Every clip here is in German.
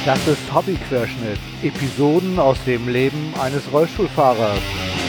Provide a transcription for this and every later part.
Das ist Hobbyquerschnitt. Episoden aus dem Leben eines Rollstuhlfahrers.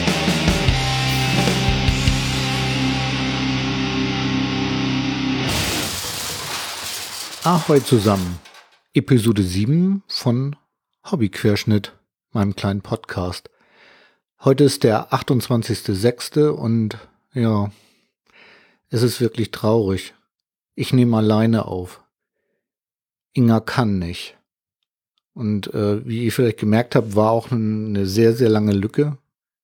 Ahoi zusammen. Episode 7 von Hobbyquerschnitt, meinem kleinen Podcast. Heute ist der 28.06. und ja, es ist wirklich traurig. Ich nehme alleine auf. Inga kann nicht. Und wie ihr vielleicht gemerkt habt, war auch eine sehr, sehr lange Lücke.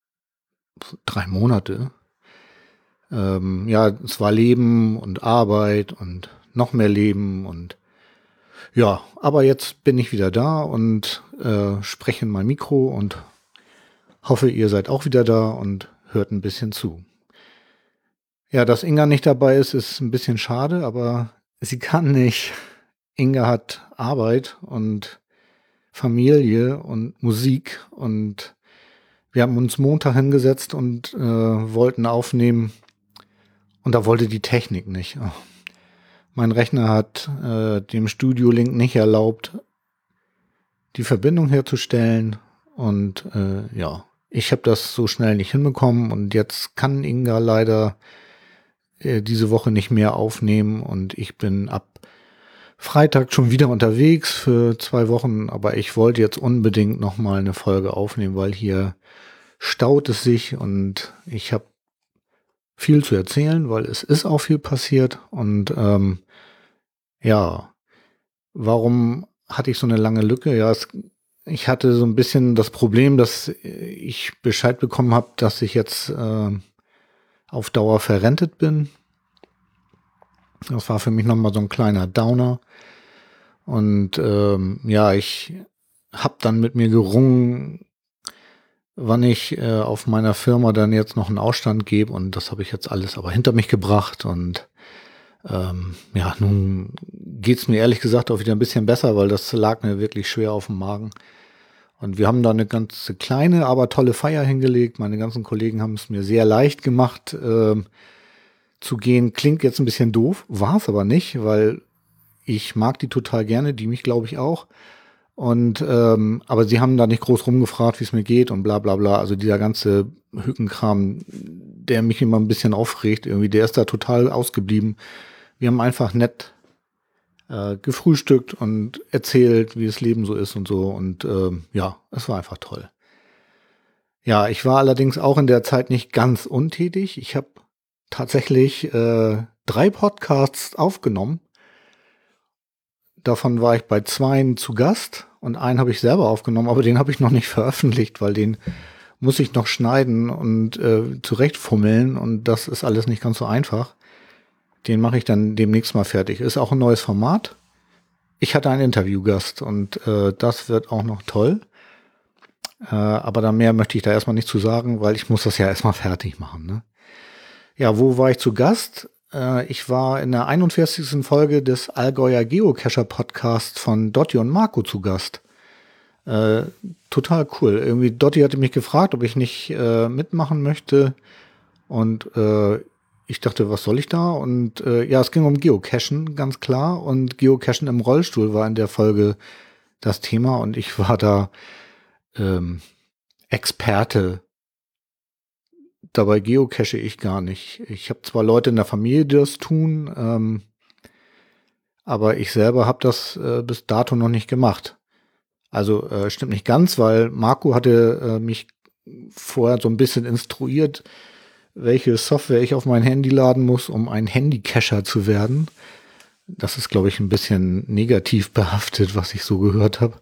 3 Monate. Ja, es war Leben und Arbeit und noch mehr Leben und ja, aber jetzt bin ich wieder da und spreche in mein Mikro und hoffe, ihr seid auch wieder da und hört ein bisschen zu. Ja, dass Inga nicht dabei ist, ist ein bisschen schade, aber sie kann nicht. Inga hat Arbeit und Familie und Musik und wir haben uns Montag hingesetzt und wollten aufnehmen und da wollte die Technik nicht. Oh. Mein Rechner hat dem Studio-Link nicht erlaubt, die Verbindung herzustellen und ja, ich habe das so schnell nicht hinbekommen und jetzt kann Inga leider diese Woche nicht mehr aufnehmen und ich bin ab Freitag schon wieder unterwegs für 2 Wochen, aber ich wollte jetzt unbedingt noch mal eine Folge aufnehmen, weil hier staut es sich und ich habe viel zu erzählen, weil es ist auch viel passiert und ja, warum hatte ich so eine lange Lücke? Ja, ich hatte so ein bisschen das Problem, dass ich Bescheid bekommen habe, dass ich jetzt auf Dauer verrentet bin. Das war für mich nochmal so ein kleiner Downer. Und ja, ich habe dann mit mir gerungen, wann ich auf meiner Firma dann jetzt noch einen Ausstand gebe. Und das habe ich jetzt alles aber hinter mich gebracht. Und ja, nun geht's mir ehrlich gesagt auch wieder ein bisschen besser, weil das lag mir wirklich schwer auf dem Magen. Und wir haben da eine ganz kleine, aber tolle Feier hingelegt. Meine ganzen Kollegen haben es mir sehr leicht gemacht, zu gehen. Klingt jetzt ein bisschen doof, war es aber nicht, weil ich mag die total gerne, die mich glaube ich auch. Und aber sie haben da nicht groß rumgefragt, wie es mir geht und bla bla bla. Also dieser ganze Hückenkram, der mich immer ein bisschen aufregt, irgendwie, der ist da total ausgeblieben. Wir haben einfach nett gefrühstückt und erzählt, wie das Leben so ist und so. Und ja, es war einfach toll. Ja, ich war allerdings auch in der Zeit nicht ganz untätig. Ich habe tatsächlich 3 Podcasts aufgenommen. Davon war ich bei 2 zu Gast und einen habe ich selber aufgenommen, aber den habe ich noch nicht veröffentlicht, weil den muss ich noch schneiden und zurechtfummeln und das ist alles nicht ganz so einfach. Den mache ich dann demnächst mal fertig. Ist auch ein neues Format. Ich hatte einen Interviewgast und das wird auch noch toll. Aber da mehr möchte ich da erstmal nicht zu sagen, weil ich muss das ja erstmal fertig machen. Ne? Ja, wo war ich zu Gast? Ich war in der 41. Folge des Allgäuer Geocacher Podcasts von Dotti und Marco zu Gast. Total cool. Irgendwie Dotti hatte mich gefragt, ob ich nicht mitmachen möchte. Und ich dachte, was soll ich da? Und ja, es ging um Geocachen, ganz klar. Und Geocachen im Rollstuhl war in der Folge das Thema. Und ich war da Experte. Dabei geocache ich gar nicht. Ich habe zwar Leute in der Familie, die das tun, aber ich selber habe das bis dato noch nicht gemacht. Also stimmt nicht ganz, weil Marco hatte mich vorher so ein bisschen instruiert, welche Software ich auf mein Handy laden muss, um ein Handycacher zu werden. Das ist, glaube ich, ein bisschen negativ behaftet, was ich so gehört habe.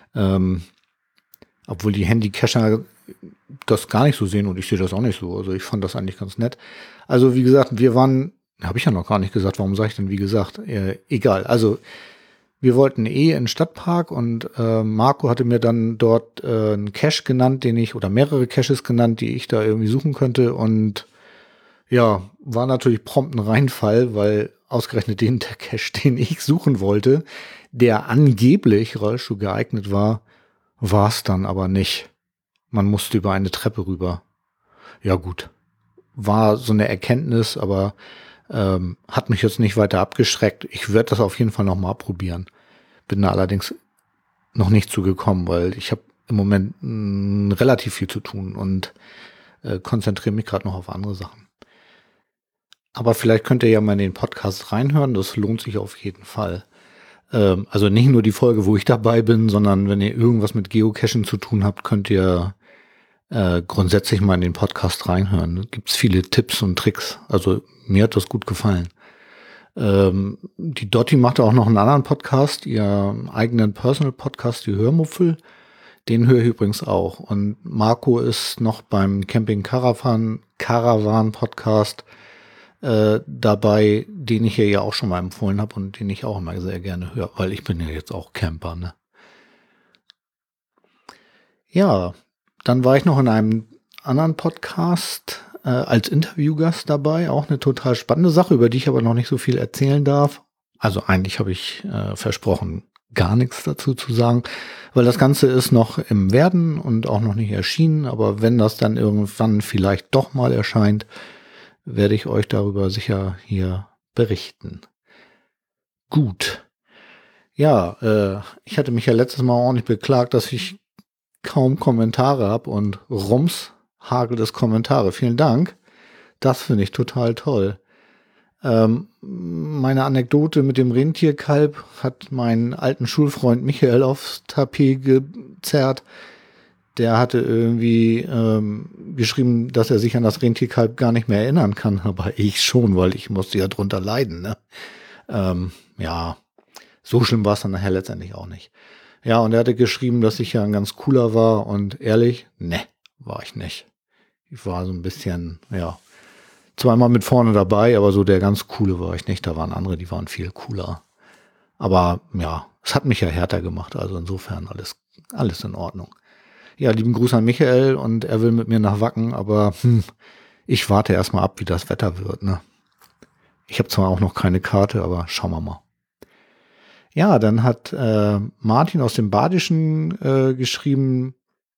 Obwohl die Handycacher das gar nicht so sehen und ich sehe das auch nicht so. Also ich fand das eigentlich ganz nett. Also wie gesagt, wir waren, habe ich ja noch gar nicht gesagt, warum sage ich denn wie gesagt? Egal, also wir wollten in den Stadtpark und Marco hatte mir dann dort einen Cache genannt, oder mehrere Caches genannt, die ich da irgendwie suchen könnte und ja, war natürlich prompt ein Reinfall, weil ausgerechnet der Cache, den ich suchen wollte, der angeblich Rollstuhl geeignet war es dann aber nicht. Man musste über eine Treppe rüber. Ja gut, war so eine Erkenntnis, aber hat mich jetzt nicht weiter abgeschreckt. Ich werde das auf jeden Fall noch mal probieren. Bin da allerdings noch nicht zugekommen, weil ich habe im Moment relativ viel zu tun und konzentriere mich gerade noch auf andere Sachen. Aber vielleicht könnt ihr ja mal in den Podcast reinhören, das lohnt sich auf jeden Fall. Also nicht nur die Folge, wo ich dabei bin, sondern wenn ihr irgendwas mit Geocachen zu tun habt, könnt ihr grundsätzlich mal in den Podcast reinhören. Da gibt's viele Tipps und Tricks. Also mir hat das gut gefallen. Die Dotti macht auch noch einen anderen Podcast, ihren eigenen Personal Podcast, die Hörmuffel. Den höre ich übrigens auch. Und Marco ist noch beim Camping Caravan Podcast dabei, den ich hier ja auch schon mal empfohlen habe und den ich auch immer sehr gerne höre, weil ich bin ja jetzt auch Camper, ne? Ja, dann war ich noch in einem anderen Podcast als Interviewgast dabei. Auch eine total spannende Sache, über die ich aber noch nicht so viel erzählen darf. Also eigentlich habe ich versprochen, gar nichts dazu zu sagen, weil das Ganze ist noch im Werden und auch noch nicht erschienen. Aber wenn das dann irgendwann vielleicht doch mal erscheint, werde ich euch darüber sicher hier berichten. Gut. Ja, ich hatte mich ja letztes Mal ordentlich beklagt, dass ich kaum Kommentare habe und rums hagelt es Kommentare. Vielen Dank. Das finde ich total toll. Meine Anekdote mit dem Rentierkalb hat meinen alten Schulfreund Michael aufs Tapet gezerrt. Der hatte irgendwie geschrieben, dass er sich an das Rentierkalb gar nicht mehr erinnern kann, aber ich schon, weil ich musste ja drunter leiden. Ne? Ja, so schlimm war es dann nachher letztendlich auch nicht. Ja, und er hatte geschrieben, dass ich ja ein ganz cooler war und ehrlich, ne, war ich nicht. Ich war so ein bisschen, ja, zweimal mit vorne dabei, aber so der ganz coole war ich nicht. Da waren andere, die waren viel cooler. Aber ja, es hat mich ja härter gemacht, also insofern alles in Ordnung. Ja, lieben Gruß an Michael und er will mit mir nach Wacken, aber ich warte erstmal ab, wie das Wetter wird, ne? Ich habe zwar auch noch keine Karte, aber schauen wir mal. Ja, dann hat Martin aus dem Badischen geschrieben,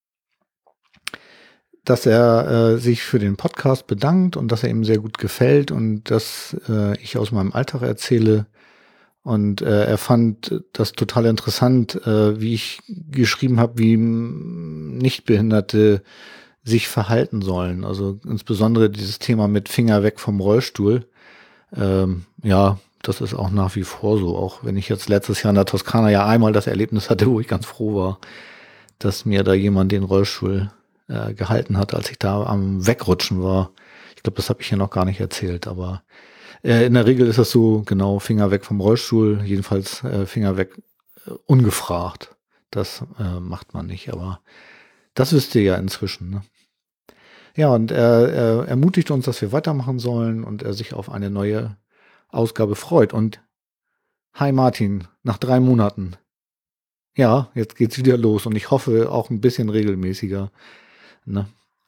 dass er sich für den Podcast bedankt und dass er ihm sehr gut gefällt und dass ich aus meinem Alltag erzähle. Und er fand das total interessant, wie ich geschrieben habe, wie Nichtbehinderte sich verhalten sollen. Also insbesondere dieses Thema mit Finger weg vom Rollstuhl. Ja, das ist auch nach wie vor so. Auch wenn ich jetzt letztes Jahr in der Toskana ja einmal das Erlebnis hatte, wo ich ganz froh war, dass mir da jemand den Rollstuhl gehalten hat, als ich da am Wegrutschen war. Ich glaube, das habe ich hier noch gar nicht erzählt, aber in der Regel ist das so, genau, Finger weg vom Rollstuhl, jedenfalls Finger weg ungefragt. Das macht man nicht, aber das wisst ihr ja inzwischen. Ne? Ja, und er ermutigt uns, dass wir weitermachen sollen und er sich auf eine neue Ausgabe freut. Und hi Martin, nach 3 Monaten. Ja, jetzt geht's wieder los und ich hoffe auch ein bisschen regelmäßiger. Ne?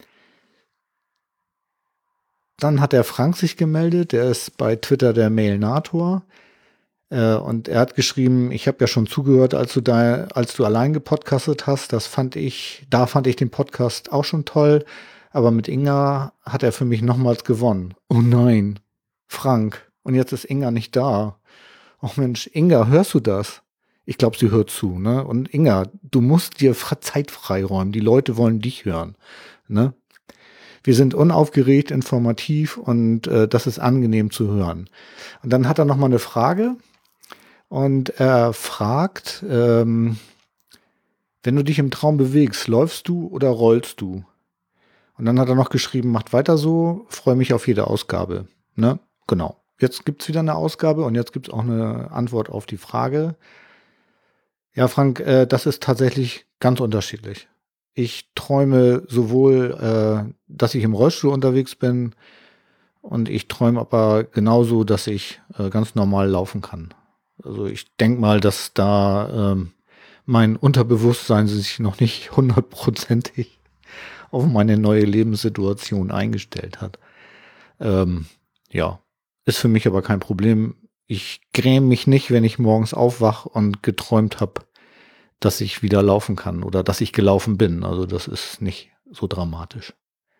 Dann hat der Frank sich gemeldet, der ist bei Twitter der Mailnator. Und er hat geschrieben, ich habe ja schon zugehört, als du allein gepodcastet hast. Da fand ich den Podcast auch schon toll. Aber mit Inga hat er für mich nochmals gewonnen. Oh nein, Frank. Und jetzt ist Inga nicht da. Ach Mensch, Inga, hörst du das? Ich glaube, sie hört zu, ne? Und Inga, du musst dir Zeit freiräumen. Die Leute wollen dich hören, ne? Wir sind unaufgeregt, informativ und das ist angenehm zu hören. Und dann hat er noch mal eine Frage. Und er fragt, wenn du dich im Traum bewegst, läufst du oder rollst du? Und dann hat er noch geschrieben, macht weiter so, freue mich auf jede Ausgabe. Ne? Genau. Jetzt gibt's wieder eine Ausgabe und jetzt gibt's auch eine Antwort auf die Frage. Ja, Frank, das ist tatsächlich ganz unterschiedlich. Ich träume sowohl, dass ich im Rollstuhl unterwegs bin und ich träume aber genauso, dass ich ganz normal laufen kann. Also ich denke mal, dass da mein Unterbewusstsein sich noch nicht 100%ig auf meine neue Lebenssituation eingestellt hat. Ja, ist für mich aber kein Problem. Ich gräme mich nicht, wenn ich morgens aufwach und geträumt habe, dass ich wieder laufen kann oder dass ich gelaufen bin. Also das ist nicht so dramatisch.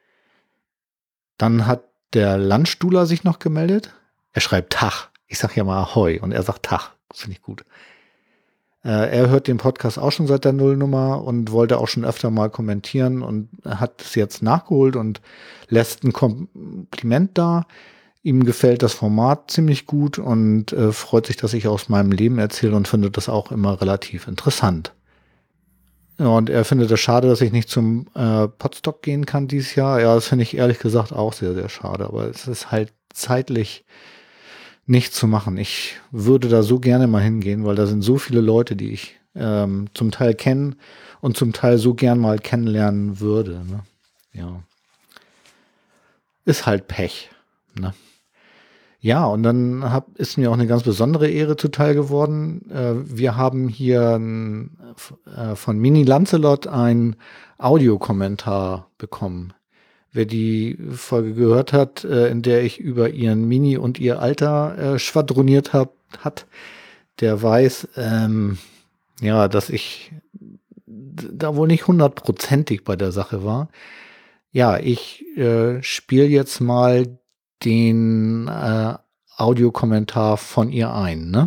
Dann hat der Landstuhler sich noch gemeldet. Er schreibt Tag. Ich sag ja mal Ahoi und er sagt Tag. Das finde ich gut. Er hört den Podcast auch schon seit der Nullnummer und wollte auch schon öfter mal kommentieren und hat es jetzt nachgeholt und lässt ein Kompliment da. Ihm gefällt das Format ziemlich gut und freut sich, dass ich aus meinem Leben erzähle und findet das auch immer relativ interessant. Ja, und er findet es schade, dass ich nicht zum Podstock gehen kann dieses Jahr. Ja, das finde ich ehrlich gesagt auch sehr, sehr schade. Aber es ist halt zeitlich nicht zu machen. Ich würde da so gerne mal hingehen, weil da sind so viele Leute, die ich zum Teil kenne und zum Teil so gern mal kennenlernen würde. Ne? Ja. Ist halt Pech. Ne? Ja, und dann ist mir auch eine ganz besondere Ehre zuteil geworden. Wir haben hier von Mini Lancelot einen Audiokommentar bekommen. Wer die Folge gehört hat, in der ich über ihren Mini und ihr Alter schwadroniert hat, der weiß, ja, dass ich da wohl nicht 100%ig bei der Sache war. Ja, ich spiele jetzt mal den Audiokommentar von ihr ein, ne?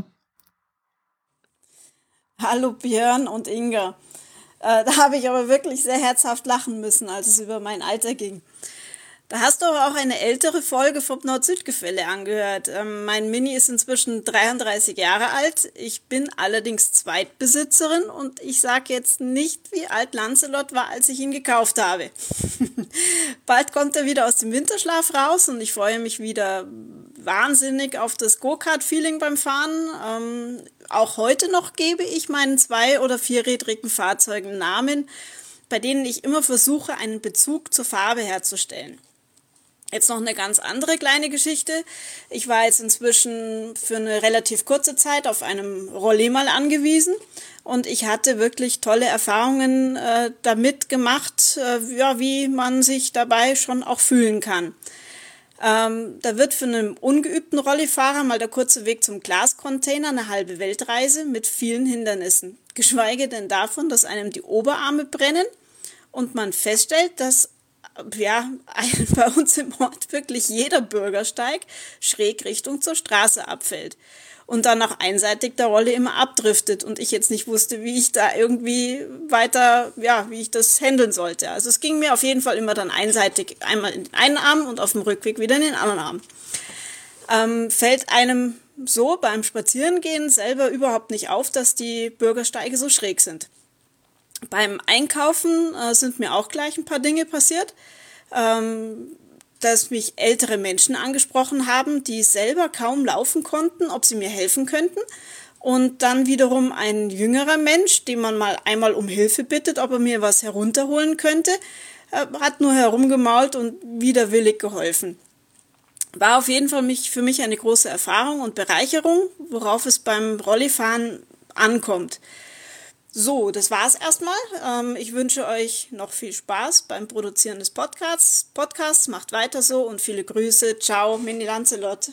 Hallo Björn und Inga. Da habe ich aber wirklich sehr herzhaft lachen müssen, als es über mein Alter ging. Da hast du aber auch eine ältere Folge vom Nord-Süd-Gefälle angehört. Mein Mini ist inzwischen 33 Jahre alt. Ich bin allerdings Zweitbesitzerin und ich sage jetzt nicht, wie alt Lancelot war, als ich ihn gekauft habe. Bald kommt er wieder aus dem Winterschlaf raus und ich freue mich wieder wahnsinnig auf das Go-Kart-Feeling beim Fahren. Auch heute noch gebe ich meinen 2- oder 4-rädrigen Fahrzeugen Namen, bei denen ich immer versuche, einen Bezug zur Farbe herzustellen. Jetzt noch eine ganz andere kleine Geschichte. Ich war jetzt inzwischen für eine relativ kurze Zeit auf einem Rolli mal angewiesen und ich hatte wirklich tolle Erfahrungen damit gemacht, ja, wie man sich dabei schon auch fühlen kann. Da wird für einen ungeübten Rollifahrer mal der kurze Weg zum Glascontainer eine halbe Weltreise mit vielen Hindernissen. Geschweige denn davon, dass einem die Oberarme brennen und man feststellt, dass ja, bei uns im Ort wirklich jeder Bürgersteig schräg Richtung zur Straße abfällt. Und dann auch einseitig der Rolle immer abdriftet und ich jetzt nicht wusste, wie ich da irgendwie weiter, ja, wie ich das handeln sollte. Also es ging mir auf jeden Fall immer dann einseitig einmal in den einen Arm und auf dem Rückweg wieder in den anderen Arm. Fällt einem so beim Spazierengehen selber überhaupt nicht auf, dass die Bürgersteige so schräg sind. Beim Einkaufen sind mir auch gleich ein paar Dinge passiert, dass mich ältere Menschen angesprochen haben, die selber kaum laufen konnten, ob sie mir helfen könnten. Und dann wiederum ein jüngerer Mensch, den man mal einmal um Hilfe bittet, ob er mir was herunterholen könnte, hat nur herumgemault und widerwillig geholfen. War auf jeden Fall für mich eine große Erfahrung und Bereicherung, worauf es beim Rollifahren ankommt. So, das war's erstmal. Ich wünsche euch noch viel Spaß beim Produzieren des Podcasts. Macht weiter so und viele Grüße. Ciao, Mini Lancelot.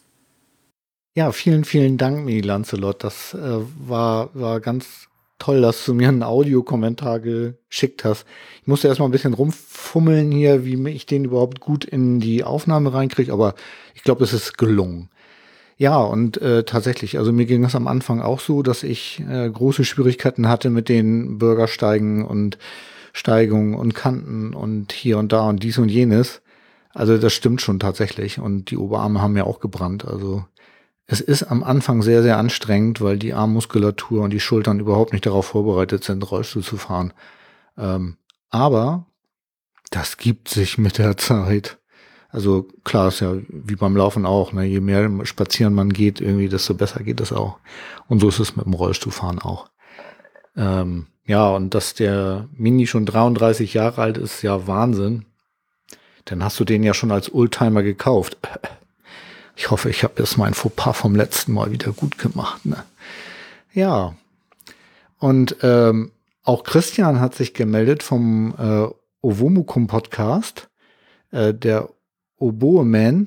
Ja, vielen, vielen Dank, Mini Lancelot. Das war ganz toll, dass du mir einen Audiokommentar geschickt hast. Ich musste erstmal ein bisschen rumfummeln hier, wie ich den überhaupt gut in die Aufnahme reinkriege, aber ich glaube, es ist gelungen. Ja, und tatsächlich, also mir ging es am Anfang auch so, dass ich große Schwierigkeiten hatte mit den Bürgersteigen und Steigungen und Kanten und hier und da und dies und jenes. Also das stimmt schon tatsächlich und die Oberarme haben ja auch gebrannt. Also es ist am Anfang sehr, sehr anstrengend, weil die Armmuskulatur und die Schultern überhaupt nicht darauf vorbereitet sind, Rollstuhl zu fahren. Aber das gibt sich mit der Zeit. Also klar, ist ja wie beim Laufen auch, ne? Je mehr spazieren man geht, irgendwie, desto besser geht es auch. Und so ist es mit dem Rollstuhlfahren auch. Ja, und dass der Mini schon 33 Jahre alt ist, ja Wahnsinn. Dann hast du den ja schon als Oldtimer gekauft. Ich hoffe, ich habe jetzt mein Fauxpas vom letzten Mal wieder gut gemacht. Ne? Ja, und auch Christian hat sich gemeldet vom Ovomukum Podcast, der Oboe Man,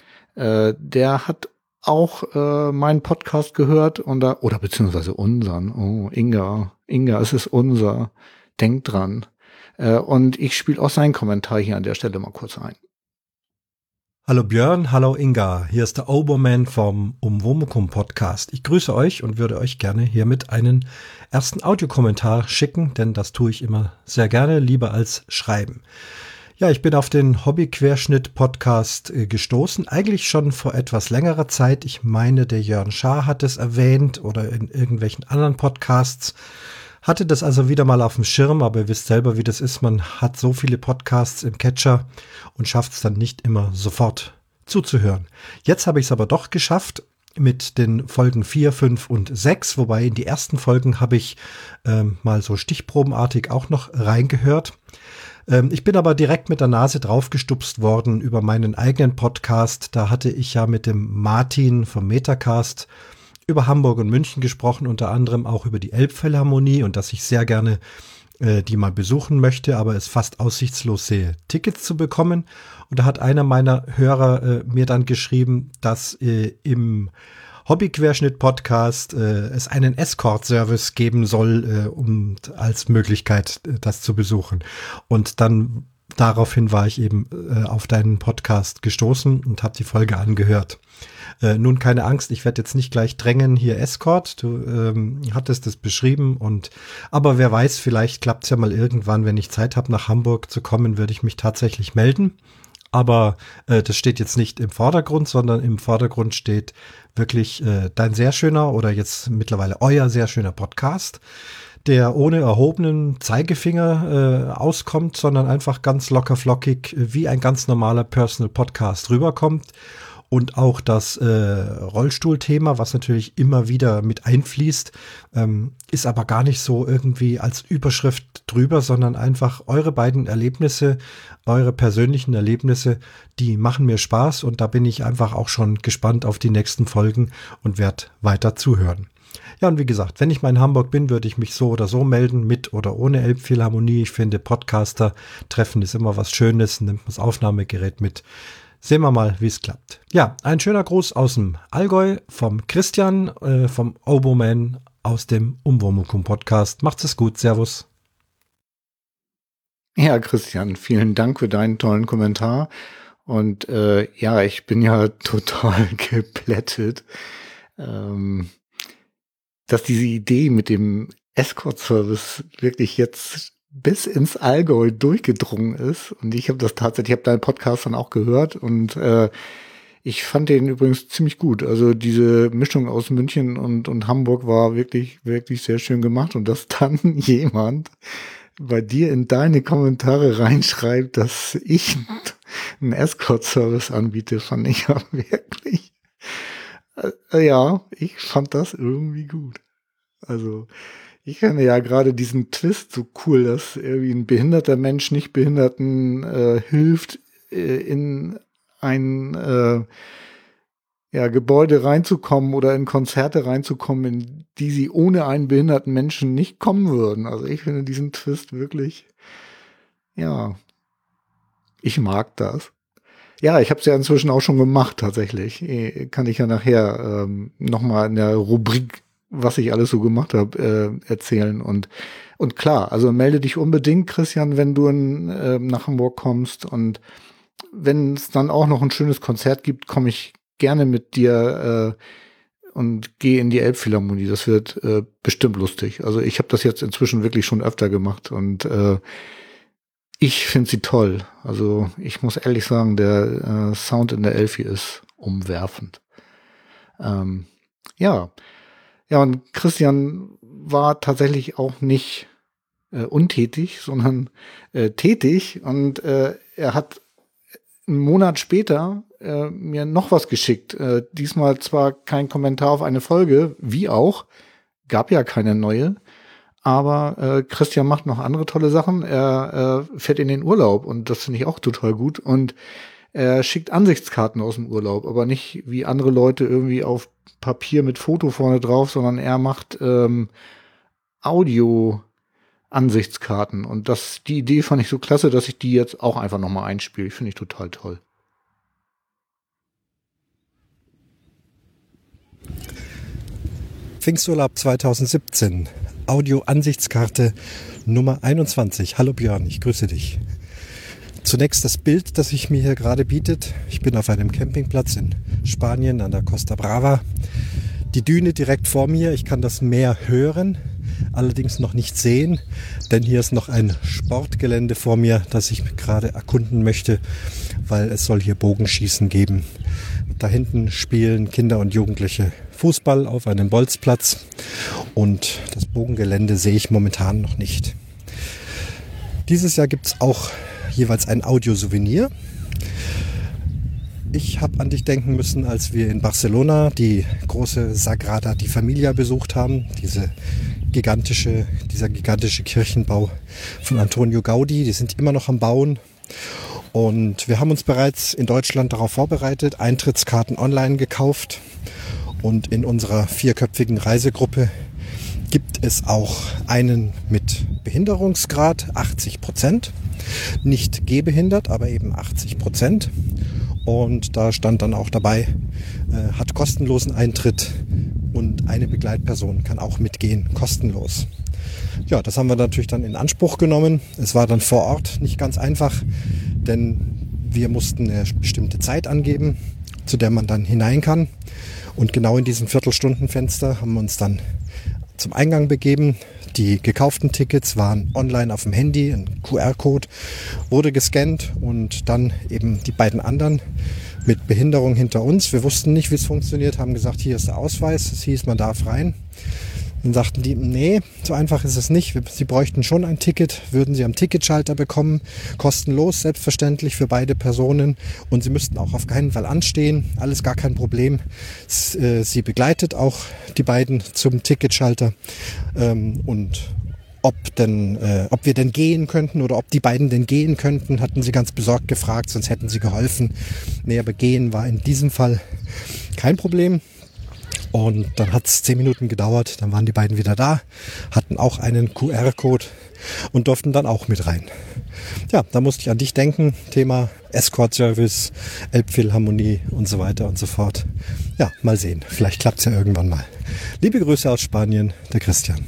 der hat auch meinen Podcast gehört oder beziehungsweise unseren. Oh, Inga, es ist unser. Denkt dran. Und ich spiele auch seinen Kommentar hier an der Stelle mal kurz ein. Hallo Björn, hallo Inga, hier ist der Oberman vom Umwomukum Podcast. Ich grüße euch und würde euch gerne hiermit einen ersten Audiokommentar schicken, denn das tue ich immer sehr gerne, lieber als schreiben. Ja, ich bin auf den Hobby-Querschnitt-Podcast gestoßen, eigentlich schon vor etwas längerer Zeit. Ich meine, der Jörn Schaar hat es erwähnt oder in irgendwelchen anderen Podcasts. Hatte das also wieder mal auf dem Schirm, aber ihr wisst selber, wie das ist. Man hat so viele Podcasts im Catcher und schafft es dann nicht immer sofort zuzuhören. Jetzt habe ich es aber doch geschafft mit den Folgen 4, 5 und 6, wobei in die ersten Folgen habe ich mal so stichprobenartig auch noch reingehört. Ich bin aber direkt mit der Nase draufgestupst worden über meinen eigenen Podcast. Da hatte ich ja mit dem Martin vom Metacast über Hamburg und München gesprochen, unter anderem auch über die Elbphilharmonie und dass ich sehr gerne die mal besuchen möchte, aber es fast aussichtslos sehe, Tickets zu bekommen. Und da hat einer meiner Hörer mir dann geschrieben, dass im Hobby-Querschnitt-Podcast es einen Escort-Service geben soll, um als Möglichkeit das zu besuchen. Und dann daraufhin war ich eben auf deinen Podcast gestoßen und habe die Folge angehört. Nun keine Angst, ich werde jetzt nicht gleich drängen, hier Escort, du hattest es beschrieben, aber wer weiß, vielleicht klappt es ja mal irgendwann, wenn ich Zeit habe, nach Hamburg zu kommen, würde ich mich tatsächlich melden. Aber das steht jetzt nicht im Vordergrund, sondern im Vordergrund steht wirklich dein sehr schöner oder jetzt mittlerweile euer sehr schöner Podcast, der ohne erhobenen Zeigefinger auskommt, sondern einfach ganz locker flockig wie ein ganz normaler Personal Podcast rüberkommt. Und auch das Rollstuhlthema, was natürlich immer wieder mit einfließt, ist aber gar nicht so irgendwie als Überschrift drüber, sondern einfach eure beiden Erlebnisse, eure persönlichen Erlebnisse, die machen mir Spaß und da bin ich einfach auch schon gespannt auf die nächsten Folgen und werde weiter zuhören. Ja, und wie gesagt, wenn ich mal in Hamburg bin, würde ich mich so oder so melden, mit oder ohne Elbphilharmonie. Ich finde, Podcaster-Treffen ist immer was Schönes, nimmt man das Aufnahmegerät mit. Sehen wir mal, wie es klappt. Ja, ein schöner Gruß aus dem Allgäu vom Christian, vom Oboman aus dem Umwomukum Podcast. Macht's es gut, Servus. Ja, Christian, vielen Dank für deinen tollen Kommentar. Und ja, ich bin ja total geplättet, dass diese Idee mit dem Escort-Service wirklich jetzt bis ins Allgäu durchgedrungen ist. Und ich habe deinen Podcast dann auch gehört und ich fand den übrigens ziemlich gut. Also diese Mischung aus München und Hamburg war wirklich, wirklich sehr schön gemacht. Und dass dann jemand bei dir in deine Kommentare reinschreibt, dass ich einen Escort-Service anbiete, fand ich ja wirklich, ja, ich fand das irgendwie gut. Also ich finde ja gerade diesen Twist so cool, dass irgendwie ein behinderter Mensch nicht Behinderten hilft, in ein Gebäude reinzukommen oder in Konzerte reinzukommen, in die sie ohne einen behinderten Menschen nicht kommen würden. Also ich finde diesen Twist wirklich, ja, ich mag das. Ja, ich habe es ja inzwischen auch schon gemacht, tatsächlich. Kann ich ja nachher nochmal in der Rubrik, was ich alles so gemacht habe, erzählen. Und klar, also melde dich unbedingt, Christian, wenn du nach Hamburg kommst. Und wenn es dann auch noch ein schönes Konzert gibt, komme ich gerne mit dir und gehe in die Elbphilharmonie. Das wird bestimmt lustig. Also ich habe das jetzt inzwischen wirklich schon öfter gemacht und ich finde sie toll. Also ich muss ehrlich sagen, der Sound in der Elfi ist umwerfend. Ja, und Christian war tatsächlich auch nicht untätig, sondern tätig. Und er hat einen Monat später mir noch was geschickt. Diesmal zwar kein Kommentar auf eine Folge, wie auch, gab ja keine neue. Aber Christian macht noch andere tolle Sachen. Er fährt in den Urlaub und das finde ich auch total gut. Und er schickt Ansichtskarten aus dem Urlaub, aber nicht wie andere Leute irgendwie auf Papier mit Foto vorne drauf, sondern er macht Audio-Ansichtskarten. Und die Idee fand ich so klasse, dass ich die jetzt auch einfach nochmal einspiele. Finde ich total toll. Pfingsturlaub 2017. Audio-Ansichtskarte Nummer 21. Hallo Björn, ich grüße dich. Zunächst das Bild, das sich mir hier gerade bietet. Ich bin auf einem Campingplatz in Spanien an der Costa Brava. Die Düne direkt vor mir, ich kann das Meer hören, allerdings noch nicht sehen, denn hier ist noch ein Sportgelände vor mir, das ich gerade erkunden möchte, weil es soll hier Bogenschießen geben. Da hinten spielen Kinder und Jugendliche Fußball auf einem Bolzplatz und das Bogengelände sehe ich momentan noch nicht. Dieses Jahr gibt es auch jeweils ein Audiosouvenir. Ich habe an dich denken müssen, als wir in Barcelona die große Sagrada di Familia besucht haben, dieser gigantische Kirchenbau von Antonio Gaudí. Die sind immer noch am Bauen. Und wir haben uns bereits in Deutschland darauf vorbereitet, Eintrittskarten online gekauft. Und in unserer 4-köpfigen Reisegruppe gibt es auch einen mit Behinderungsgrad, 80%. Nicht gehbehindert, aber eben 80%. Und da stand dann auch dabei, hat kostenlosen Eintritt und eine Begleitperson kann auch mitgehen, kostenlos. Ja, das haben wir natürlich dann in Anspruch genommen. Es war dann vor Ort nicht ganz einfach, denn wir mussten eine bestimmte Zeit angeben, zu der man dann hinein kann. Und genau in diesem Viertelstundenfenster haben wir uns dann zum Eingang begeben. Die gekauften Tickets waren online auf dem Handy, ein QR-Code wurde gescannt und dann eben die beiden anderen mit Behinderung hinter uns. Wir wussten nicht, wie es funktioniert, haben gesagt, hier ist der Ausweis, es hieß, man darf rein. Dann sagten die, nee, so einfach ist es nicht. Sie bräuchten schon ein Ticket, würden sie am Ticketschalter bekommen, kostenlos, selbstverständlich für beide Personen. Und sie müssten auch auf keinen Fall anstehen, alles gar kein Problem. Sie begleitet auch die beiden zum Ticketschalter. Und ob wir denn gehen könnten oder ob die beiden denn gehen könnten, hatten sie ganz besorgt gefragt, sonst hätten sie geholfen. Nee, aber gehen war in diesem Fall kein Problem. Und dann hat es 10 Minuten gedauert, dann waren die beiden wieder da, hatten auch einen QR-Code und durften dann auch mit rein. Ja, da musste ich an dich denken, Thema Escort-Service, Elbphilharmonie und so weiter und so fort. Ja, mal sehen, vielleicht klappt es ja irgendwann mal. Liebe Grüße aus Spanien, der Christian.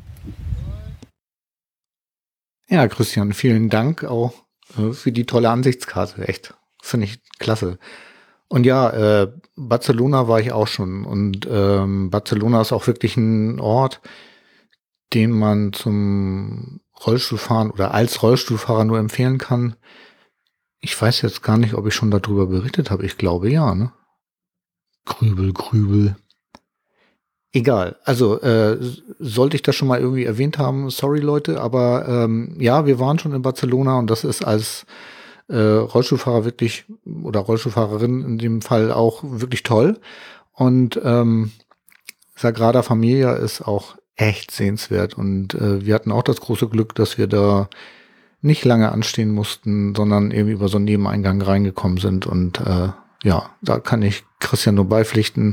Ja, Christian, vielen Dank auch für die tolle Ansichtskarte, echt, finde ich klasse. Und ja, Barcelona war ich auch schon und Barcelona ist auch wirklich ein Ort, den man zum Rollstuhlfahren oder als Rollstuhlfahrer nur empfehlen kann. Ich weiß jetzt gar nicht, ob ich schon darüber berichtet habe. Ich glaube ja, ne? Grübel. Egal, also sollte ich das schon mal irgendwie erwähnt haben, sorry Leute, aber ja, wir waren schon in Barcelona und das ist als Rollstuhlfahrer wirklich oder Rollstuhlfahrerin in dem Fall auch wirklich toll. Und Sagrada Familia ist auch echt sehenswert. Und wir hatten auch das große Glück, dass wir da nicht lange anstehen mussten, sondern irgendwie über so einen Nebeneingang reingekommen sind. Und ja, da kann ich Christian nur beipflichten.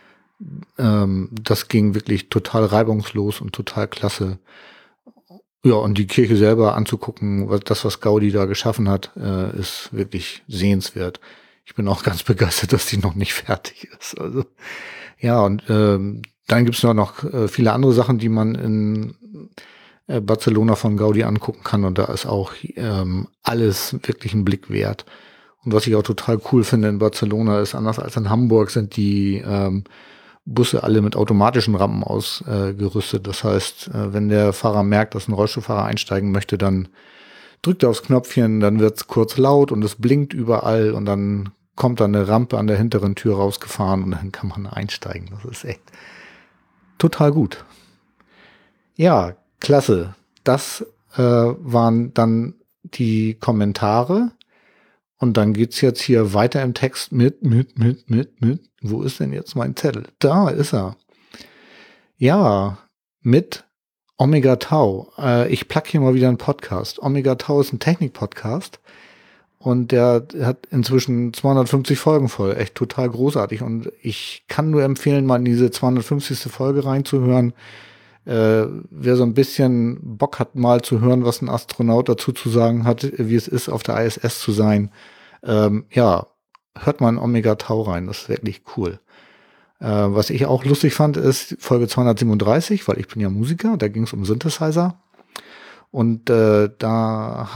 Das ging wirklich total reibungslos und total klasse. Ja, und die Kirche selber anzugucken, was Gaudi da geschaffen hat, ist wirklich sehenswert. Ich bin auch ganz begeistert, dass die noch nicht fertig ist. Also ja, und dann gibt's noch viele andere Sachen, die man in Barcelona von Gaudi angucken kann. Und da ist auch alles wirklich ein Blick wert. Und was ich auch total cool finde in Barcelona ist, anders als in Hamburg, sind die Busse alle mit automatischen Rampen ausgerüstet. Das heißt, wenn der Fahrer merkt, dass ein Rollstuhlfahrer einsteigen möchte, dann drückt er aufs Knöpfchen, dann wird's kurz laut und es blinkt überall und dann kommt dann eine Rampe an der hinteren Tür rausgefahren und dann kann man einsteigen. Das ist echt total gut. Ja, klasse. Das waren dann die Kommentare. Und dann geht's jetzt hier weiter im Text mit. Wo ist denn jetzt mein Zettel? Da ist er. Ja, mit Omega Tau. Ich plug hier mal wieder einen Podcast. Omega Tau ist ein Technik-Podcast. Und der hat inzwischen 250 Folgen voll. Echt total großartig. Und ich kann nur empfehlen, mal in diese 250. Folge reinzuhören. Wer so ein bisschen Bock hat, mal zu hören, was ein Astronaut dazu zu sagen hat, wie es ist, auf der ISS zu sein, ja, hört mal in Omega Tau rein, das ist wirklich cool. Was ich auch lustig fand, ist Folge 237, weil ich bin ja Musiker, da ging es um Synthesizer und da hat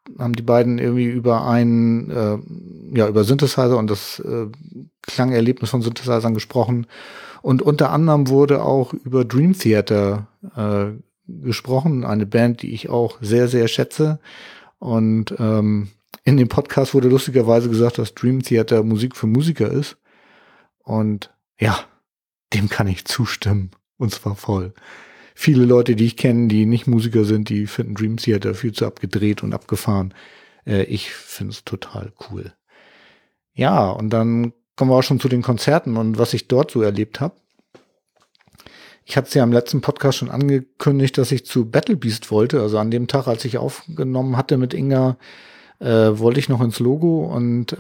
haben die beiden irgendwie über über Synthesizer und das Klangerlebnis von Synthesizern gesprochen. Und unter anderem wurde auch über Dream Theater gesprochen, eine Band, die ich auch sehr, sehr schätze. Und in dem Podcast wurde lustigerweise gesagt, dass Dream Theater Musik für Musiker ist. Und ja, dem kann ich zustimmen. Und zwar voll. Viele Leute, die ich kenne, die nicht Musiker sind, die finden Dream Theater viel zu abgedreht und abgefahren. Ich finde es total cool. Ja, und dann kommen wir auch schon zu den Konzerten und was ich dort so erlebt habe. Ich hatte es ja im letzten Podcast schon angekündigt, dass ich zu Battle Beast wollte. Also an dem Tag, als ich aufgenommen hatte mit Inga, wollte ich noch ins Logo und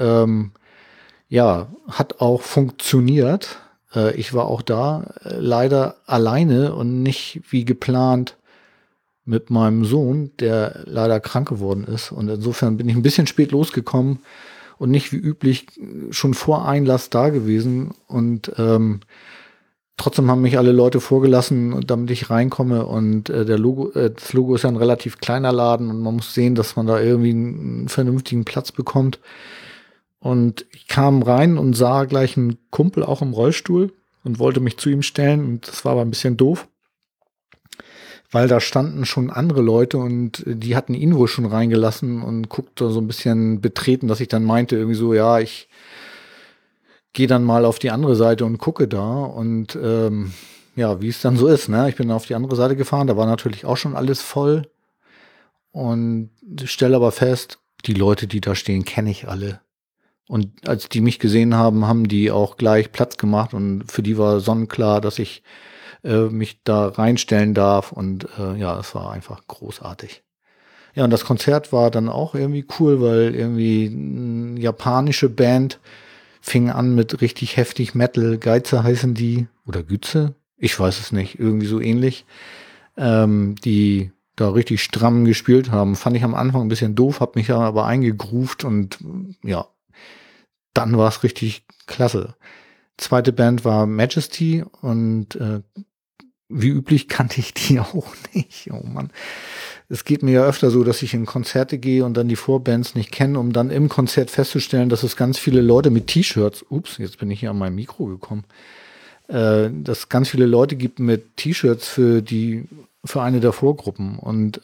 hat auch funktioniert. Ich war auch da, leider alleine und nicht wie geplant mit meinem Sohn, der leider krank geworden ist. Und insofern bin ich ein bisschen spät losgekommen und nicht wie üblich schon vor Einlass da gewesen. Und trotzdem haben mich alle Leute vorgelassen, damit ich reinkomme. Und das Logo ist ja ein relativ kleiner Laden und man muss sehen, dass man da irgendwie einen vernünftigen Platz bekommt. Und ich kam rein und sah gleich einen Kumpel auch im Rollstuhl und wollte mich zu ihm stellen. Und das war aber ein bisschen doof, weil da standen schon andere Leute und die hatten ihn wohl schon reingelassen und guckte so ein bisschen betreten, dass ich dann meinte irgendwie so, ja, ich gehe dann mal auf die andere Seite und gucke da. Und wie es dann so ist, ne? Ich bin auf die andere Seite gefahren, da war natürlich auch schon alles voll. Und stelle aber fest, die Leute, die da stehen, kenne ich alle. Und als die mich gesehen haben, haben die auch gleich Platz gemacht und für die war sonnenklar, dass ich mich da reinstellen darf und es war einfach großartig. Ja, und das Konzert war dann auch irgendwie cool, weil irgendwie eine japanische Band fing an mit richtig heftig Metal, Geizer heißen die, oder Gütze, ich weiß es nicht, irgendwie so ähnlich, die da richtig stramm gespielt haben. Fand ich am Anfang ein bisschen doof, hab mich aber eingegroovt und ja, dann war es richtig klasse. Zweite Band war Majesty und wie üblich kannte ich die auch nicht. Oh Mann. Es geht mir ja öfter so, dass ich in Konzerte gehe und dann die Vorbands nicht kenne, um dann im Konzert festzustellen, dass es ganz viele Leute mit T-Shirts, jetzt bin ich hier an mein Mikro gekommen, dass es ganz viele Leute gibt mit T-Shirts für eine der Vorgruppen. Und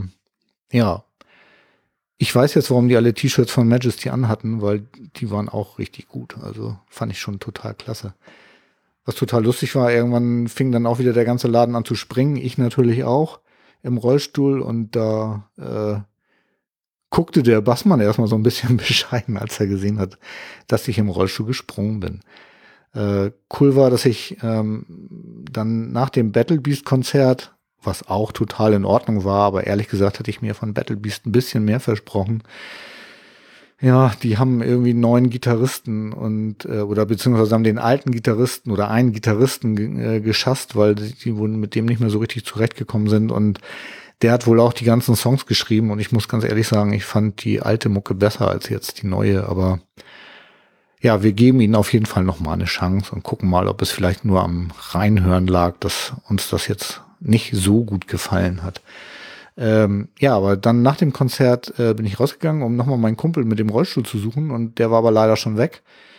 ich weiß jetzt, warum die alle T-Shirts von Majesty anhatten, weil die waren auch richtig gut. Also fand ich schon total klasse. Was total lustig war, irgendwann fing dann auch wieder der ganze Laden an zu springen. Ich natürlich auch im Rollstuhl und da guckte der Bassmann erstmal so ein bisschen bescheiden, als er gesehen hat, dass ich im Rollstuhl gesprungen bin. Cool war, dass ich dann nach dem Battle Beast Konzert, was auch total in Ordnung war, aber ehrlich gesagt hatte ich mir von Battle Beast ein bisschen mehr versprochen. Ja, die haben irgendwie einen neuen Gitarristen und oder beziehungsweise haben den alten Gitarristen oder einen Gitarristen geschasst, weil die wohl mit dem nicht mehr so richtig zurechtgekommen sind und der hat wohl auch die ganzen Songs geschrieben und ich muss ganz ehrlich sagen, ich fand die alte Mucke besser als jetzt die neue, aber ja, wir geben ihnen auf jeden Fall noch mal eine Chance und gucken mal, ob es vielleicht nur am Reinhören lag, dass uns das jetzt nicht so gut gefallen hat. Aber dann nach dem Konzert bin ich rausgegangen, um nochmal meinen Kumpel mit dem Rollstuhl zu suchen und der war aber leider schon weg.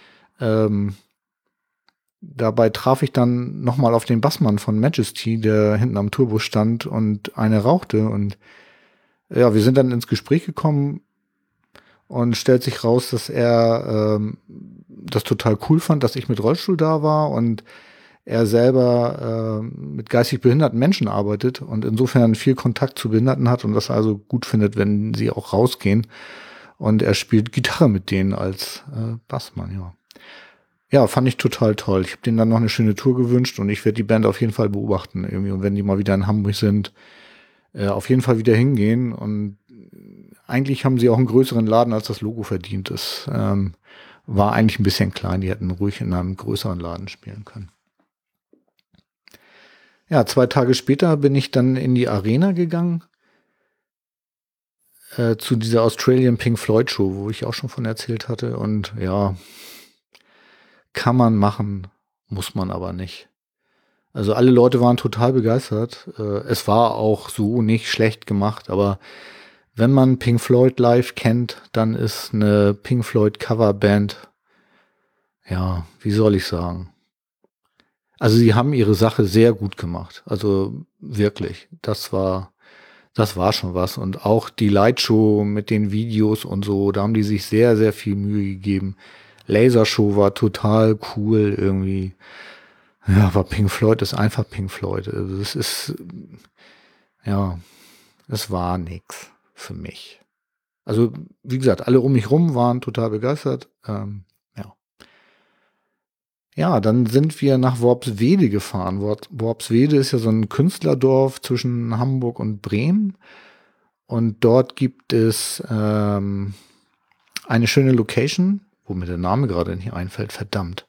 Dabei traf ich dann nochmal auf den Bassmann von Majesty, der hinten am Tourbus stand und eine rauchte und ja, wir sind dann ins Gespräch gekommen und stellt sich raus, dass er das total cool fand, dass ich mit Rollstuhl da war und er selber mit geistig behinderten Menschen arbeitet und insofern viel Kontakt zu Behinderten hat und das also gut findet, wenn sie auch rausgehen. Und er spielt Gitarre mit denen als Bassmann, ja. Ja, fand ich total toll. Ich habe denen dann noch eine schöne Tour gewünscht und ich werde die Band auf jeden Fall beobachten irgendwie. Und wenn die mal wieder in Hamburg sind, auf jeden Fall wieder hingehen. Und eigentlich haben sie auch einen größeren Laden, als das Logo verdient. Das war eigentlich ein bisschen klein. Die hätten ruhig in einem größeren Laden spielen können. Ja, 2 Tage später bin ich dann in die Arena gegangen zu dieser Australian Pink Floyd Show, wo ich auch schon von erzählt hatte. Und ja, kann man machen, muss man aber nicht. Also alle Leute waren total begeistert. Es war auch so nicht schlecht gemacht, aber wenn man Pink Floyd live kennt, dann ist eine Pink Floyd Coverband, ja, wie soll ich sagen? Also sie haben ihre Sache sehr gut gemacht. Also wirklich, das war schon was. Und auch die Lightshow mit den Videos und so, da haben die sich sehr, sehr viel Mühe gegeben. Lasershow war total cool irgendwie. Ja, aber Pink Floyd ist einfach Pink Floyd. Also es ist, ja, es war nix für mich. Also, wie gesagt, alle um mich rum waren total begeistert. Ja. Ja, dann sind wir nach Worpswede gefahren. Worpswede ist ja so ein Künstlerdorf zwischen Hamburg und Bremen. Und dort gibt es eine schöne Location, wo mir der Name gerade nicht einfällt, verdammt.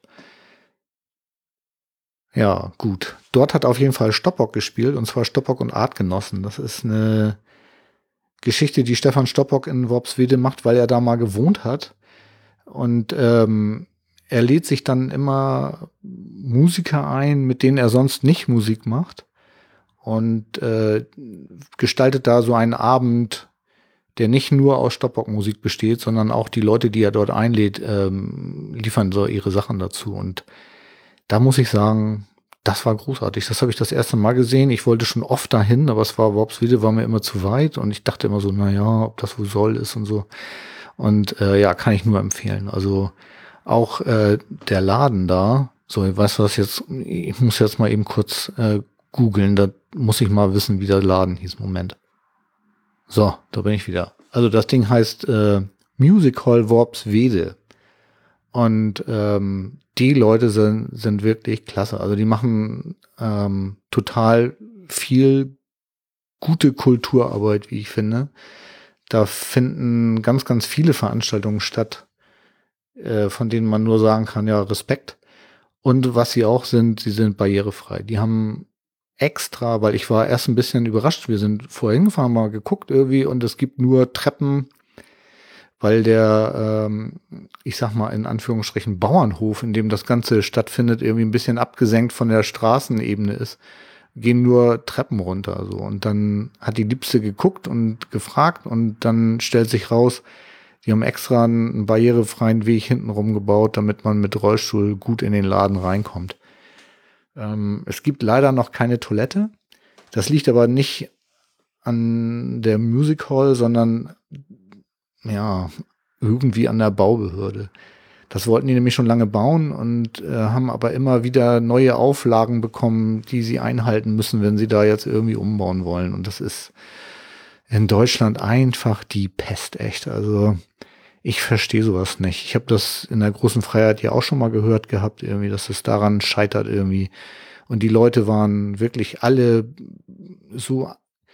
Ja, gut. Dort hat auf jeden Fall Stoppock gespielt, und zwar Stoppock und Artgenossen. Das ist eine Geschichte, die Stefan Stoppock in Worpswede macht, weil er da mal gewohnt hat. Und er lädt sich dann immer Musiker ein, mit denen er sonst nicht Musik macht. Und gestaltet da so einen Abend, der nicht nur aus Stoppock-Musik besteht, sondern auch die Leute, die er dort einlädt, liefern so ihre Sachen dazu. Und da muss ich sagen, das war großartig. Das habe ich das erste Mal gesehen. Ich wollte schon oft dahin, aber Worpswede war mir immer zu weit. Und ich dachte immer so, naja, ob das wohl soll ist und so. Und ja, kann ich nur empfehlen. Also auch der Laden da, so, weißt du was jetzt, ich muss jetzt mal eben kurz googeln, da muss ich mal wissen, wie der Laden hieß. Moment. So, da bin ich wieder. Also das Ding heißt Music Hall Worpswede. Und die Leute sind wirklich klasse. Also die machen total viel gute Kulturarbeit, wie ich finde. Da finden ganz, ganz viele Veranstaltungen statt, von denen man nur sagen kann, ja, Respekt. Und was sie auch sind, sie sind barrierefrei. Die haben extra, weil ich war erst ein bisschen überrascht, wir sind vorher hingefahren, mal geguckt irgendwie, und es gibt nur Treppen, weil der, ich sag mal in Anführungsstrichen, Bauernhof, in dem das Ganze stattfindet, irgendwie ein bisschen abgesenkt von der Straßenebene ist, gehen nur Treppen runter, so. Und dann hat die Liebste geguckt und gefragt, und dann stellt sich raus, die haben extra einen barrierefreien Weg hintenrum gebaut, damit man mit Rollstuhl gut in den Laden reinkommt. Es gibt leider noch keine Toilette. Das liegt aber nicht an der Music Hall, sondern ja, irgendwie an der Baubehörde. Das wollten die nämlich schon lange bauen und haben aber immer wieder neue Auflagen bekommen, die sie einhalten müssen, wenn sie da jetzt irgendwie umbauen wollen. Und das ist in Deutschland einfach die Pest, echt. Also ich verstehe sowas nicht. Ich habe das in der großen Freiheit ja auch schon mal gehört gehabt, irgendwie, dass es daran scheitert irgendwie. Und die Leute waren wirklich alle so,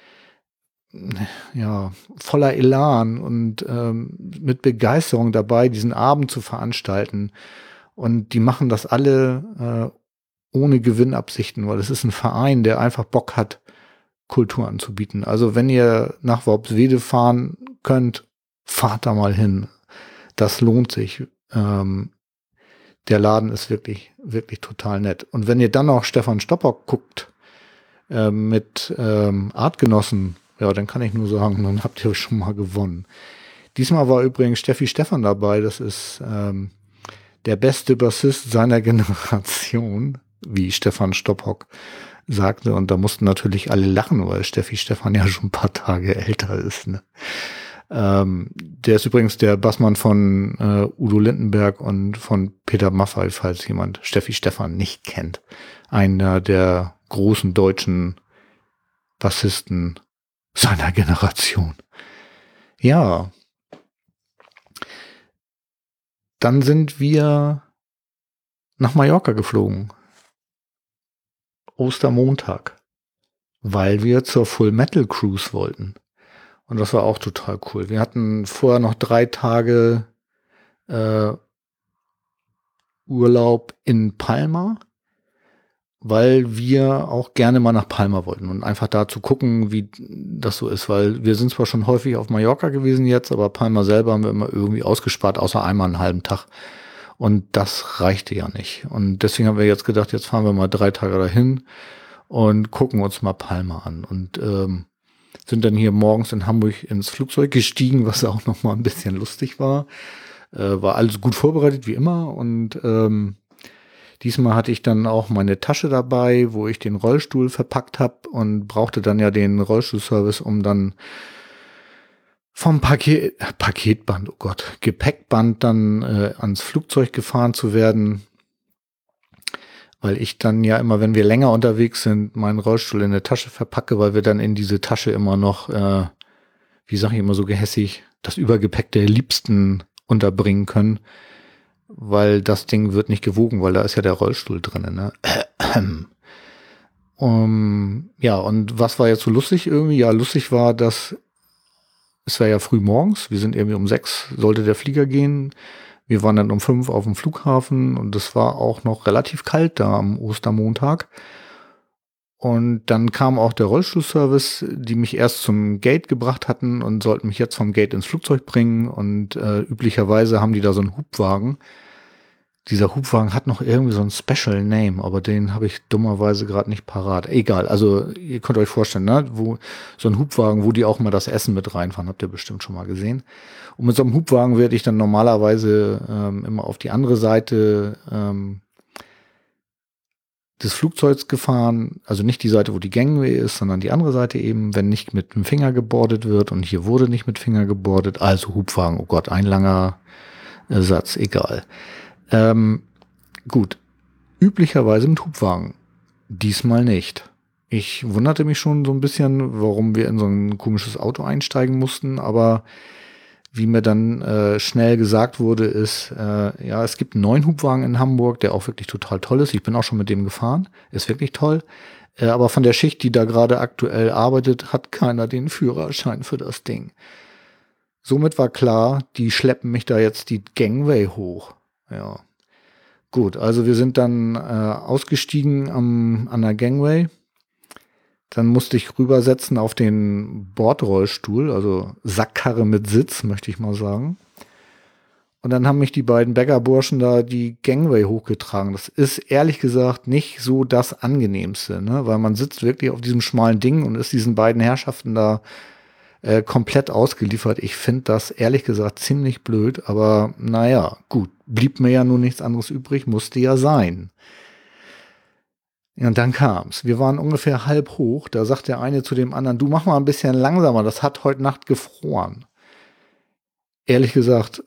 ja, voller Elan und mit Begeisterung dabei, diesen Abend zu veranstalten. Und die machen das alle ohne Gewinnabsichten, weil es ist ein Verein, der einfach Bock hat, Kultur anzubieten. Also wenn ihr nach Worpswede fahren könnt, fahrt da mal hin. Das lohnt sich. Der Laden ist wirklich, wirklich total nett. Und wenn ihr dann noch Stefan Stoppock guckt mit Artgenossen, ja, dann kann ich nur sagen, dann habt ihr schon mal gewonnen. Diesmal war übrigens Steffi Stephan dabei. Das ist der beste Bassist seiner Generation, wie Stefan Stoppock sagte. Und da mussten natürlich alle lachen, weil Steffi Stephan ja schon ein paar Tage älter ist. Ne? Der ist übrigens der Bassmann von Udo Lindenberg und von Peter Maffay, falls jemand Steffi Stephan nicht kennt. Einer der großen deutschen Bassisten seiner Generation. Ja. Dann sind wir nach Mallorca geflogen. Ostermontag. Weil wir zur Full Metal Cruise wollten. Und das war auch total cool. Wir hatten vorher noch 3 Tage Urlaub in Palma, weil wir auch gerne mal nach Palma wollten und einfach da zu gucken, wie das so ist, weil wir sind zwar schon häufig auf Mallorca gewesen jetzt, aber Palma selber haben wir immer irgendwie ausgespart, außer einmal einen halben Tag. Und das reichte ja nicht. Und deswegen haben wir jetzt gedacht, jetzt fahren wir mal 3 Tage dahin und gucken uns mal Palma an. Und Sind dann hier morgens in Hamburg ins Flugzeug gestiegen, was auch nochmal ein bisschen lustig war. War alles gut vorbereitet, wie immer. Und diesmal hatte ich dann auch meine Tasche dabei, wo ich den Rollstuhl verpackt habe und brauchte dann ja den Rollstuhlservice, um dann vom Paketband, oh Gott, Gepäckband dann ans Flugzeug gefahren zu werden, weil ich dann ja immer, wenn wir länger unterwegs sind, meinen Rollstuhl in der Tasche verpacke, weil wir dann in diese Tasche immer noch, wie sage ich immer so gehässig, das Übergepäck der Liebsten unterbringen können, weil das Ding wird nicht gewogen, weil da ist ja der Rollstuhl drin, ne? Ja, und was war jetzt so lustig irgendwie? Ja, lustig war, dass es war ja früh morgens, wir sind irgendwie um 6, sollte der Flieger gehen. Wir waren dann um 5 auf dem Flughafen und es war auch noch relativ kalt da am Ostermontag. Und dann kam auch der Rollstuhlservice, die mich erst zum Gate gebracht hatten und sollten mich jetzt vom Gate ins Flugzeug bringen. Und üblicherweise haben die da so einen Hubwagen. Dieser Hubwagen hat noch irgendwie so einen Special Name, aber den habe ich dummerweise gerade nicht parat. Egal, also ihr könnt euch vorstellen, ne, wo so ein Hubwagen, wo die auch mal das Essen mit reinfahren, habt ihr bestimmt schon mal gesehen. Und mit so einem Hubwagen werde ich dann normalerweise immer auf die andere Seite des Flugzeugs gefahren, also nicht die Seite, wo die Gangway ist, sondern die andere Seite eben, wenn nicht mit dem Finger gebordet wird. Und hier wurde nicht mit Finger gebordet, also Hubwagen, oh Gott, ein langer Satz, egal. Gut, üblicherweise mit Hubwagen, diesmal nicht. Ich wunderte mich schon so ein bisschen, warum wir in so ein komisches Auto einsteigen mussten, aber wie mir dann schnell gesagt wurde, ist, ja, es gibt einen neuen Hubwagen in Hamburg, der auch wirklich total toll ist. Ich bin auch schon mit dem gefahren, ist wirklich toll. Aber von der Schicht, die da gerade aktuell arbeitet, hat keiner den Führerschein für das Ding. Somit war klar, die schleppen mich da jetzt die Gangway hoch. Ja, gut, also wir sind dann ausgestiegen an der Gangway. Dann musste ich rübersetzen auf den Bordrollstuhl, also Sackkarre mit Sitz, möchte ich mal sagen. Und dann haben mich die beiden Bäckerburschen da die Gangway hochgetragen. Das ist ehrlich gesagt nicht so das Angenehmste, ne? Weil man sitzt wirklich auf diesem schmalen Ding und ist diesen beiden Herrschaften da komplett ausgeliefert. Ich finde das ehrlich gesagt ziemlich blöd, aber naja, gut, blieb mir ja nun nichts anderes übrig, musste ja sein. Ja, und dann kam's. Wir waren ungefähr halb hoch, da sagt der eine zu dem anderen, du mach mal ein bisschen langsamer, das hat heute Nacht gefroren. Ehrlich gesagt,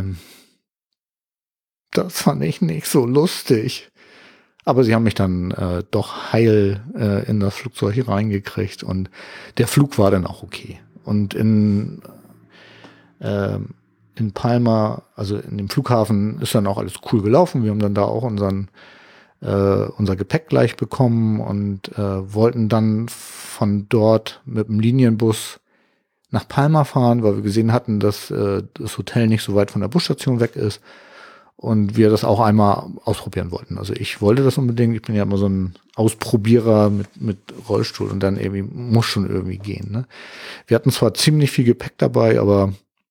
das fand ich nicht so lustig. Aber sie haben mich dann doch heil in das Flugzeug hier reingekriegt und der Flug war dann auch okay. Und in Palma, also in dem Flughafen, ist dann auch alles cool gelaufen. Wir haben dann da auch unser Gepäck gleich bekommen und wollten dann von dort mit dem Linienbus nach Palma fahren, weil wir gesehen hatten, dass das Hotel nicht so weit von der Busstation weg ist und wir das auch einmal ausprobieren wollten. Also ich wollte das unbedingt. Ich bin ja immer so ein Ausprobierer mit Rollstuhl und dann irgendwie muss schon irgendwie gehen. Ne? Wir hatten zwar ziemlich viel Gepäck dabei, aber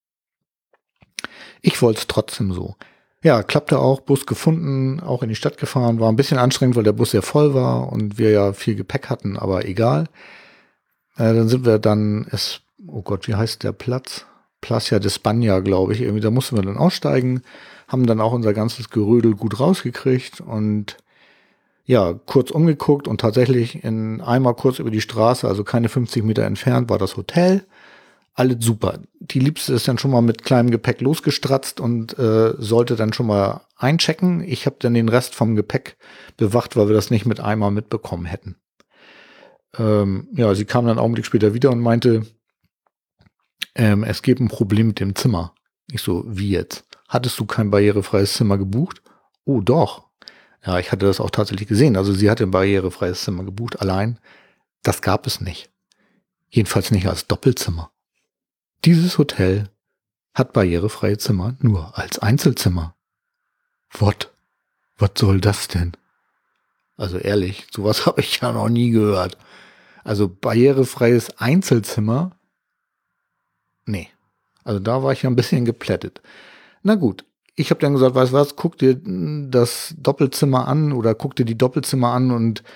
ich wollte es trotzdem so. Ja, klappte auch, Bus gefunden, auch in die Stadt gefahren. War ein bisschen anstrengend, weil der Bus sehr voll war und wir ja viel Gepäck hatten, aber egal. Dann sind wir dann, oh Gott, wie heißt der Platz? Plaza de España, glaube ich. Irgendwie, da mussten wir dann aussteigen, haben dann auch unser ganzes Gerödel gut rausgekriegt und ja, kurz umgeguckt und tatsächlich einmal kurz über die Straße, also keine 50 Meter entfernt, war das Hotel. Alles super. Die Liebste ist dann schon mal mit kleinem Gepäck losgestratzt und sollte dann schon mal einchecken. Ich habe dann den Rest vom Gepäck bewacht, weil wir das nicht mit einmal mitbekommen hätten. Ja, sie kam dann einen Augenblick später wieder und meinte, es gibt ein Problem mit dem Zimmer. Ich so, wie jetzt? Hattest du kein barrierefreies Zimmer gebucht? Oh, doch. Ja, ich hatte das auch tatsächlich gesehen. Also sie hatte ein barrierefreies Zimmer gebucht. Allein, das gab es nicht. Jedenfalls nicht als Doppelzimmer. Dieses Hotel hat barrierefreie Zimmer nur als Einzelzimmer. Was soll das denn? Also ehrlich, sowas habe ich ja noch nie gehört. Also barrierefreies Einzelzimmer? Nee. Also da war ich ja ein bisschen geplättet. Na gut, ich habe dann gesagt, weißt du was, guck dir das Doppelzimmer an oder guck dir die Doppelzimmer an und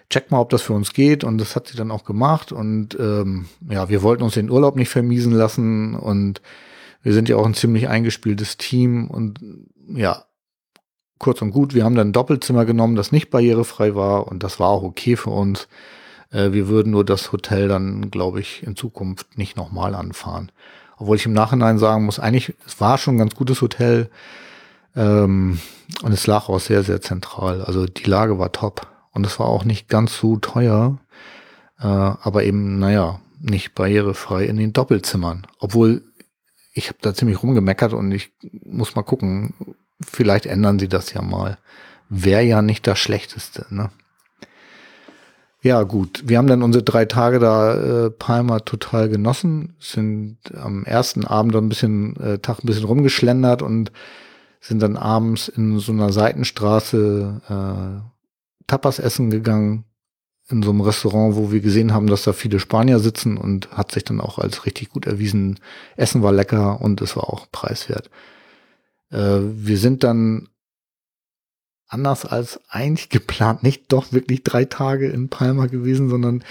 check mal, ob das für uns geht. Und das hat sie dann auch gemacht. Und wir wollten uns den Urlaub nicht vermiesen lassen. Und wir sind ja auch ein ziemlich eingespieltes Team. Und ja, kurz und gut, wir haben dann ein Doppelzimmer genommen, das nicht barrierefrei war. Und das war auch okay für uns. Wir würden nur das Hotel dann, glaube ich, in Zukunft nicht nochmal anfahren. Obwohl ich im Nachhinein sagen muss, eigentlich, es war schon ein ganz gutes Hotel. Und es lag auch sehr, sehr zentral. Also die Lage war top. Und es war auch nicht ganz so teuer. Aber eben, nicht barrierefrei in den Doppelzimmern. Obwohl, ich habe da ziemlich rumgemeckert und ich muss mal gucken, vielleicht ändern sie das ja mal. Wäre ja nicht das Schlechteste, ne? Ja, gut. Wir haben dann unsere 3 Tage da Palma total genossen, sind am ersten Abend ein bisschen rumgeschlendert und sind dann abends in so einer Seitenstraße Tapas essen gegangen, in so einem Restaurant, wo wir gesehen haben, dass da viele Spanier sitzen, und hat sich dann auch als richtig gut erwiesen. Essen war lecker und es war auch preiswert. Wir sind dann anders als eigentlich geplant nicht doch wirklich 3 Tage in Palma gewesen, sondern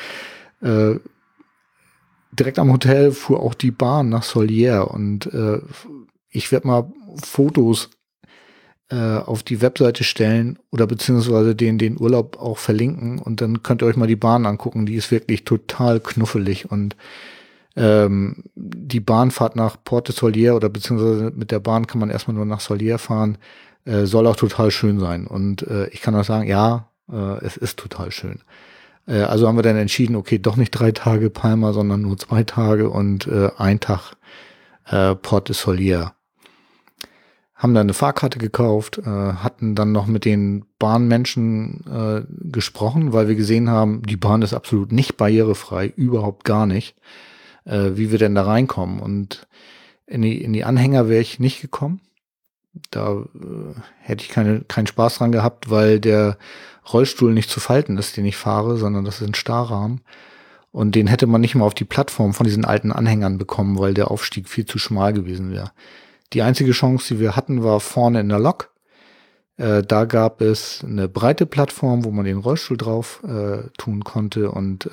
direkt am Hotel fuhr auch die Bahn nach Solier, und ich werde mal Fotos auf die Webseite stellen oder beziehungsweise den Urlaub auch verlinken, und dann könnt ihr euch mal die Bahn angucken. Die ist wirklich total knuffelig, und die Bahnfahrt nach Port de Solier oder beziehungsweise mit der Bahn kann man erstmal nur nach Solier fahren, soll auch total schön sein. Und ich kann auch sagen, es ist total schön. Also haben wir dann entschieden, okay, doch nicht 3 Tage Palma, sondern nur 2 Tage und 1 Tag Port de Solier. Haben dann eine Fahrkarte gekauft, hatten dann noch mit den Bahnmenschen gesprochen, weil wir gesehen haben, die Bahn ist absolut nicht barrierefrei, überhaupt gar nicht, wie wir denn da reinkommen. Und in die Anhänger wäre ich nicht gekommen. Da hätte ich keinen Spaß dran gehabt, weil der Rollstuhl nicht zu falten ist, den ich fahre, sondern das ist ein Stahlrahmen. Und den hätte man nicht mal auf die Plattform von diesen alten Anhängern bekommen, weil der Aufstieg viel zu schmal gewesen wäre. Die einzige Chance, die wir hatten, war vorne in der Lok. Da gab es eine breite Plattform, wo man den Rollstuhl drauf tun konnte. Und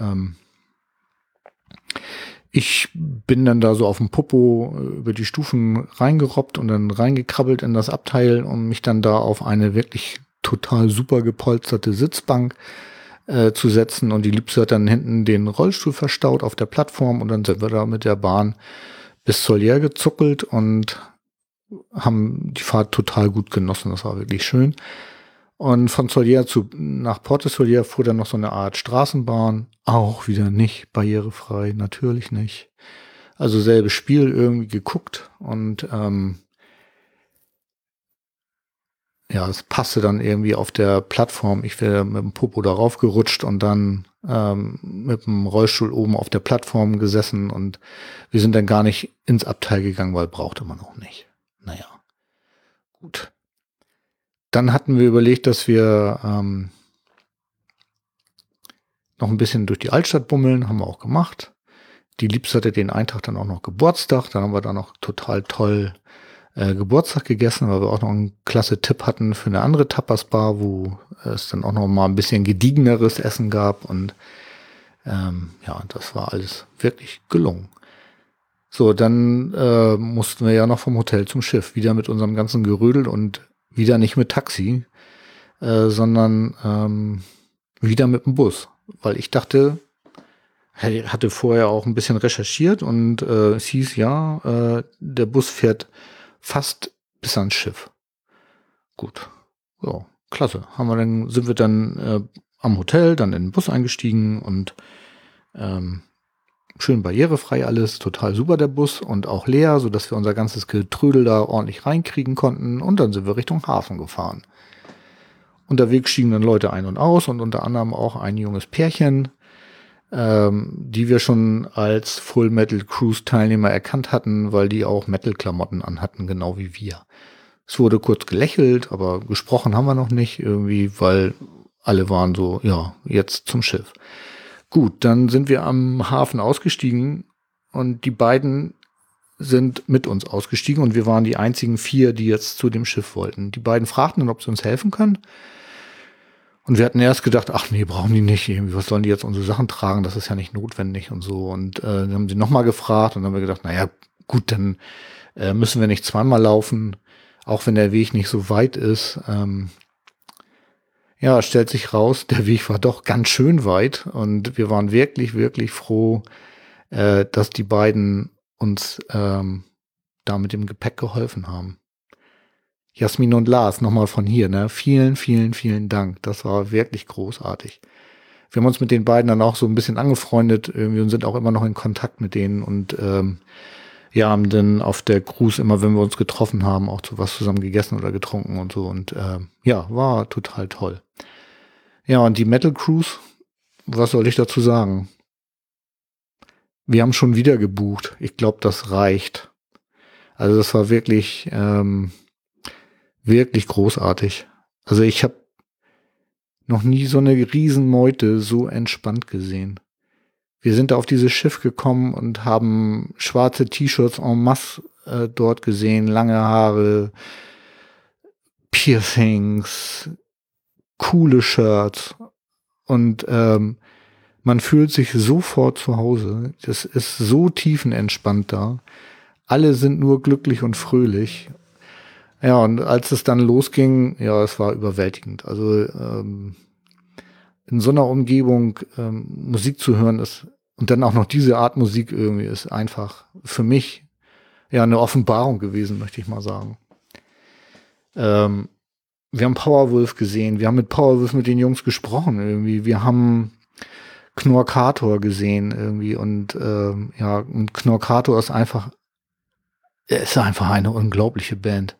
ich bin dann da so auf dem Popo über die Stufen reingerobbt und dann reingekrabbelt in das Abteil, um mich dann da auf eine wirklich total super gepolsterte Sitzbank zu setzen. Und die Liebste hat dann hinten den Rollstuhl verstaut auf der Plattform, und dann sind wir da mit der Bahn bis Solier gezuckelt und haben die Fahrt total gut genossen. Das war wirklich schön. Und von Solier nach Port de Solier fuhr dann noch so eine Art Straßenbahn. Auch wieder nicht barrierefrei, natürlich nicht. Also selbes Spiel irgendwie geguckt, und es passte dann irgendwie auf der Plattform. Ich wäre mit dem Popo darauf gerutscht und dann mit dem Rollstuhl oben auf der Plattform gesessen, und wir sind dann gar nicht ins Abteil gegangen, weil brauchte man auch nicht. Naja, gut. Dann hatten wir überlegt, dass wir noch ein bisschen durch die Altstadt bummeln, haben wir auch gemacht. Die Liebste hatte den einen Tag dann auch noch Geburtstag, da haben wir dann noch total toll Geburtstag gegessen, weil wir auch noch einen klasse Tipp hatten für eine andere Tapas-Bar, wo es dann auch noch mal ein bisschen gediegeneres Essen gab, und das war alles wirklich gelungen. So, dann mussten wir ja noch vom Hotel zum Schiff, wieder mit unserem ganzen Gerödel und wieder nicht mit Taxi, sondern wieder mit dem Bus, weil ich dachte, hatte vorher auch ein bisschen recherchiert, und es hieß der Bus fährt fast bis ans Schiff. Gut, ja, klasse. Sind wir dann am Hotel, dann in den Bus eingestiegen, und schön barrierefrei alles, total super der Bus und auch leer, sodass wir unser ganzes Getrödel da ordentlich reinkriegen konnten, und dann sind wir Richtung Hafen gefahren. Unterwegs stiegen dann Leute ein und aus, und unter anderem auch ein junges Pärchen, die wir schon als Full Metal Cruise Teilnehmer erkannt hatten, weil die auch Metal-Klamotten anhatten, genau wie wir. Es wurde kurz gelächelt, aber gesprochen haben wir noch nicht irgendwie, weil alle waren so, jetzt zum Schiff. Gut, dann sind wir am Hafen ausgestiegen, und die beiden sind mit uns ausgestiegen, und wir waren die einzigen 4, die jetzt zu dem Schiff wollten. Die beiden fragten dann, ob sie uns helfen können. Und wir hatten erst gedacht, ach nee, brauchen die nicht. Irgendwie, was sollen die jetzt unsere Sachen tragen? Das ist ja nicht notwendig und so. Und dann haben sie nochmal gefragt und dann haben wir gedacht, naja, gut, dann müssen wir nicht zweimal laufen, auch wenn der Weg nicht so weit ist. Ja, stellt sich raus, der Weg war doch ganz schön weit und wir waren wirklich, wirklich froh, dass die beiden uns da mit dem Gepäck geholfen haben. Jasmin und Lars, nochmal von hier, ne? Vielen, vielen, vielen Dank. Das war wirklich großartig. Wir haben uns mit den beiden dann auch so ein bisschen angefreundet irgendwie und sind auch immer noch in Kontakt mit denen und ja, haben dann auf der Cruise immer, wenn wir uns getroffen haben, auch was zusammen gegessen oder getrunken und so und ja, war total toll. Ja, und die Metal Cruise, was soll ich dazu sagen? Wir haben schon wieder gebucht. Ich glaube, das reicht. Also das war wirklich wirklich großartig. Also ich habe noch nie so eine Riesenmeute so entspannt gesehen. Wir sind da auf dieses Schiff gekommen und haben schwarze T-Shirts en masse dort gesehen, lange Haare, Piercings, coole Shirts und man fühlt sich sofort zu Hause. Das ist so tiefenentspannt da. Alle sind nur glücklich und fröhlich. Ja, und als es dann losging, ja, es war überwältigend. Also in so einer Umgebung Musik zu hören ist und dann auch noch diese Art Musik irgendwie ist einfach für mich ja eine Offenbarung gewesen, möchte ich mal sagen. Wir haben Powerwolf gesehen, wir haben mit Powerwolf mit den Jungs gesprochen irgendwie, wir haben Knorkator gesehen irgendwie und ja, und Knorkator ist einfach eine unglaubliche Band.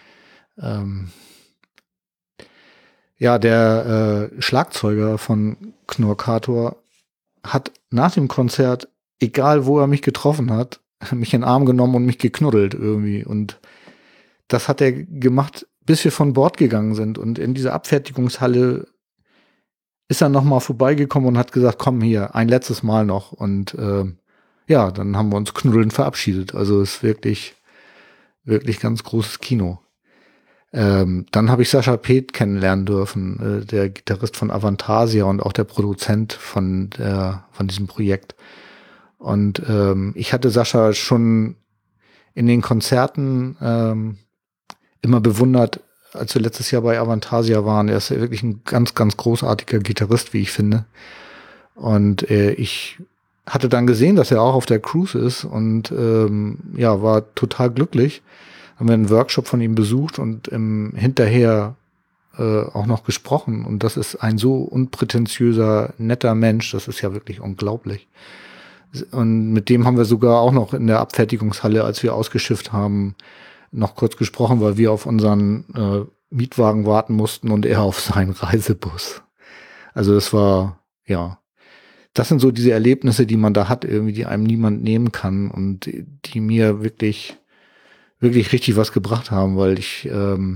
Ja, der Schlagzeuger von Knorkator hat nach dem Konzert, egal wo er mich getroffen hat, mich in den Arm genommen und mich geknuddelt irgendwie. Und das hat er gemacht, bis wir von Bord gegangen sind. Und in dieser Abfertigungshalle ist er nochmal vorbeigekommen und hat gesagt, komm hier, ein letztes Mal noch. Und ja, dann haben wir uns knuddelnd verabschiedet. Also es ist wirklich, wirklich ganz großes Kino. Dann habe ich Sascha Peth kennenlernen dürfen, der Gitarrist von Avantasia und auch der Produzent von diesem Projekt. Und ich hatte Sascha schon in den Konzerten immer bewundert, als wir letztes Jahr bei Avantasia waren. Er ist wirklich ein ganz, ganz großartiger Gitarrist, wie ich finde. Und ich hatte dann gesehen, dass er auch auf der Cruise ist und ja, war total glücklich. Haben wir einen Workshop von ihm besucht und hinterher auch noch gesprochen. Und das ist ein so unprätentiöser, netter Mensch. Das ist ja wirklich unglaublich. Und mit dem haben wir sogar auch noch in der Abfertigungshalle, als wir ausgeschifft haben, noch kurz gesprochen, weil wir auf unseren Mietwagen warten mussten und er auf seinen Reisebus. Also es war, ja, das sind so diese Erlebnisse, die man da hat, irgendwie, die einem niemand nehmen kann und die mir wirklich, wirklich richtig was gebracht haben, weil ich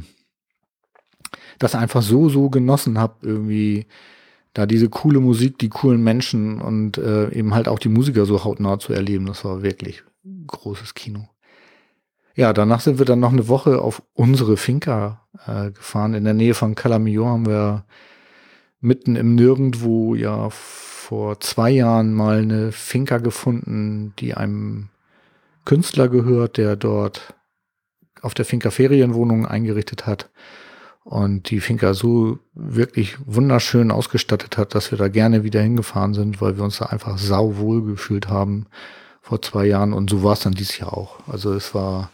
das einfach so genossen habe, irgendwie da diese coole Musik, die coolen Menschen und eben halt auch die Musiker so hautnah zu erleben. Das war wirklich großes Kino. Ja, danach sind wir dann noch eine Woche auf unsere Finca gefahren. In der Nähe von Calamion haben wir mitten im Nirgendwo ja vor 2 Jahren mal eine Finca gefunden, die einem Künstler gehört, der dort auf der Finca Ferienwohnungen eingerichtet hat und die Finca so wirklich wunderschön ausgestattet hat, dass wir da gerne wieder hingefahren sind, weil wir uns da einfach sauwohl gefühlt haben vor 2 Jahren und so war es dann dieses Jahr auch. Also es war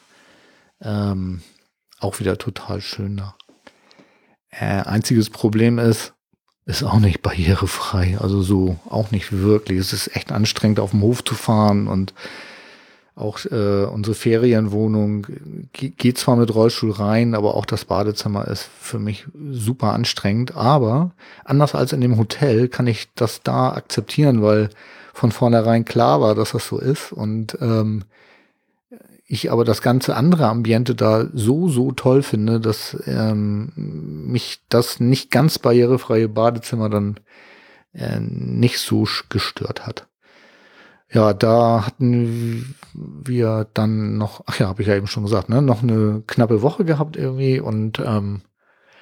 auch wieder total schön da. Einziges Problem ist auch nicht barrierefrei, also so auch nicht wirklich. Es ist echt anstrengend, auf dem Hof zu fahren und auch unsere Ferienwohnung geht zwar mit Rollstuhl rein, aber auch das Badezimmer ist für mich super anstrengend. Aber anders als in dem Hotel kann ich das da akzeptieren, weil von vornherein klar war, dass das so ist. Und ich aber das ganze andere Ambiente da so toll finde, dass mich das nicht ganz barrierefreie Badezimmer dann nicht so gestört hat. Ja, da hatten wir dann noch, ach ja, habe ich ja eben schon gesagt, ne, noch eine knappe Woche gehabt irgendwie und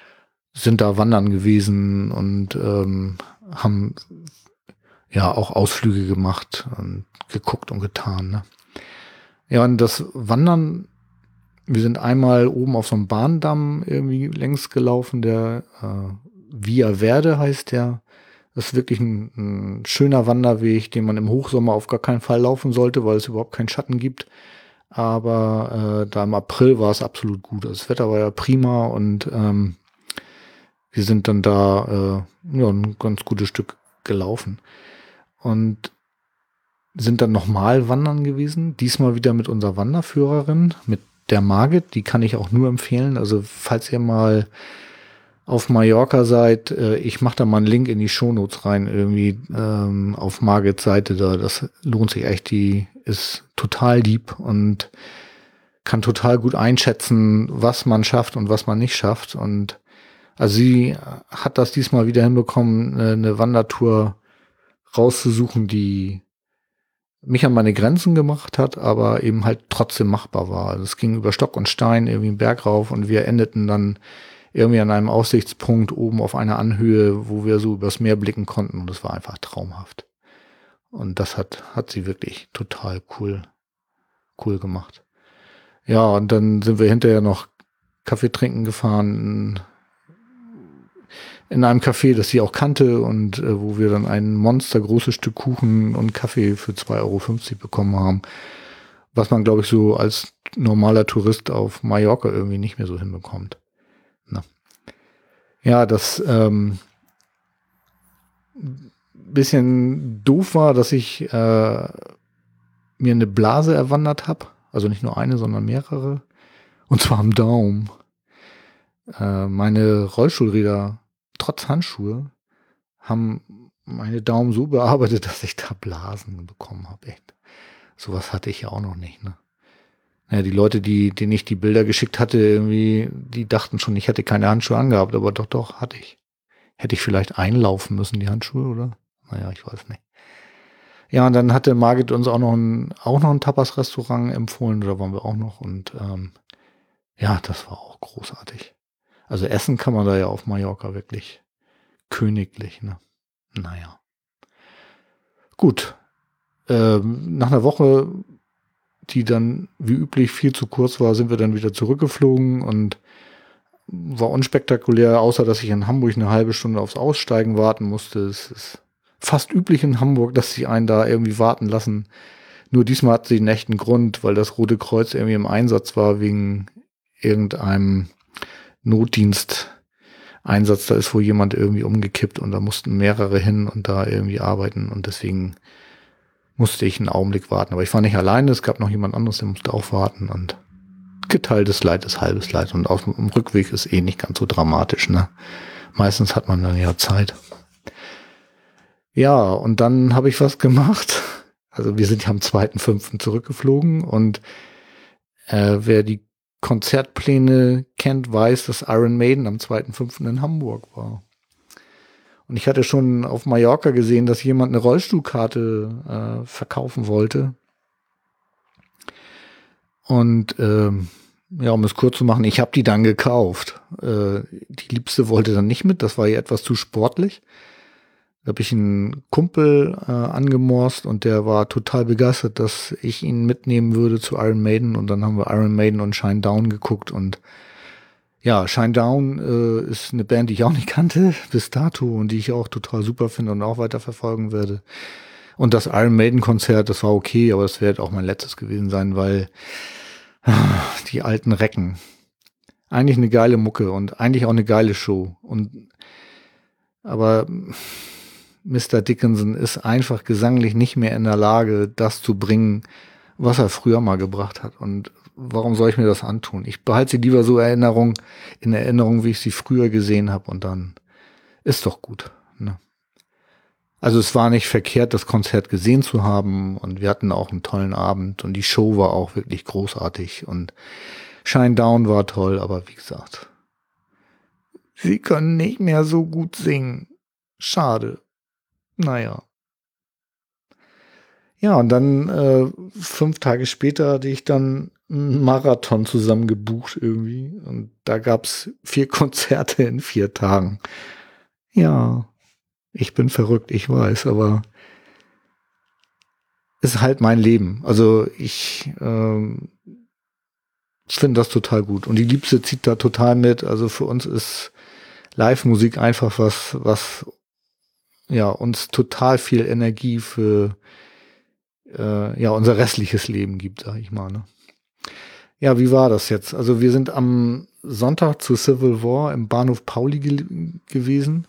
sind da wandern gewesen und haben ja auch Ausflüge gemacht und geguckt und getan. Ne? Ja, und das Wandern, wir sind einmal oben auf so einem Bahndamm irgendwie längs gelaufen, der Via Verde heißt der. Das ist wirklich ein schöner Wanderweg, den man im Hochsommer auf gar keinen Fall laufen sollte, weil es überhaupt keinen Schatten gibt. Aber da im April war es absolut gut. Also das Wetter war ja prima und wir sind dann da ein ganz gutes Stück gelaufen. Und sind dann nochmal wandern gewesen. Diesmal wieder mit unserer Wanderführerin, mit der Margit. Die kann ich auch nur empfehlen. Also falls ihr mal auf Mallorca seid, ich mache da mal einen Link in die Shownotes rein, irgendwie auf Margits Seite da. Das lohnt sich echt. Die ist total lieb und kann total gut einschätzen, was man schafft und was man nicht schafft. Und also sie hat das diesmal wieder hinbekommen, eine Wandertour rauszusuchen, die mich an meine Grenzen gemacht hat, aber eben halt trotzdem machbar war. Also es ging über Stock und Stein irgendwie einen Berg rauf und wir endeten dann irgendwie an einem Aussichtspunkt oben auf einer Anhöhe, wo wir so übers Meer blicken konnten und es war einfach traumhaft. Und das hat sie wirklich total cool gemacht. Ja, und dann sind wir hinterher noch Kaffee trinken gefahren in einem Café, das sie auch kannte und wo wir dann ein monstergroßes Stück Kuchen und Kaffee für 2,50 € bekommen haben, was man, glaube ich, so als normaler Tourist auf Mallorca irgendwie nicht mehr so hinbekommt. Na. Ja, das bisschen doof war, dass ich mir eine Blase erwandert habe, also nicht nur eine, sondern mehrere, und zwar am Daumen. Meine Rollstuhlräder trotz Handschuhe haben meine Daumen so bearbeitet, dass ich da Blasen bekommen habe. Echt. Sowas hatte ich ja auch noch nicht. Ne? Naja, die Leute, denen ich die Bilder geschickt hatte, irgendwie, die dachten schon, ich hätte keine Handschuhe angehabt, aber doch, hatte ich. Hätte ich vielleicht einlaufen müssen, die Handschuhe, oder? Naja, ich weiß nicht. Ja, und dann hatte Margit uns auch noch ein Tapas-Restaurant empfohlen, da waren wir auch noch und ja, das war auch großartig. Also essen kann man da ja auf Mallorca wirklich königlich, ne? Naja. Gut. Nach einer Woche, die dann wie üblich viel zu kurz war, sind wir dann wieder zurückgeflogen und war unspektakulär, außer dass ich in Hamburg eine halbe Stunde aufs Aussteigen warten musste. Es ist fast üblich in Hamburg, dass sie einen da irgendwie warten lassen. Nur diesmal hat sie einen echten Grund, weil das Rote Kreuz irgendwie im Einsatz war wegen irgendeinem Notdiensteinsatz, da ist wohl jemand irgendwie umgekippt und da mussten mehrere hin und da irgendwie arbeiten und deswegen musste ich einen Augenblick warten. Aber ich war nicht alleine, es gab noch jemand anderes, der musste auch warten und geteiltes Leid ist halbes Leid und auf dem Rückweg ist eh nicht ganz so dramatisch, ne? Meistens hat man dann ja Zeit. Ja, und dann habe ich was gemacht. Also wir sind ja am 2.5. zurückgeflogen und wer die Konzertpläne kennt, weiß, dass Iron Maiden am 2.5. in Hamburg war. Und ich hatte schon auf Mallorca gesehen, dass jemand eine Rollstuhlkarte verkaufen wollte. Und ja, um es kurz zu machen, ich habe die dann gekauft. Die Liebste wollte dann nicht mit, das war ihr etwas zu sportlich. Da habe ich einen Kumpel angemorst und der war total begeistert, dass ich ihn mitnehmen würde zu Iron Maiden. Und dann haben wir Iron Maiden und Shinedown geguckt. Und ja, Shinedown ist eine Band, die ich auch nicht kannte bis dato und die ich auch total super finde und auch weiter verfolgen werde. Und das Iron Maiden Konzert, das war okay, aber das wird auch mein letztes gewesen sein, weil die alten Recken. Eigentlich eine geile Mucke und eigentlich auch eine geile Show. Aber Mr. Dickinson ist einfach gesanglich nicht mehr in der Lage, das zu bringen, was er früher mal gebracht hat. Und warum soll ich mir das antun? Ich behalte sie lieber so in Erinnerung, wie ich sie früher gesehen habe und dann ist doch gut. Ne? Also es war nicht verkehrt, das Konzert gesehen zu haben und wir hatten auch einen tollen Abend und die Show war auch wirklich großartig und Shinedown war toll, aber wie gesagt, sie können nicht mehr so gut singen. Schade. Naja. Ja, und dann 5 Tage später hatte ich dann einen Marathon zusammen gebucht irgendwie. Und da gab's 4 Konzerte in 4 Tagen. Ja, ich bin verrückt, ich weiß, aber es ist halt mein Leben. Also ich finde das total gut. Und die Liebste zieht da total mit. Also für uns ist Live-Musik einfach was ja uns total viel Energie für unser restliches Leben gibt, sag ich mal. Ne? Ja, wie war das jetzt? Also wir sind am Sonntag zu Civil War im Bahnhof Pauli gewesen.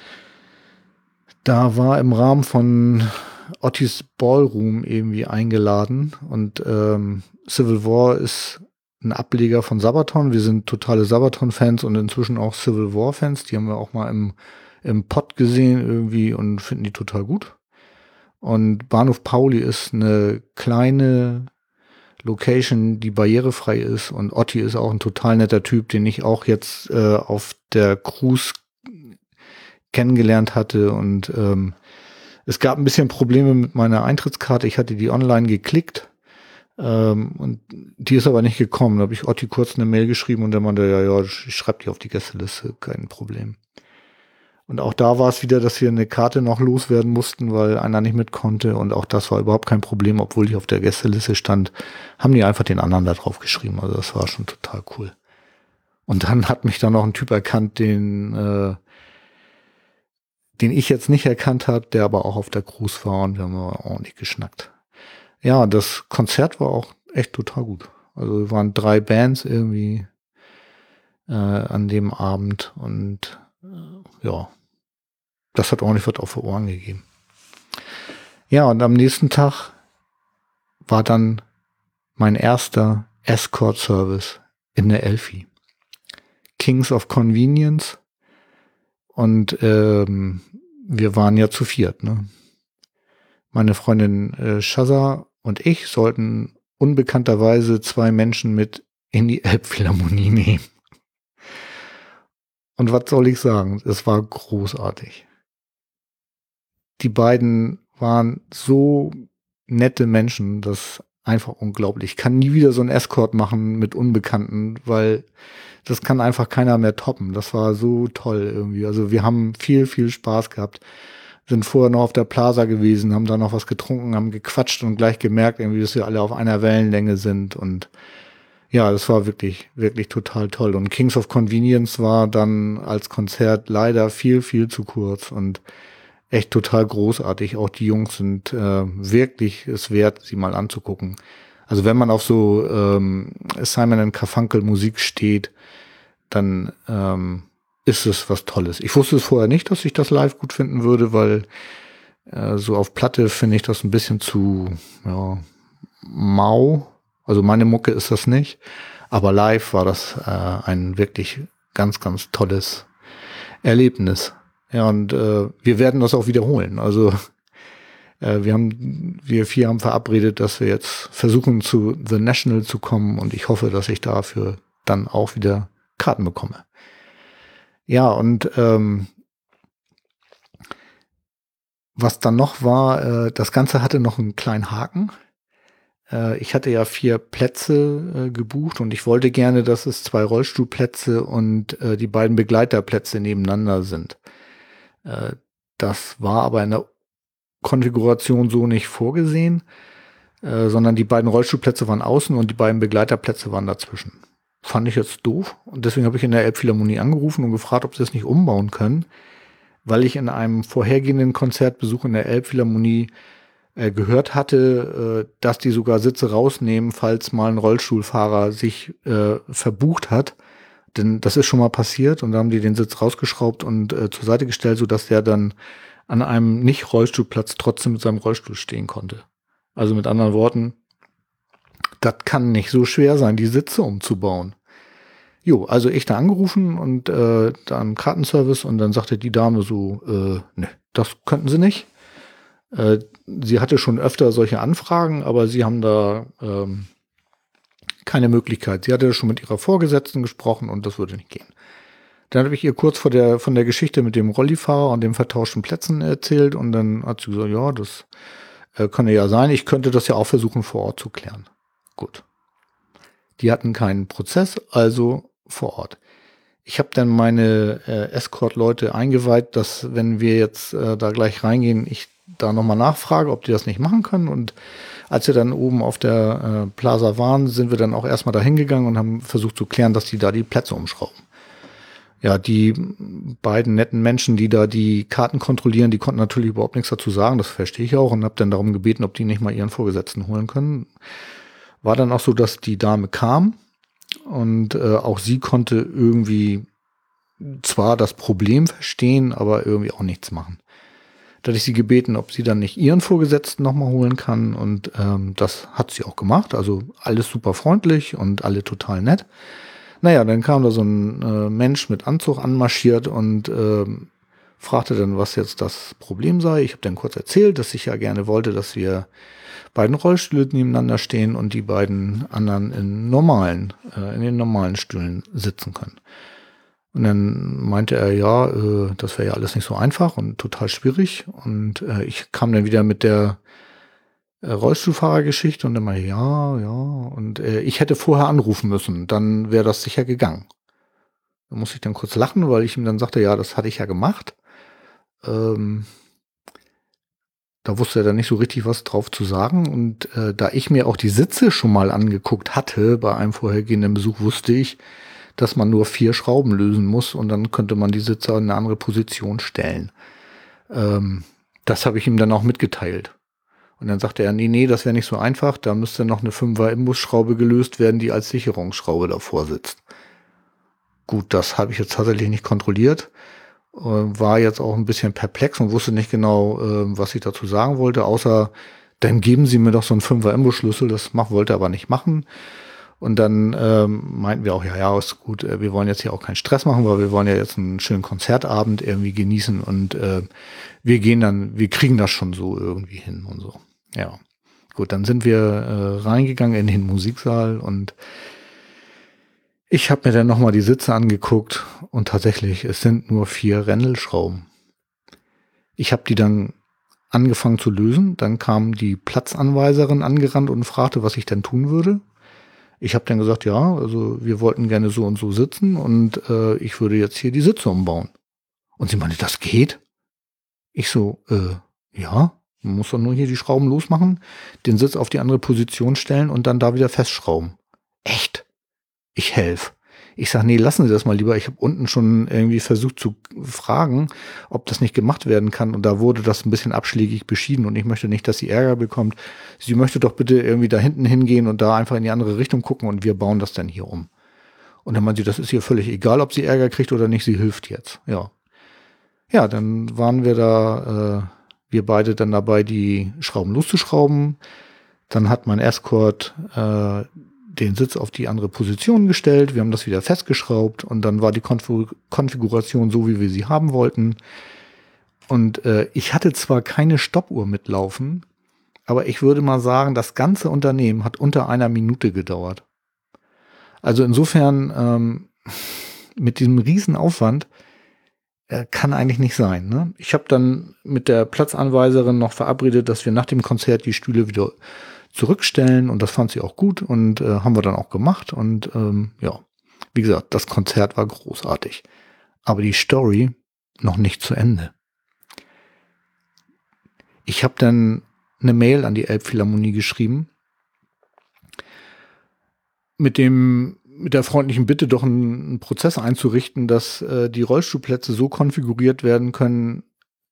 Da war im Rahmen von Ottis Ballroom irgendwie eingeladen und Civil War ist ein Ableger von Sabaton. Wir sind totale Sabaton-Fans und inzwischen auch Civil War-Fans. Die haben wir auch mal im Pod gesehen irgendwie und finden die total gut. Und Bahnhof Pauli ist eine kleine Location, die barrierefrei ist. Und Otti ist auch ein total netter Typ, den ich auch jetzt auf der Cruise kennengelernt hatte. Und es gab ein bisschen Probleme mit meiner Eintrittskarte. Ich hatte die online geklickt. Und die ist aber nicht gekommen. Da habe ich Otti kurz eine Mail geschrieben und der meinte, ja, ich schreibe die auf die Gästeliste, kein Problem. Und auch da war es wieder, dass wir eine Karte noch loswerden mussten, weil einer nicht mit konnte. Und auch das war überhaupt kein Problem, obwohl ich auf der Gästeliste stand, haben die einfach den anderen da drauf geschrieben. Also das war schon total cool. Und dann hat mich da noch ein Typ erkannt, den ich jetzt nicht erkannt habe, der aber auch auf der Cruise war und wir haben ordentlich geschnackt. Ja, das Konzert war auch echt total gut. Also es waren 3 Bands irgendwie an dem Abend und ja, das hat ordentlich was auf die Ohren gegeben. Ja, und am nächsten Tag war dann mein erster Escort-Service in der Elfi. Kings of Convenience. Und wir waren ja zu 4, ne? Meine Freundin Shazza und ich sollten unbekannterweise 2 Menschen mit in die Elbphilharmonie nehmen. Und was soll ich sagen? Es war großartig. Die beiden waren so nette Menschen, das einfach unglaublich. Ich kann nie wieder so einen Escort machen mit Unbekannten, weil das kann einfach keiner mehr toppen. Das war so toll irgendwie. Also wir haben viel, viel Spaß gehabt. Sind vorher noch auf der Plaza gewesen, haben da noch was getrunken, haben gequatscht und gleich gemerkt, irgendwie, dass wir alle auf einer Wellenlänge sind. Und ja, das war wirklich, wirklich total toll. Und Kings of Convenience war dann als Konzert leider viel, viel zu kurz und echt total großartig. Auch die Jungs sind wirklich es wert, sie mal anzugucken. Also wenn man auf so Simon & Garfunkel Musik steht, dann ist es was Tolles. Ich wusste es vorher nicht, dass ich das live gut finden würde, weil so auf Platte finde ich das ein bisschen zu mau. Also meine Mucke ist das nicht. Aber live war das ein wirklich ganz, ganz tolles Erlebnis. Ja, und wir werden das auch wiederholen. Also wir 4 haben verabredet, dass wir jetzt versuchen, zu The National zu kommen und ich hoffe, dass ich dafür dann auch wieder Karten bekomme. Ja, und was dann noch war, das Ganze hatte noch einen kleinen Haken. Ich hatte ja 4 Plätze gebucht und ich wollte gerne, dass es 2 Rollstuhlplätze und die beiden Begleiterplätze nebeneinander sind. Das war aber in der Konfiguration so nicht vorgesehen, sondern die beiden Rollstuhlplätze waren außen und die beiden Begleiterplätze waren dazwischen. Fand ich jetzt doof und deswegen habe ich in der Elbphilharmonie angerufen und gefragt, ob sie das nicht umbauen können, weil ich in einem vorhergehenden Konzertbesuch in der Elbphilharmonie gehört hatte, dass die sogar Sitze rausnehmen, falls mal ein Rollstuhlfahrer sich verbucht hat. Denn das ist schon mal passiert und da haben die den Sitz rausgeschraubt und zur Seite gestellt, sodass der dann an einem Nicht-Rollstuhlplatz trotzdem mit seinem Rollstuhl stehen konnte. Also mit anderen Worten, das kann nicht so schwer sein, die Sitze umzubauen. Jo, also ich da angerufen und dann Kartenservice und dann sagte die Dame so, ne, das könnten sie nicht. Sie hatte schon öfter solche Anfragen, aber sie haben da keine Möglichkeit. Sie hatte schon mit ihrer Vorgesetzten gesprochen und das würde nicht gehen. Dann habe ich ihr kurz von der Geschichte mit dem Rollifahrer und den vertauschten Plätzen erzählt und dann hat sie gesagt, ja, das könne ja sein. Ich könnte das ja auch versuchen vor Ort zu klären. Gut. Die hatten keinen Prozess, also vor Ort. Ich habe dann meine Escort-Leute eingeweiht, dass wenn wir jetzt da gleich reingehen, ich da nochmal nachfrage, ob die das nicht machen können. Und als wir dann oben auf der Plaza waren, sind wir dann auch erstmal da hingegangen und haben versucht zu klären, dass die da die Plätze umschrauben. Ja, die beiden netten Menschen, die da die Karten kontrollieren, die konnten natürlich überhaupt nichts dazu sagen, das verstehe ich auch, und habe dann darum gebeten, ob die nicht mal ihren Vorgesetzten holen können. War dann auch so, dass die Dame kam und auch sie konnte irgendwie zwar das Problem verstehen, aber irgendwie auch nichts machen. Da hatte ich sie gebeten, ob sie dann nicht ihren Vorgesetzten nochmal holen kann, und das hat sie auch gemacht, also alles super freundlich und alle total nett. Naja, dann kam da so ein Mensch mit Anzug anmarschiert und fragte dann, was jetzt das Problem sei. Ich habe dann kurz erzählt, dass ich ja gerne wollte, dass wir beiden Rollstühle nebeneinander stehen und die beiden anderen in den normalen Stühlen sitzen können. Und dann meinte er, ja, das wäre ja alles nicht so einfach und total schwierig. Und ich kam dann wieder mit der Rollstuhlfahrergeschichte und dann meinte, ja. Und ich hätte vorher anrufen müssen, dann wäre das sicher gegangen. Da musste ich dann kurz lachen, weil ich ihm dann sagte, ja, das hatte ich ja gemacht. Da wusste er dann nicht so richtig was drauf zu sagen. Und da ich mir auch die Sitze schon mal angeguckt hatte bei einem vorhergehenden Besuch, wusste ich, dass man nur 4 Schrauben lösen muss und dann könnte man die Sitze in eine andere Position stellen. Das habe ich ihm dann auch mitgeteilt. Und dann sagte er, nee, das wäre nicht so einfach, da müsste noch eine 5er Imbusschraube gelöst werden, die als Sicherungsschraube davor sitzt. Gut, das habe ich jetzt tatsächlich nicht kontrolliert, war jetzt auch ein bisschen perplex und wusste nicht genau, was ich dazu sagen wollte, außer, dann geben Sie mir doch so einen 5er Imbusschlüssel, das wollte er aber nicht machen. Und dann meinten wir auch, ja, ist gut, wir wollen jetzt hier auch keinen Stress machen, weil wir wollen ja jetzt einen schönen Konzertabend irgendwie genießen und wir kriegen das schon so irgendwie hin und so. Ja, gut, dann sind wir reingegangen in den Musiksaal und ich habe mir dann nochmal die Sitze angeguckt und tatsächlich, es sind nur 4 Rändelschrauben. Ich habe die dann angefangen zu lösen, dann kam die Platzanweiserin angerannt und fragte, was ich denn tun würde. Ich habe dann gesagt, ja, also wir wollten gerne so und so sitzen und ich würde jetzt hier die Sitze umbauen. Und sie meinte, das geht? Ich so, ja, man muss doch nur hier die Schrauben losmachen, den Sitz auf die andere Position stellen und dann da wieder festschrauben. Echt? Ich helfe. Ich sage, nee, lassen Sie das mal lieber. Ich habe unten schon irgendwie versucht zu fragen, ob das nicht gemacht werden kann. Und da wurde das ein bisschen abschlägig beschieden. Und ich möchte nicht, dass sie Ärger bekommt. Sie möchte doch bitte irgendwie da hinten hingehen und da einfach in die andere Richtung gucken. Und wir bauen das dann hier um. Und dann meinte sie, das ist ihr völlig egal, ob sie Ärger kriegt oder nicht. Sie hilft jetzt. Ja, dann waren wir da, wir beide dann dabei, die Schrauben loszuschrauben. Dann hat mein Escort den Sitz auf die andere Position gestellt. Wir haben das wieder festgeschraubt und dann war die Konfiguration so, wie wir sie haben wollten. Und ich hatte zwar keine Stoppuhr mitlaufen, aber ich würde mal sagen, das ganze Unternehmen hat unter 1 Minute gedauert. Also insofern mit diesem Riesenaufwand kann eigentlich nicht sein. Ne? Ich habe dann mit der Platzanweiserin noch verabredet, dass wir nach dem Konzert die Stühle wieder zurückstellen und das fand sie auch gut und haben wir dann auch gemacht und ja, wie gesagt, das Konzert war großartig, aber die Story noch nicht zu Ende. Ich habe dann eine Mail an die Elbphilharmonie geschrieben mit der freundlichen Bitte, doch einen Prozess einzurichten, dass die Rollstuhlplätze so konfiguriert werden können,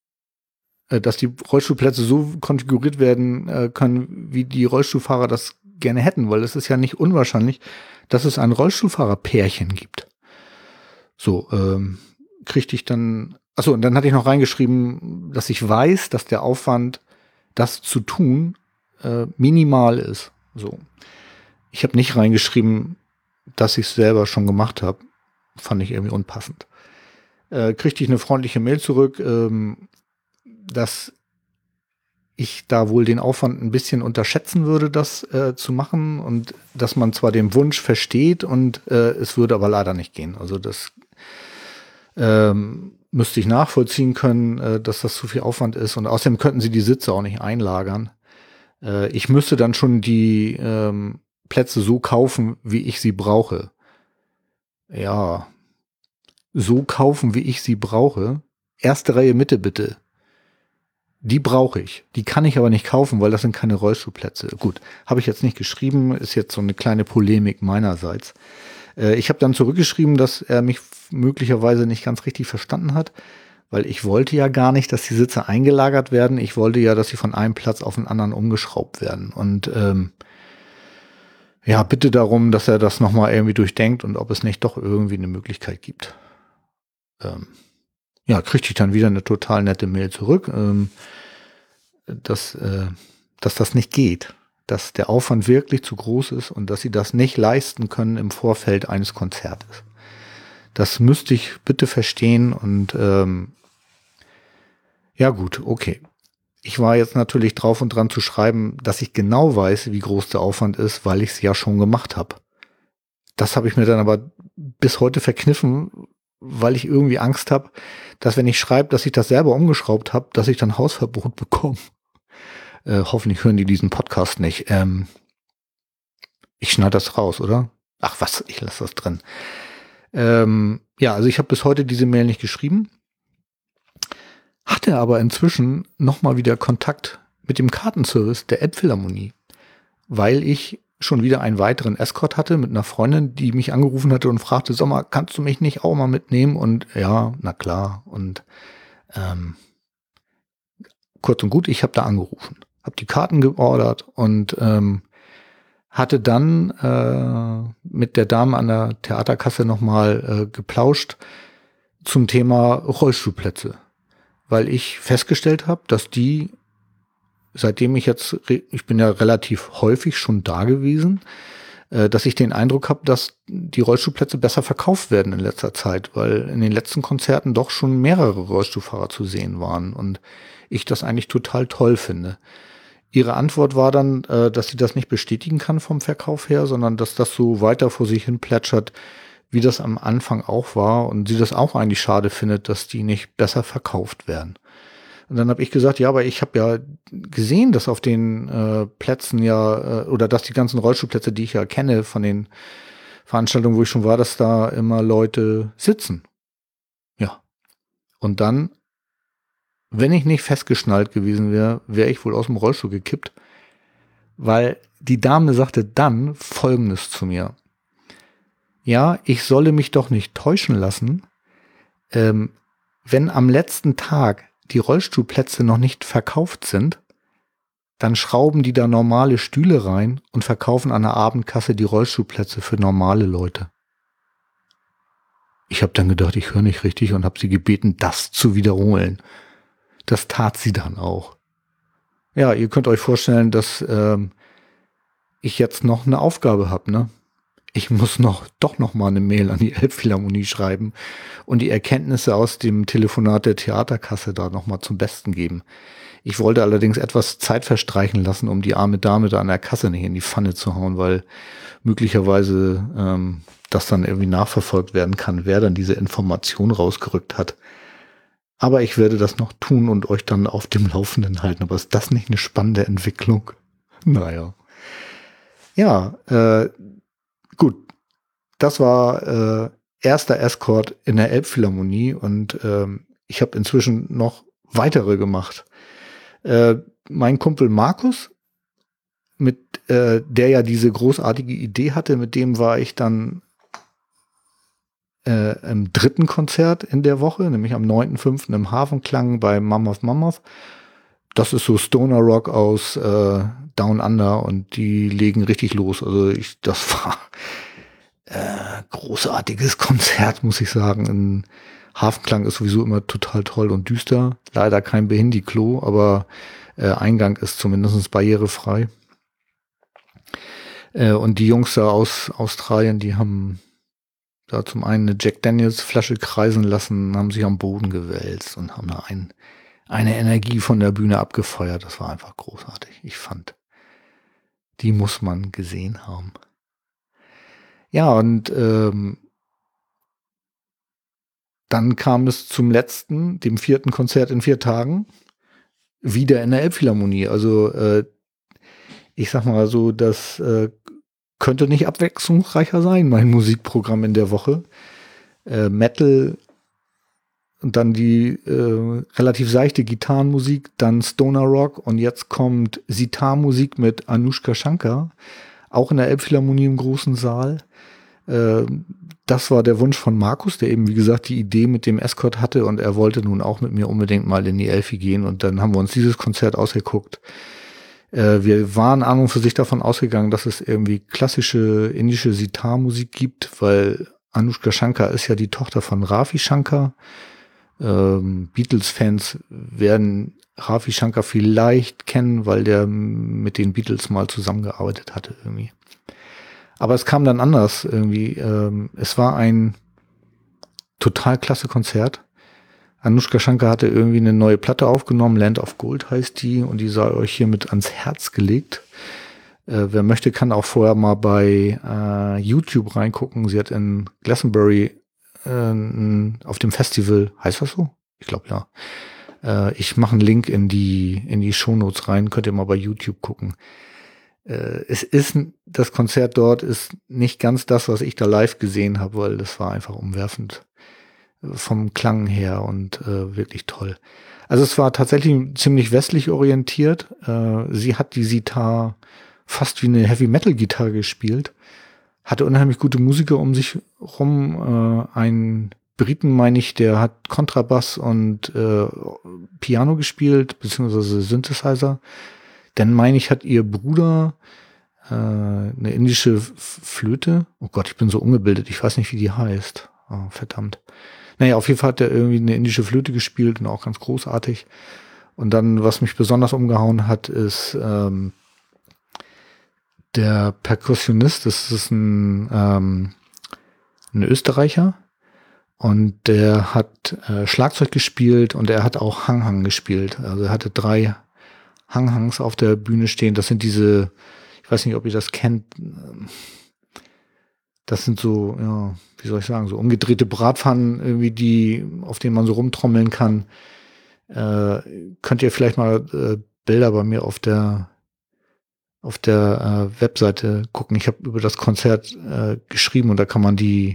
können, wie die Rollstuhlfahrer das gerne hätten, weil es ist ja nicht unwahrscheinlich, dass es ein Rollstuhlfahrerpärchen gibt. So, kriegte ich dann, und dann hatte ich noch reingeschrieben, dass ich weiß, dass der Aufwand, das zu tun, minimal ist. So. Ich habe nicht reingeschrieben, dass ich es selber schon gemacht habe. Fand ich irgendwie unpassend. Kriegte ich eine freundliche Mail zurück, dass ich da wohl den Aufwand ein bisschen unterschätzen würde, das zu machen und dass man zwar den Wunsch versteht und es würde aber leider nicht gehen. Also das müsste ich nachvollziehen können, dass das zu viel Aufwand ist und außerdem könnten sie die Sitze auch nicht einlagern. Ich müsste dann schon die Plätze so kaufen, wie ich sie brauche. Ja, so kaufen, wie ich sie brauche. Erste Reihe Mitte bitte. Die brauche ich. Die kann ich aber nicht kaufen, weil das sind keine Rollstuhlplätze. Gut, habe ich jetzt nicht geschrieben, ist jetzt so eine kleine Polemik meinerseits. Ich habe dann zurückgeschrieben, dass er mich möglicherweise nicht ganz richtig verstanden hat, weil ich wollte ja gar nicht, dass die Sitze eingelagert werden. Ich wollte ja, dass sie von einem Platz auf den anderen umgeschraubt werden. Und ja, bitte darum, dass er das nochmal irgendwie durchdenkt und ob es nicht doch irgendwie eine Möglichkeit gibt. Ja, kriegte ich dann wieder eine total nette Mail zurück, dass das nicht geht, dass der Aufwand wirklich zu groß ist und dass sie das nicht leisten können im Vorfeld eines Konzertes. Das müsste ich bitte verstehen und ja gut, okay. Ich war jetzt natürlich drauf und dran zu schreiben, dass ich genau weiß, wie groß der Aufwand ist, weil ich es ja schon gemacht habe. Das habe ich mir dann aber bis heute verkniffen, weil ich irgendwie Angst habe, dass wenn ich schreibe, dass ich das selber umgeschraubt habe, dass ich dann Hausverbot bekomme. Hoffentlich hören die diesen Podcast nicht. Ich schneide das raus, oder? Ach was, ich lasse das drin. Ja, also ich habe bis heute diese Mail nicht geschrieben, hatte aber inzwischen nochmal wieder Kontakt mit dem Kartenservice der Elbphilharmonie, weil ich schon wieder einen weiteren Escort hatte mit einer Freundin, die mich angerufen hatte und fragte, sag mal, kannst du mich nicht auch mal mitnehmen? Und ja, na klar. Und kurz und gut, ich habe da angerufen, habe die Karten geordert und hatte dann mit der Dame an der Theaterkasse nochmal geplauscht zum Thema Rollstuhlplätze, weil ich festgestellt habe, dass die, seitdem ich bin ja relativ häufig schon da gewesen, dass ich den Eindruck habe, dass die Rollstuhlplätze besser verkauft werden in letzter Zeit, weil in den letzten Konzerten doch schon mehrere Rollstuhlfahrer zu sehen waren und ich das eigentlich total toll finde. Ihre Antwort war dann, dass sie das nicht bestätigen kann vom Verkauf her, sondern dass das so weiter vor sich hin plätschert, wie das am Anfang auch war und sie das auch eigentlich schade findet, dass die nicht besser verkauft werden. Und dann habe ich gesagt, ja, aber ich habe ja gesehen, dass auf den Plätzen ja, oder dass die ganzen Rollstuhlplätze, die ich ja kenne von den Veranstaltungen, wo ich schon war, dass da immer Leute sitzen. Ja. Und dann, wenn ich nicht festgeschnallt gewesen wäre, wäre ich wohl aus dem Rollstuhl gekippt, weil die Dame sagte dann Folgendes zu mir. Ja, ich solle mich doch nicht täuschen lassen, wenn am letzten Tag die Rollstuhlplätze noch nicht verkauft sind, dann schrauben die da normale Stühle rein und verkaufen an der Abendkasse die Rollstuhlplätze für normale Leute. Ich habe dann gedacht, ich höre nicht richtig und habe sie gebeten, das zu wiederholen. Das tat sie dann auch. Ja, ihr könnt euch vorstellen, dass ich jetzt noch eine Aufgabe habe, ne? Ich muss doch noch mal eine Mail an die Elbphilharmonie schreiben und die Erkenntnisse aus dem Telefonat der Theaterkasse da noch mal zum Besten geben. Ich wollte allerdings etwas Zeit verstreichen lassen, um die arme Dame da an der Kasse nicht in die Pfanne zu hauen, weil möglicherweise das dann irgendwie nachverfolgt werden kann, wer dann diese Information rausgerückt hat. Aber ich werde das noch tun und euch dann auf dem Laufenden halten. Aber ist das nicht eine spannende Entwicklung? Naja. Ja, gut, das war erster Escort in der Elbphilharmonie und ich habe inzwischen noch weitere gemacht. Mein Kumpel Markus, mit der ja diese großartige Idee hatte, mit dem war ich dann im dritten Konzert in der Woche, nämlich am 9.5. im Hafenklang bei Mammoth Mammoth. Das ist so Stoner Rock aus Down Under und die legen richtig los. Also das war großartiges Konzert, muss ich sagen. Ein Hafenklang ist sowieso immer total toll und düster. Leider kein Behindi-Klo, aber Eingang ist zumindest barrierefrei. Und die Jungs da aus Australien, die haben da zum einen eine Jack Daniels Flasche kreisen lassen, haben sich am Boden gewälzt und haben da eine Energie von der Bühne abgefeuert. Das war einfach großartig. Ich fand, die muss man gesehen haben. Ja, und dann kam es zum letzten, dem 4. Konzert in 4 Tagen, wieder in der Elbphilharmonie. Also ich sag mal so, das könnte nicht abwechslungsreicher sein, mein Musikprogramm in der Woche. Metal und dann die relativ seichte Gitarrenmusik, dann Stoner Rock und jetzt kommt Sitar-Musik mit Anushka Shankar, auch in der Elbphilharmonie im großen Saal. Das war der Wunsch von Markus, der eben, wie gesagt, die Idee mit dem Escort hatte und er wollte nun auch mit mir unbedingt mal in die Elfi gehen und dann haben wir uns dieses Konzert ausgeguckt. Wir waren an und für sich davon ausgegangen, dass es irgendwie klassische indische Sitar-Musik gibt, weil Anushka Shankar ist ja die Tochter von Ravi Shankar. Beatles-Fans werden Ravi Shankar vielleicht kennen, weil der mit den Beatles mal zusammengearbeitet hatte irgendwie. Aber es kam dann anders irgendwie. Es war ein total klasse Konzert. Anushka Shankar hatte irgendwie eine neue Platte aufgenommen, Land of Gold heißt die, und die sei euch hiermit ans Herz gelegt. Wer möchte, kann auch vorher mal bei YouTube reingucken. Sie hat in Glastonbury auf dem Festival, heißt das so? Ich glaube ja. Ich mache einen Link in die Shownotes rein, könnt ihr mal bei YouTube gucken. Das Konzert dort ist nicht ganz das, was ich da live gesehen habe, weil das war einfach umwerfend vom Klang her und wirklich toll. Also es war tatsächlich ziemlich westlich orientiert. Sie hat die Sitar fast wie eine Heavy-Metal-Gitarre gespielt, hatte unheimlich gute Musiker um sich rum. Ein Briten, meine ich, der hat Kontrabass und Piano gespielt, beziehungsweise Synthesizer. Dann meine ich, hat ihr Bruder eine indische Flöte. Oh Gott, ich bin so ungebildet, ich weiß nicht, wie die heißt. Oh, verdammt. Naja, auf jeden Fall hat er irgendwie eine indische Flöte gespielt und auch ganz großartig. Und dann, was mich besonders umgehauen hat, ist der Perkussionist. Das ist ein Österreicher und der hat Schlagzeug gespielt und er hat auch Hang gespielt. Also er hatte 3 Hangs auf der Bühne stehen. Das sind diese, ich weiß nicht, ob ihr das kennt, das sind so, ja, wie soll ich sagen, so umgedrehte Bratpfannen, irgendwie auf denen man so rumtrommeln kann. Könnt ihr vielleicht mal Bilder bei mir auf der Webseite gucken. Ich habe über das Konzert geschrieben und da kann man die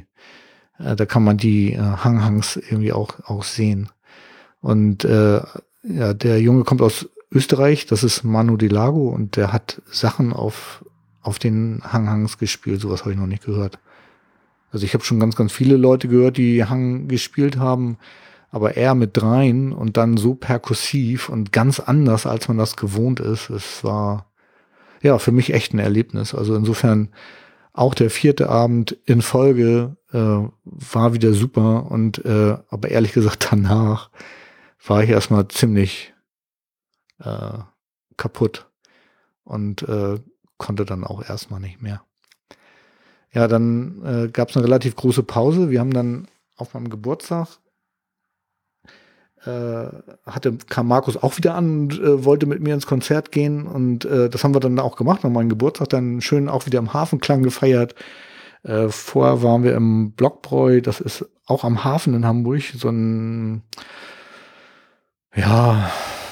Hangs irgendwie auch sehen. Und ja, der Junge kommt aus Österreich, das ist Manu Delago und der hat Sachen auf den Hangs gespielt. Sowas habe ich noch nicht gehört. Also ich habe schon ganz, ganz viele Leute gehört, die Hang gespielt haben, aber er mit 3 und dann so perkussiv und ganz anders, als man das gewohnt ist. Es war ja für mich echt ein Erlebnis. Also insofern auch der 4. Abend in Folge war wieder super und aber ehrlich gesagt danach war ich erstmal ziemlich kaputt und konnte dann auch erstmal nicht mehr. Ja, dann gab es eine relativ große Pause. Wir haben dann auf meinem Geburtstag kam Markus auch wieder an und wollte mit mir ins Konzert gehen und das haben wir dann auch gemacht, an meinem Geburtstag dann schön auch wieder im Hafenklang gefeiert. Vorher waren wir im Blockbräu, das ist auch am Hafen in Hamburg, so ein, ja,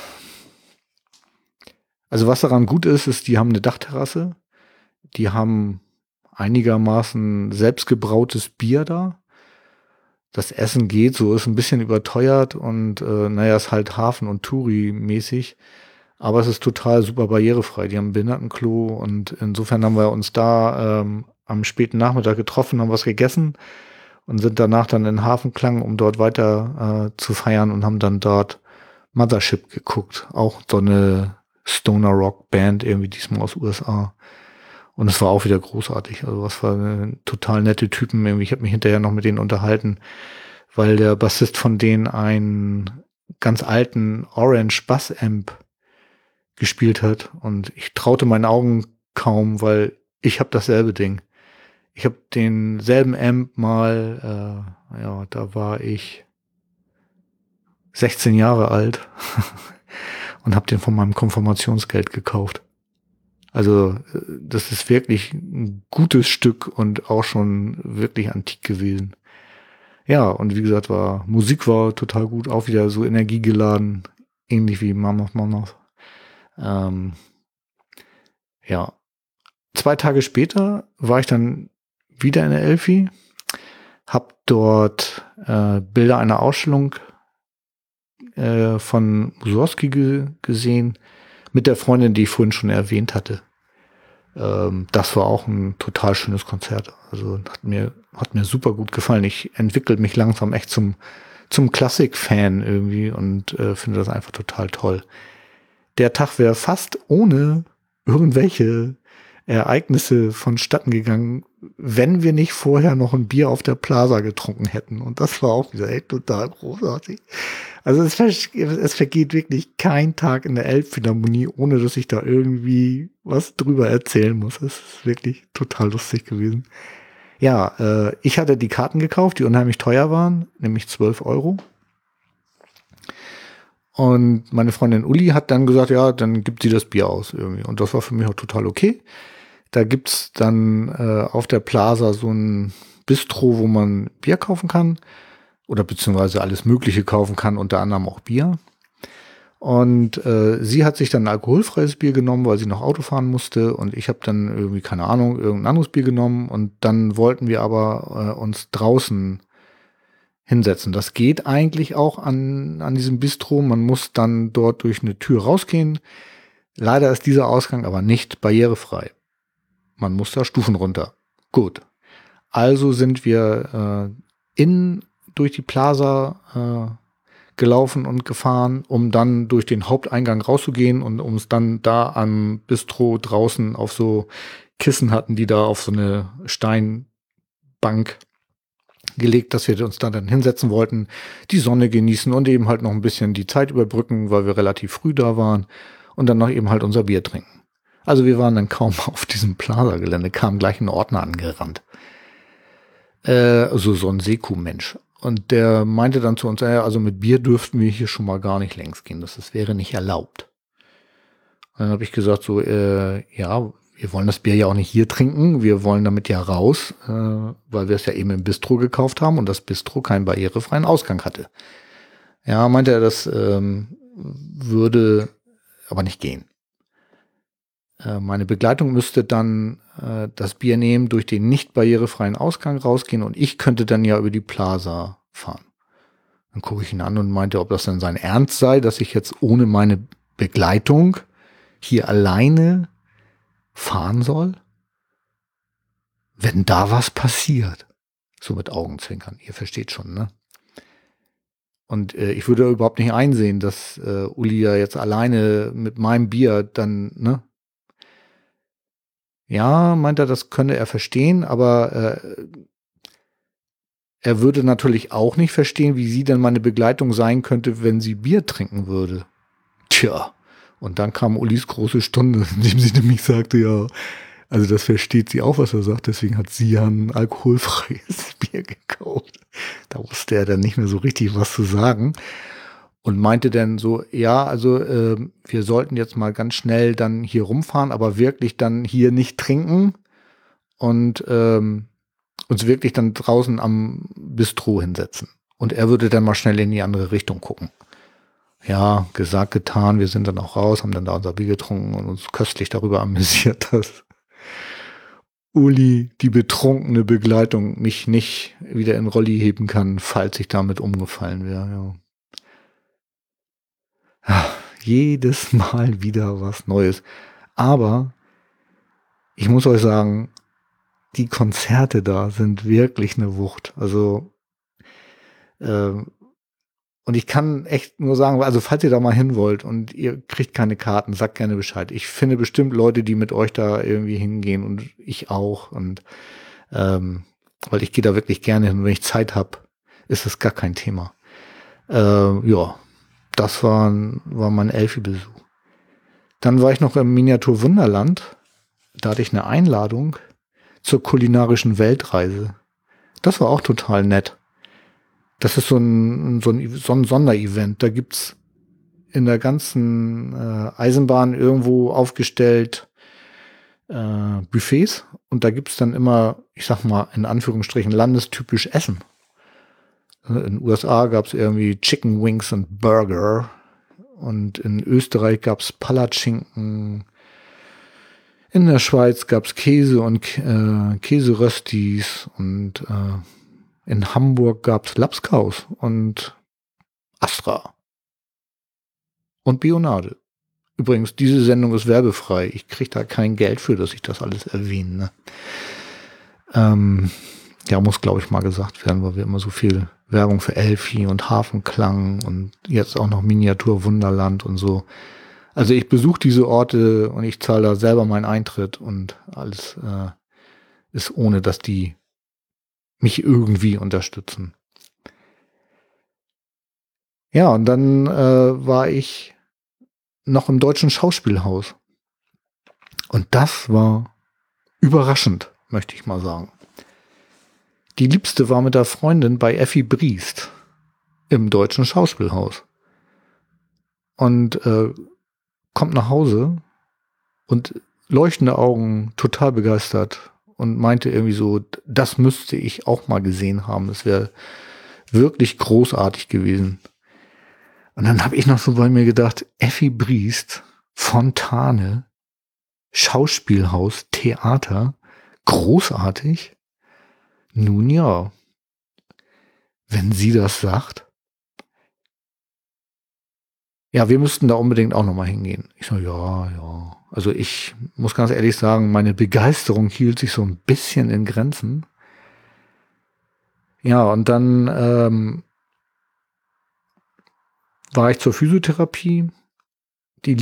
also was daran gut ist, die haben eine Dachterrasse, die haben einigermaßen selbstgebrautes Bier da. Das Essen geht, so ist ein bisschen überteuert und naja, ist halt Hafen- und Touri-mäßig. Aber es ist total super barrierefrei. Die haben ein Behindertenklo und insofern haben wir uns da am späten Nachmittag getroffen, haben was gegessen und sind danach dann in den Hafenklang, um dort weiter zu feiern und haben dann dort Mothership geguckt. Auch so eine Stoner-Rock-Band, irgendwie diesmal aus USA. Und es war auch wieder großartig. Also was war total nette Typen. Irgendwie, ich habe mich hinterher noch mit denen unterhalten, weil der Bassist von denen einen ganz alten Orange Bass-Amp gespielt hat. Und ich traute meinen Augen kaum, weil ich habe dasselbe Ding. Ich habe denselben Amp mal, ja, da war ich 16 Jahre alt und habe den von meinem Konfirmationsgeld gekauft. Also das ist wirklich ein gutes Stück und auch schon wirklich antik gewesen. Ja, und wie gesagt, Musik war total gut, auch wieder so energiegeladen, ähnlich wie Mama of Mamas. Ja, 2 Tage später war ich dann wieder in der Elfi, habe dort Bilder einer Ausstellung von Mussorgsky gesehen, mit der Freundin, die ich vorhin schon erwähnt hatte. Das war auch ein total schönes Konzert. Also hat mir super gut gefallen. Ich entwickle mich langsam echt zum Klassik-Fan irgendwie und finde das einfach total toll. Der Tag wäre fast ohne irgendwelche Ereignisse vonstatten gegangen, wenn wir nicht vorher noch ein Bier auf der Plaza getrunken hätten. Und das war auch wieder echt total großartig. Also es vergeht wirklich kein Tag in der Elbphilharmonie, ohne dass ich da irgendwie was drüber erzählen muss. Es ist wirklich total lustig gewesen. Ja, ich hatte die Karten gekauft, die unheimlich teuer waren, nämlich 12 €. Und meine Freundin Uli hat dann gesagt, ja, dann gibt sie das Bier aus irgendwie. Und das war für mich auch total okay. Da gibt's dann auf der Plaza so ein Bistro, wo man Bier kaufen kann oder beziehungsweise alles Mögliche kaufen kann, unter anderem auch Bier. Und sie hat sich dann ein alkoholfreies Bier genommen, weil sie noch Auto fahren musste. Und ich habe dann irgendwie, keine Ahnung, irgendein anderes Bier genommen. Und dann wollten wir aber uns draußen hinsetzen. Das geht eigentlich auch an diesem Bistro. Man muss dann dort durch eine Tür rausgehen. Leider ist dieser Ausgang aber nicht barrierefrei. Man muss da Stufen runter. Gut. Also sind wir durch die Plaza gelaufen und gefahren, um dann durch den Haupteingang rauszugehen und um es dann da am Bistro draußen auf so Kissen hatten, die da auf so eine Steinbank gelegt, dass wir uns da dann hinsetzen wollten, die Sonne genießen und eben halt noch ein bisschen die Zeit überbrücken, weil wir relativ früh da waren und dann noch eben halt unser Bier trinken. Also wir waren dann kaum auf diesem Plaza-Gelände, kam gleich ein Ordner angerannt. Also so ein Seku-Mensch. Und der meinte dann zu uns, also mit Bier dürften wir hier schon mal gar nicht längs gehen, das wäre nicht erlaubt. Und dann habe ich gesagt so, ja, wir wollen das Bier ja auch nicht hier trinken, wir wollen damit ja raus, weil wir es ja eben im Bistro gekauft haben und das Bistro keinen barrierefreien Ausgang hatte. Ja, meinte er, das würde aber nicht gehen. Meine Begleitung müsste dann das Bier nehmen, durch den nicht barrierefreien Ausgang rausgehen und ich könnte dann ja über die Plaza fahren. Dann gucke ich ihn an und meinte, ob das dann sein Ernst sei, dass ich jetzt ohne meine Begleitung hier alleine fahren soll? Wenn da was passiert. So mit Augenzwinkern, ihr versteht schon, ne? Und ich würde überhaupt nicht einsehen, dass Uli ja jetzt alleine mit meinem Bier dann, ne? Ja, meint er, das könne er verstehen, aber er würde natürlich auch nicht verstehen, wie sie denn meine Begleitung sein könnte, wenn sie Bier trinken würde. Tja, und dann kam Ulis große Stunde, indem sie nämlich sagte, ja, also das versteht sie auch, was er sagt, deswegen hat sie ja ein alkoholfreies Bier gekauft. Da wusste er dann nicht mehr so richtig was zu sagen. Und meinte dann so, ja, also wir sollten jetzt mal ganz schnell dann hier rumfahren, aber wirklich dann hier nicht trinken und uns wirklich dann draußen am Bistro hinsetzen. Und er würde dann mal schnell in die andere Richtung gucken. Ja, gesagt, getan, wir sind dann auch raus, haben dann da unser Bier getrunken und uns köstlich darüber amüsiert, dass Uli, die betrunkene Begleitung, mich nicht wieder in Rolli heben kann, falls ich damit umgefallen wäre, ja. Jedes Mal wieder was Neues. Aber ich muss euch sagen, die Konzerte da sind wirklich eine Wucht. Also und ich kann echt nur sagen, also falls ihr da mal hin wollt und ihr kriegt keine Karten, sagt gerne Bescheid. Ich finde bestimmt Leute, die mit euch da irgendwie hingehen und ich auch. Und weil ich gehe da wirklich gerne hin. Und wenn ich Zeit habe, ist das gar kein Thema. Ja. Das war mein Elfi-Besuch. Dann war ich noch im Miniatur Wunderland. Da hatte ich eine Einladung zur kulinarischen Weltreise. Das war auch total nett. Das ist so ein Sonderevent. Da gibt's in der ganzen Eisenbahn irgendwo aufgestellt Buffets. Und da gibt's dann immer, ich sag mal, in Anführungsstrichen landestypisch Essen. In den USA gab es irgendwie Chicken Wings und Burger und in Österreich gab es Palatschinken, In der Schweiz gab's Käse und Käseröstis und in Hamburg gab's Lapskaus und Astra und Bionade. Übrigens, diese Sendung ist werbefrei. Ich kriege da kein Geld für, dass ich das alles erwähne. Ne? Ja, muss, glaube ich, mal gesagt werden, weil wir immer so viel Werbung für Elfi und Hafenklang und jetzt auch noch Miniatur Wunderland und so. Also ich besuche diese Orte und ich zahle da selber meinen Eintritt und alles ist ohne, dass die mich irgendwie unterstützen. Ja, und dann war ich noch im Deutschen Schauspielhaus. Und das war überraschend, möchte ich mal sagen. Die Liebste war mit der Freundin bei Effi Briest im Deutschen Schauspielhaus. Und kommt nach Hause und leuchtende Augen, total begeistert und meinte irgendwie so, das müsste ich auch mal gesehen haben. Das wäre wirklich großartig gewesen. Und dann habe ich noch so bei mir gedacht, Effi Briest, Fontane, Schauspielhaus, Theater, großartig. Nun ja, wenn sie das sagt. Ja, wir müssten da unbedingt auch nochmal hingehen. Ich so, ja. Also ich muss ganz ehrlich sagen, meine Begeisterung hielt sich so ein bisschen in Grenzen. Ja, und dann war ich zur Physiotherapie. Ich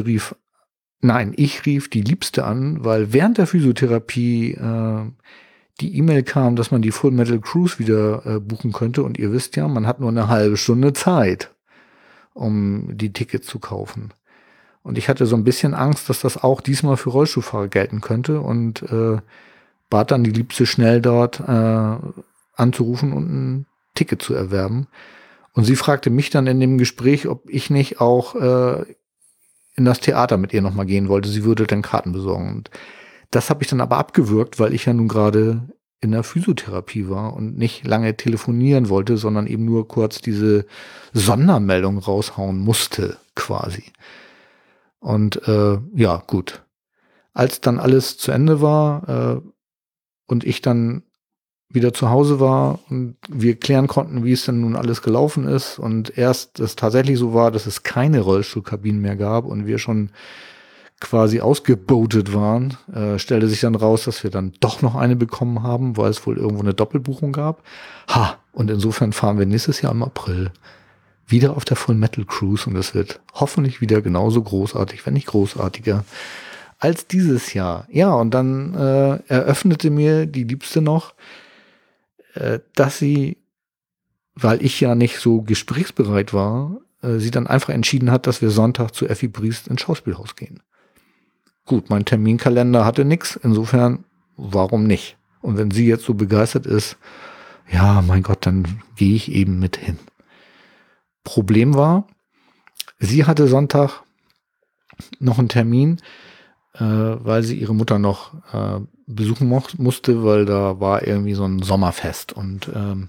rief die Liebste an, weil während der Physiotherapie die E-Mail kam, dass man die Full Metal Cruise wieder buchen könnte. Und ihr wisst ja, man hat nur eine halbe Stunde Zeit, um die Tickets zu kaufen. Und ich hatte so ein bisschen Angst, dass das auch diesmal für Rollstuhlfahrer gelten könnte und bat dann die Liebste schnell dort anzurufen und ein Ticket zu erwerben. Und sie fragte mich dann in dem Gespräch, ob ich nicht auch in das Theater mit ihr nochmal gehen wollte. Sie würde dann Karten besorgen. Und das habe ich dann aber abgewürgt, weil ich ja nun gerade in der Physiotherapie war und nicht lange telefonieren wollte, sondern eben nur kurz diese Sondermeldung raushauen musste, quasi. Und ja, gut. Als dann alles zu Ende war und ich dann wieder zu Hause war und wir klären konnten, wie es denn nun alles gelaufen ist und erst es tatsächlich so war, dass es keine Rollstuhlkabinen mehr gab und wir schon quasi ausgebotet waren, stellte sich dann raus, dass wir dann doch noch eine bekommen haben, weil es wohl irgendwo eine Doppelbuchung gab. Und insofern fahren wir nächstes Jahr im April wieder auf der Full Metal Cruise und es wird hoffentlich wieder genauso großartig, wenn nicht großartiger, als dieses Jahr. Ja, und dann eröffnete mir die Liebste noch, dass sie, weil ich ja nicht so gesprächsbereit war, sie dann einfach entschieden hat, dass wir Sonntag zu Effi Briest ins Schauspielhaus gehen. Gut, mein Terminkalender hatte nix, insofern, warum nicht? Und wenn sie jetzt so begeistert ist, ja, mein Gott, dann gehe ich eben mit hin. Problem war, sie hatte Sonntag noch einen Termin, weil sie ihre Mutter noch besuchen musste, weil da war irgendwie so ein Sommerfest. Und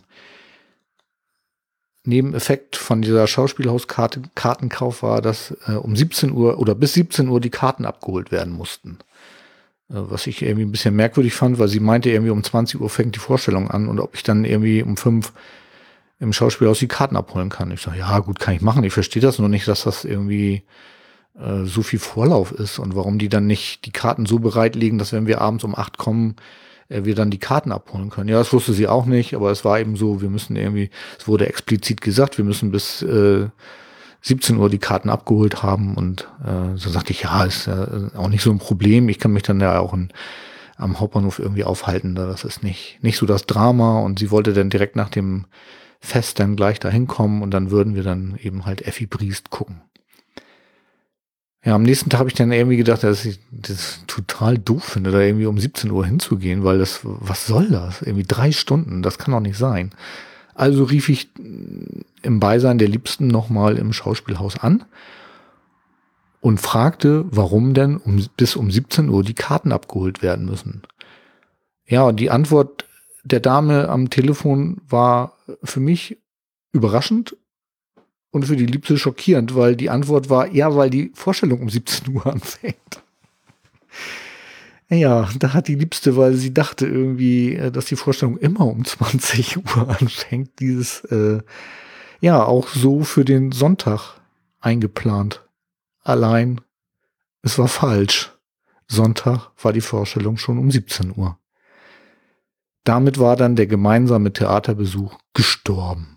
Nebeneffekt von dieser Schauspielhauskartenkauf war, dass um 17 Uhr oder bis 17 Uhr die Karten abgeholt werden mussten. Was ich irgendwie ein bisschen merkwürdig fand, weil sie meinte, irgendwie um 20 Uhr fängt die Vorstellung an und ob ich dann irgendwie um 5 im Schauspielhaus die Karten abholen kann. Ich sage, ja gut, kann ich machen. Ich verstehe das nur nicht, dass das irgendwie so viel Vorlauf ist und warum die dann nicht die Karten so bereitlegen, dass wenn wir abends um 8 kommen, wir dann die Karten abholen können. Ja, das wusste sie auch nicht, aber es war eben so, wir müssen irgendwie, es wurde explizit gesagt, wir müssen bis 17 Uhr die Karten abgeholt haben und so sagte ich, ja, ist ja auch nicht so ein Problem. Ich kann mich dann ja auch am Hauptbahnhof irgendwie aufhalten, das ist nicht so das Drama und sie wollte dann direkt nach dem Fest dann gleich dahin kommen und dann würden wir dann eben halt Effi Briest gucken. Ja, am nächsten Tag habe ich dann irgendwie gedacht, dass ich das total doof finde, da irgendwie um 17 Uhr hinzugehen, weil was soll das? Irgendwie 3 Stunden, das kann doch nicht sein. Also rief ich im Beisein der Liebsten nochmal im Schauspielhaus an und fragte, warum denn bis um 17 Uhr die Karten abgeholt werden müssen. Ja, und die Antwort der Dame am Telefon war für mich überraschend und für die Liebste schockierend, weil die Antwort war, ja, weil die Vorstellung um 17 Uhr anfängt. Ja, da hat die Liebste, weil sie dachte irgendwie, dass die Vorstellung immer um 20 Uhr anfängt, dieses auch so für den Sonntag eingeplant. Allein, es war falsch. Sonntag war die Vorstellung schon um 17 Uhr. Damit war dann der gemeinsame Theaterbesuch gestorben.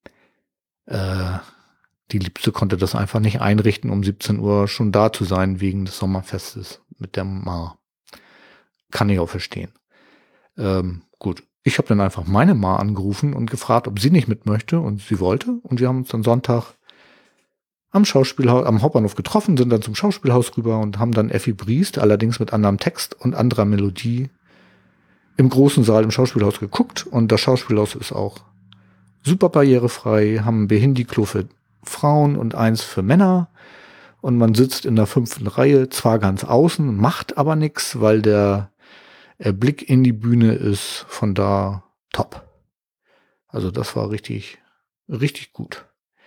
Die Liebste konnte das einfach nicht einrichten, um 17 Uhr schon da zu sein, wegen des Sommerfestes mit der Ma. Kann ich auch verstehen. Gut, ich habe dann einfach meine Ma angerufen und gefragt, ob sie nicht mit möchte, und sie wollte. Und wir haben uns dann Sonntag am Hauptbahnhof getroffen, sind dann zum Schauspielhaus rüber und haben dann Effi Briest, allerdings mit anderem Text und anderer Melodie, im großen Saal im Schauspielhaus geguckt. Und das Schauspielhaus ist auch super barrierefrei, haben ein Behindi-Klo für Frauen und eins für Männer. Und man sitzt in der 5. Reihe, zwar ganz außen, macht aber nichts, weil der Blick in die Bühne ist von da top. Also das war richtig, richtig gut.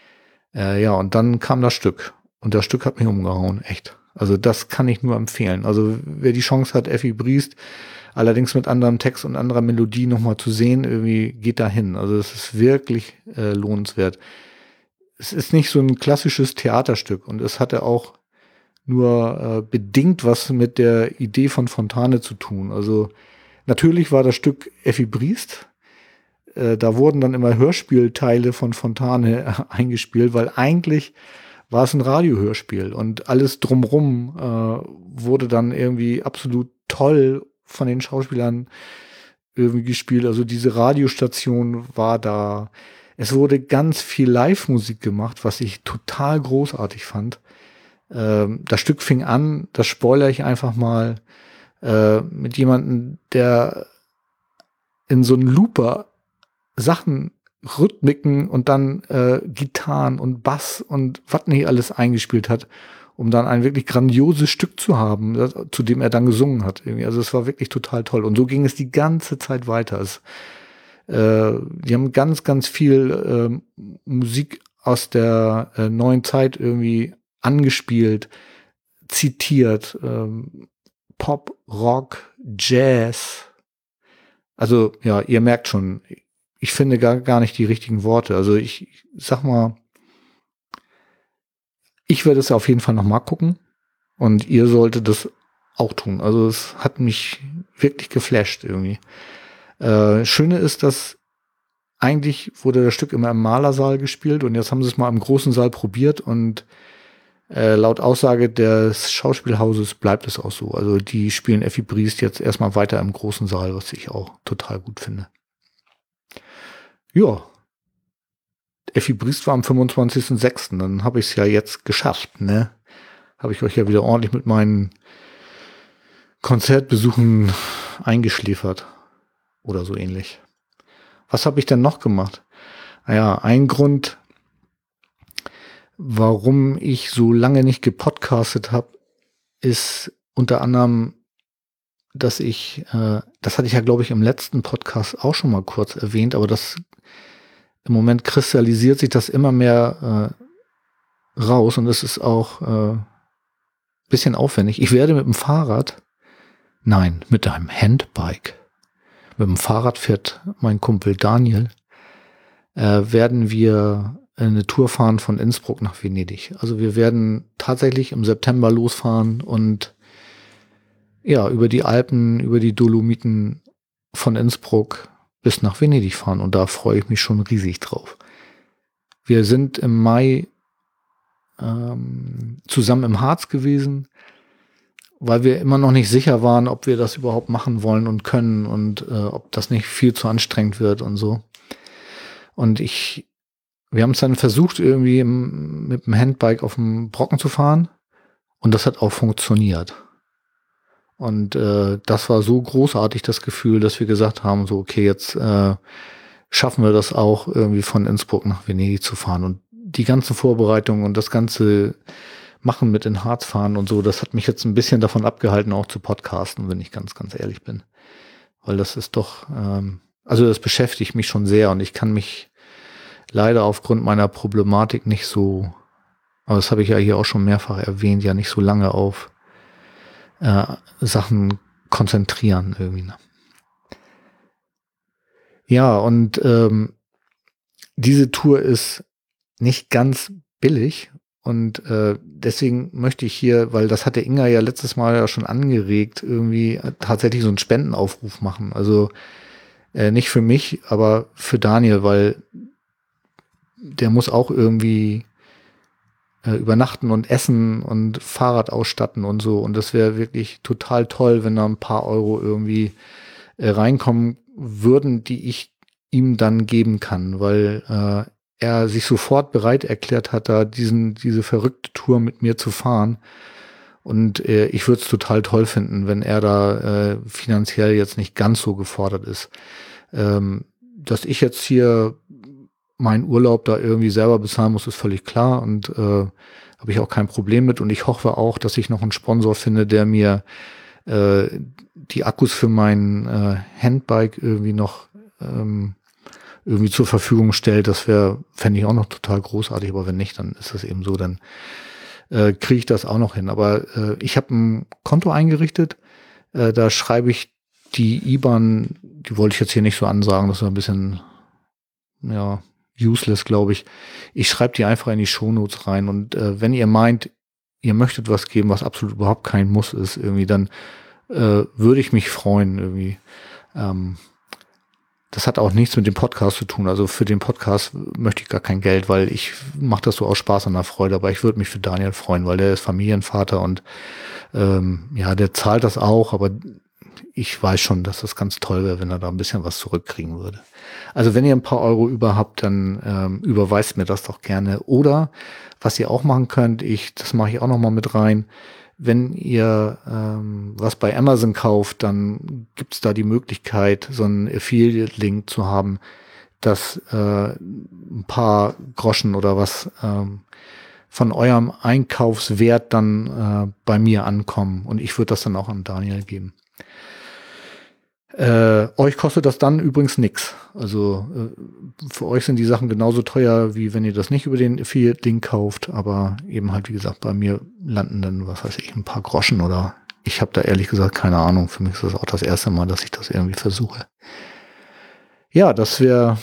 Und dann kam das Stück. Und das Stück hat mich umgehauen, echt. Also das kann ich nur empfehlen. Also wer die Chance hat, Effi Briest, allerdings mit anderem Text und anderer Melodie nochmal zu sehen, irgendwie geht da hin. Also es ist wirklich lohnenswert. Es ist nicht so ein klassisches Theaterstück und es hatte auch nur bedingt was mit der Idee von Fontane zu tun. Also natürlich war das Stück Effi Briest. Da wurden dann immer Hörspielteile von Fontane eingespielt, weil eigentlich war es ein Radiohörspiel und alles drumrum wurde dann irgendwie absolut toll von den Schauspielern irgendwie gespielt. Also diese Radiostation war da. Es wurde ganz viel Live-Musik gemacht, was ich total großartig fand. Das Stück fing an, das spoilere ich einfach mal, mit jemandem, der in so einen Looper Sachen, Rhythmiken und dann Gitarren und Bass und was nicht alles eingespielt hat, um dann ein wirklich grandioses Stück zu haben, zu dem er dann gesungen hat. Irgendwie. Also es war wirklich total toll. Und so ging es die ganze Zeit weiter. Die haben ganz, ganz viel Musik aus der neuen Zeit irgendwie angespielt, zitiert, Pop, Rock, Jazz. Also ja, ihr merkt schon, ich finde gar nicht die richtigen Worte. Also ich sag mal, ich werde es auf jeden Fall noch mal gucken und ihr solltet das auch tun. Also es hat mich wirklich geflasht irgendwie. Schöne ist, dass eigentlich wurde das Stück immer im Malersaal gespielt und jetzt haben sie es mal im großen Saal probiert und laut Aussage des Schauspielhauses bleibt es auch so. Also die spielen Effi Briest jetzt erstmal weiter im großen Saal, was ich auch total gut finde. Ja, Effi Briest war am 25.06. Dann habe ich es ja jetzt geschafft, ne? Habe ich euch ja wieder ordentlich mit meinen Konzertbesuchen eingeschläfert. Oder so ähnlich. Was habe ich denn noch gemacht? Naja, ein Grund, warum ich so lange nicht gepodcastet habe, ist unter anderem, dass ich, das hatte ich ja, glaube ich, im letzten Podcast auch schon mal kurz erwähnt, aber das im Moment kristallisiert sich das immer mehr raus und es ist auch bisschen aufwendig. Ich werde mit einem Handbike. Mit dem Fahrrad fährt mein Kumpel Daniel, werden wir eine Tour fahren von Innsbruck nach Venedig. Also wir werden tatsächlich im September losfahren und ja, über die Alpen, über die Dolomiten von Innsbruck bis nach Venedig fahren. Und da freue ich mich schon riesig drauf. Wir sind im Mai zusammen im Harz gewesen, weil wir immer noch nicht sicher waren, ob wir das überhaupt machen wollen und können und ob das nicht viel zu anstrengend wird und so. Und wir haben es dann versucht, irgendwie mit dem Handbike auf dem Brocken zu fahren und das hat auch funktioniert. Und das war so großartig, das Gefühl, dass wir gesagt haben, so okay, jetzt schaffen wir das auch, irgendwie von Innsbruck nach Venedig zu fahren. Und die ganzen Vorbereitungen und das ganze Machen mit in Harz fahren und so, das hat mich jetzt ein bisschen davon abgehalten, auch zu podcasten, wenn ich ganz, ganz ehrlich bin. Weil das ist doch, also das beschäftigt mich schon sehr und ich kann mich leider aufgrund meiner Problematik nicht so, aber das habe ich ja hier auch schon mehrfach erwähnt, ja nicht so lange auf Sachen konzentrieren irgendwie. Ne? Ja, und diese Tour ist nicht ganz billig und deswegen möchte ich hier, weil das hatte Inga ja letztes Mal ja schon angeregt, irgendwie tatsächlich so einen Spendenaufruf machen. Also nicht für mich, aber für Daniel, weil der muss auch irgendwie übernachten und essen und Fahrrad ausstatten und so. Und das wäre wirklich total toll, wenn da ein paar Euro irgendwie reinkommen würden, die ich ihm dann geben kann, weil er sich sofort bereit erklärt hat, da diese verrückte Tour mit mir zu fahren. Und ich würde es total toll finden, wenn er da finanziell jetzt nicht ganz so gefordert ist. Dass ich jetzt hier meinen Urlaub da irgendwie selber bezahlen muss, ist völlig klar und habe ich auch kein Problem mit. Und ich hoffe auch, dass ich noch einen Sponsor finde, der mir die Akkus für mein Handbike irgendwie noch irgendwie zur Verfügung stellt. Das fände ich auch noch total großartig, aber wenn nicht, dann ist das eben so, dann kriege ich das auch noch hin. Aber ich habe ein Konto eingerichtet, da schreibe ich die IBAN, die wollte ich jetzt hier nicht so ansagen, das ist ein bisschen, ja, useless, glaube ich. Ich schreibe die einfach in die Shownotes rein und wenn ihr meint, ihr möchtet was geben, was absolut überhaupt kein Muss ist, irgendwie, dann würde ich mich freuen, irgendwie. Das hat auch nichts mit dem Podcast zu tun. Also für den Podcast möchte ich gar kein Geld, weil ich mache das so aus Spaß und der Freude. Aber ich würde mich für Daniel freuen, weil der ist Familienvater und ja, der zahlt das auch. Aber ich weiß schon, dass das ganz toll wäre, wenn er da ein bisschen was zurückkriegen würde. Also wenn ihr ein paar Euro über habt, dann überweist mir das doch gerne. Oder was ihr auch machen könnt, das mache ich auch noch mal mit rein. Wenn ihr was bei Amazon kauft, dann gibt's da die Möglichkeit, so einen Affiliate-Link zu haben, dass ein paar Groschen oder was von eurem Einkaufswert dann bei mir ankommen. Und ich würde das dann auch an Daniel geben. Euch kostet das dann übrigens nix. Also für euch sind die Sachen genauso teuer, wie wenn ihr das nicht über den Affiliate-Link kauft. Aber eben halt, wie gesagt, bei mir landen dann, was weiß ich, ein paar Groschen oder ich habe da ehrlich gesagt keine Ahnung. Für mich ist das auch das erste Mal, dass ich das irgendwie versuche. Ja, das wäre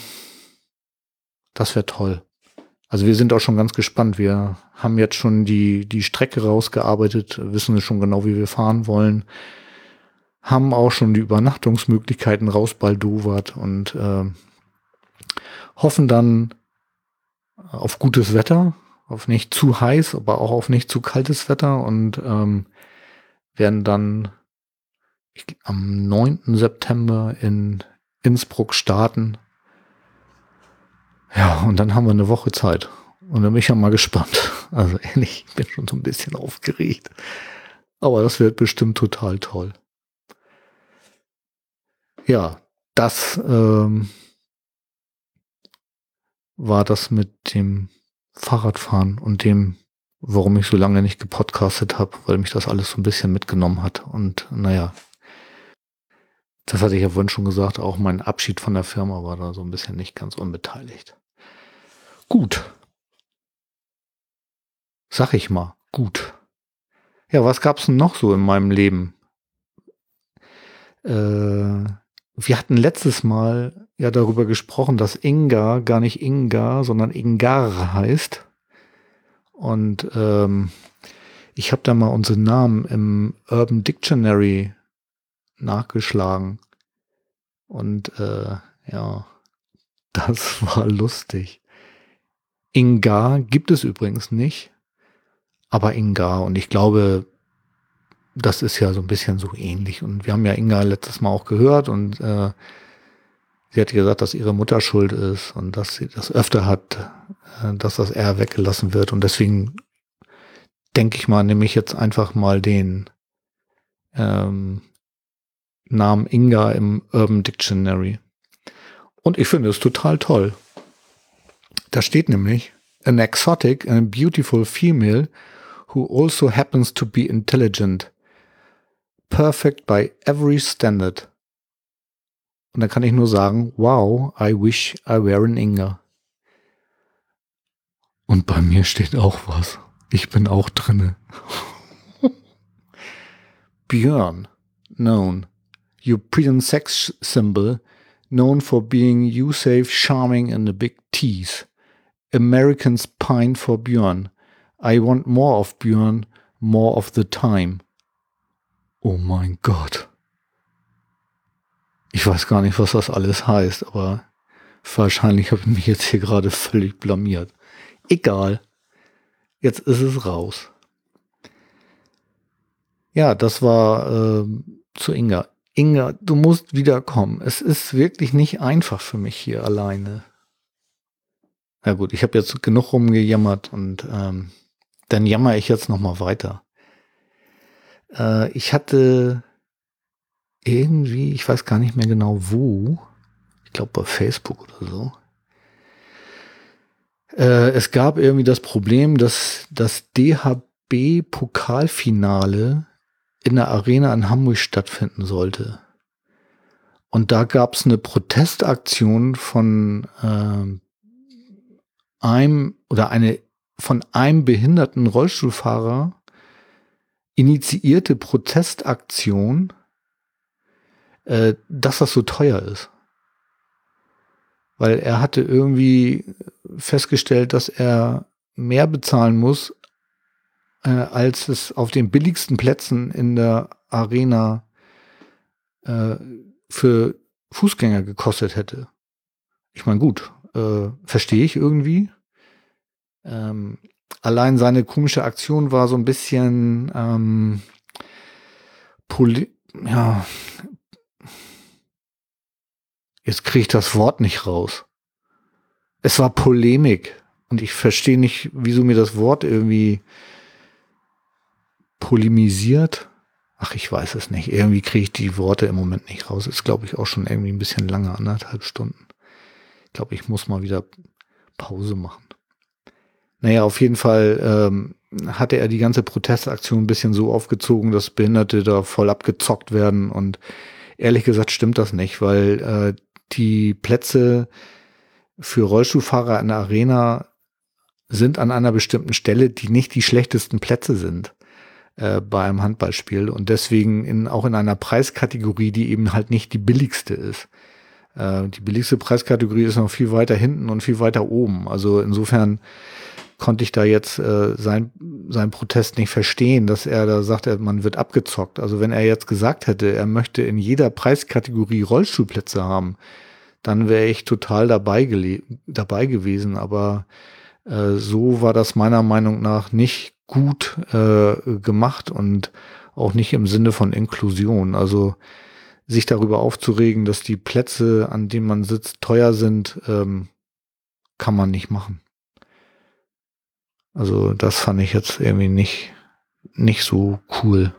toll. Also wir sind auch schon ganz gespannt. Wir haben jetzt schon die Strecke rausgearbeitet, wissen schon genau, wie wir fahren wollen. Haben auch schon die Übernachtungsmöglichkeiten rausbaldowert und hoffen dann auf gutes Wetter, auf nicht zu heiß, aber auch auf nicht zu kaltes Wetter und werden dann am 9. September in Innsbruck starten. Ja, und dann haben wir eine Woche Zeit. Und dann bin ich ja mal gespannt. Also ehrlich, ich bin schon so ein bisschen aufgeregt. Aber das wird bestimmt total toll. Ja, das war das mit dem Fahrradfahren und dem, warum ich so lange nicht gepodcastet habe, weil mich das alles so ein bisschen mitgenommen hat. Und naja, das hatte ich ja vorhin schon gesagt, auch mein Abschied von der Firma war da so ein bisschen nicht ganz unbeteiligt. Gut. Sag ich mal, gut. Ja, was gab's denn noch so in meinem Leben? Wir hatten letztes Mal ja darüber gesprochen, dass Inga gar nicht Inga, sondern Ingar heißt. Und ich habe da mal unsere Namen im Urban Dictionary nachgeschlagen. Und ja, das war lustig. Ingar gibt es übrigens nicht, aber Ingar. Und ich glaube, das ist ja so ein bisschen so ähnlich. Und wir haben ja Inga letztes Mal auch gehört und sie hat gesagt, dass ihre Mutter schuld ist und dass sie das öfter hat, dass das R weggelassen wird. Und deswegen denke ich mal, nehme ich jetzt einfach mal den Namen Inga im Urban Dictionary. Und ich finde es total toll. Da steht nämlich, an exotic and beautiful female who also happens to be intelligent. Perfect by every standard. Und dann kann ich nur sagen, wow, I wish I were an Inga. Und bei mir steht auch was. Ich bin auch drinne. Björn. known. European sex symbol, known for being you safe, charming and a big tease. Americans pine for Björn. I want more of Björn, more of the time. Oh mein Gott. Ich weiß gar nicht, was das alles heißt, aber wahrscheinlich habe ich mich jetzt hier gerade völlig blamiert. Egal. Jetzt ist es raus. Ja, das war zu Inga. Inga, du musst wiederkommen. Es ist wirklich nicht einfach für mich hier alleine. Na gut, ich habe jetzt genug rumgejammert und dann jammer ich jetzt nochmal weiter. Ich hatte irgendwie, ich weiß gar nicht mehr genau wo, ich glaube bei Facebook oder so. Es gab irgendwie das Problem, dass das DHB-Pokalfinale in der Arena in Hamburg stattfinden sollte. Und da gab es eine Protestaktion von einem behinderten Rollstuhlfahrer initiierte Protestaktion, dass das so teuer ist. Weil er hatte irgendwie festgestellt, dass er mehr bezahlen muss, als es auf den billigsten Plätzen in der Arena für Fußgänger gekostet hätte. Ich meine, gut, verstehe ich irgendwie. Allein seine komische Aktion war so ein bisschen jetzt kriege ich das Wort nicht raus. Es war Polemik. Und ich verstehe nicht, wieso mir das Wort irgendwie polemisiert. Ach, ich weiß es nicht. Irgendwie kriege ich die Worte im Moment nicht raus. Ist, glaube ich, auch schon irgendwie ein bisschen lange, 1,5 Stunden. Ich glaube, ich muss mal wieder Pause machen. Naja, auf jeden Fall hatte er die ganze Protestaktion ein bisschen so aufgezogen, dass Behinderte da voll abgezockt werden. Und ehrlich gesagt stimmt das nicht, weil die Plätze für Rollstuhlfahrer in der Arena sind an einer bestimmten Stelle, die nicht die schlechtesten Plätze sind bei einem Handballspiel und deswegen auch in einer Preiskategorie, die eben halt nicht die billigste ist. Die billigste Preiskategorie ist noch viel weiter hinten und viel weiter oben. Also insofern konnte ich da jetzt seinen Protest nicht verstehen, dass er da sagt, man wird abgezockt. Also wenn er jetzt gesagt hätte, er möchte in jeder Preiskategorie Rollstuhlplätze haben, dann wäre ich total dabei gewesen. Aber so war das meiner Meinung nach nicht gut gemacht und auch nicht im Sinne von Inklusion. Also sich darüber aufzuregen, dass die Plätze, an denen man sitzt, teuer sind, kann man nicht machen. Also das fand ich jetzt irgendwie nicht so cool.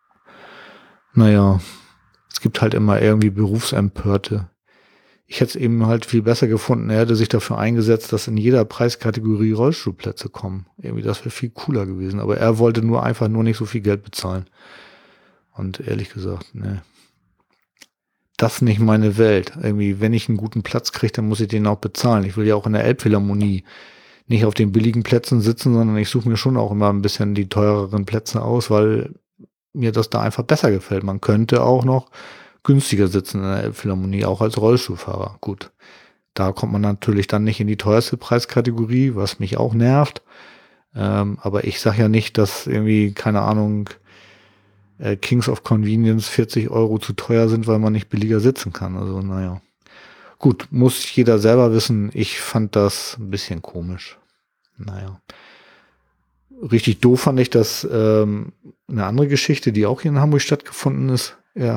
Naja, es gibt halt immer irgendwie Berufsempörte. Ich hätte es eben halt viel besser gefunden. Er hätte sich dafür eingesetzt, dass in jeder Preiskategorie Rollstuhlplätze kommen. Irgendwie, das wäre viel cooler gewesen. Aber er wollte einfach nur nicht so viel Geld bezahlen. Und ehrlich gesagt, ne. Das ist nicht meine Welt. Irgendwie, wenn ich einen guten Platz kriege, dann muss ich den auch bezahlen. Ich will ja auch in der Elbphilharmonie nicht auf den billigen Plätzen sitzen, sondern ich suche mir schon auch immer ein bisschen die teureren Plätze aus, weil mir das da einfach besser gefällt. Man könnte auch noch günstiger sitzen in der Elbphilharmonie, auch als Rollstuhlfahrer. Gut, da kommt man natürlich dann nicht in die teuerste Preiskategorie, was mich auch nervt. Aber ich sage ja nicht, dass irgendwie, keine Ahnung, Kings of Convenience 40 € zu teuer sind, weil man nicht billiger sitzen kann. Also naja. Gut, muss jeder selber wissen. Ich fand das ein bisschen komisch. Naja. Richtig doof fand ich das eine andere Geschichte, die auch hier in Hamburg stattgefunden ist.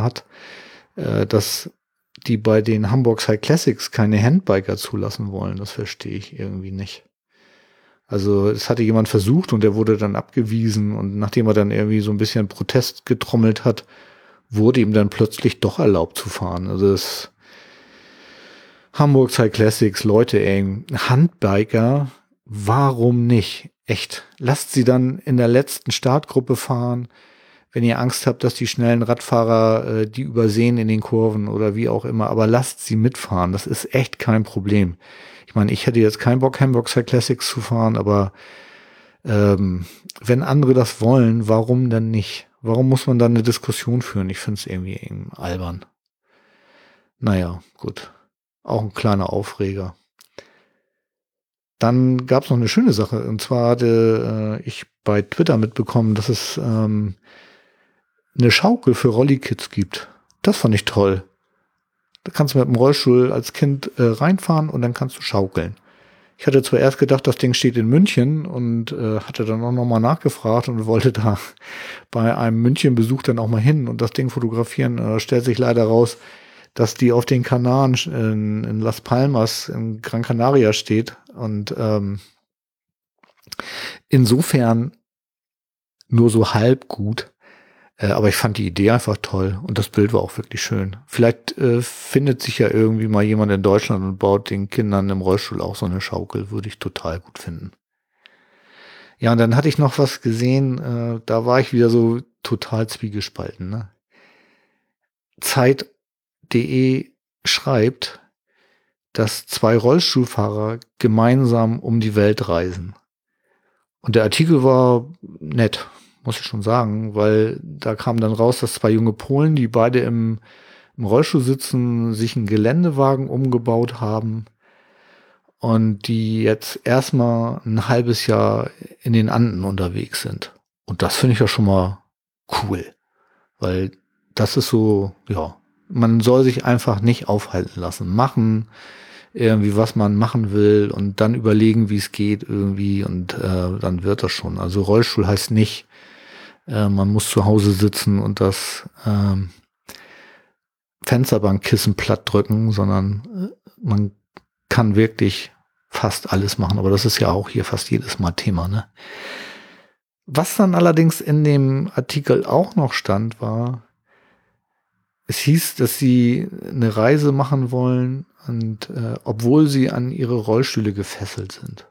Dass die bei den Hamburg High Classics keine Handbiker zulassen wollen. Das verstehe ich irgendwie nicht. Also es hatte jemand versucht und der wurde dann abgewiesen und nachdem er dann irgendwie so ein bisschen Protest getrommelt hat, wurde ihm dann plötzlich doch erlaubt zu fahren. Also das Hamburg High Classics, Leute, ey, Handbiker, warum nicht? Echt, lasst sie dann in der letzten Startgruppe fahren, wenn ihr Angst habt, dass die schnellen Radfahrer die übersehen in den Kurven oder wie auch immer, aber lasst sie mitfahren, das ist echt kein Problem. Ich meine, ich hätte jetzt keinen Bock, Hamburg High Classics zu fahren, aber wenn andere das wollen, warum denn nicht? Warum muss man da eine Diskussion führen? Ich finde es irgendwie albern. Naja, gut. Auch ein kleiner Aufreger. Dann gab es noch eine schöne Sache. Und zwar hatte ich bei Twitter mitbekommen, dass es eine Schaukel für Rolli-Kids gibt. Das fand ich toll. Da kannst du mit dem Rollstuhl als Kind reinfahren und dann kannst du schaukeln. Ich hatte zuerst gedacht, das Ding steht in München und hatte dann auch nochmal nachgefragt und wollte da bei einem München-Besuch dann auch mal hin und das Ding fotografieren. Stellt sich leider raus, dass die auf den Kanaren in Las Palmas in Gran Canaria steht und insofern nur so halb gut. Aber ich fand die Idee einfach toll und das Bild war auch wirklich schön. Vielleicht findet sich ja irgendwie mal jemand in Deutschland und baut den Kindern im Rollstuhl auch so eine Schaukel. Würde ich total gut finden. Ja, und dann hatte ich noch was gesehen, da war ich wieder so total zwiegespalten. Ne? Zeit.de schreibt, dass 2 Rollstuhlfahrer gemeinsam um die Welt reisen. Und der Artikel war nett, muss ich schon sagen, weil da kam dann raus, dass 2 junge Polen, die beide im Rollstuhl sitzen, sich einen Geländewagen umgebaut haben und die jetzt erstmal ein halbes Jahr in den Anden unterwegs sind. Und das finde ich ja schon mal cool, weil das ist so, ja, man soll sich einfach nicht aufhalten lassen, machen irgendwie, was man machen will und dann überlegen, wie es geht irgendwie und dann wird das schon. Also Rollstuhl heißt nicht, man muss zu Hause sitzen und das Fensterbankkissen platt drücken, sondern man kann wirklich fast alles machen. Aber das ist ja auch hier fast jedes Mal Thema, ne? Was dann allerdings in dem Artikel auch noch stand, war, es hieß, dass sie eine Reise machen wollen und obwohl sie an ihre Rollstühle gefesselt sind.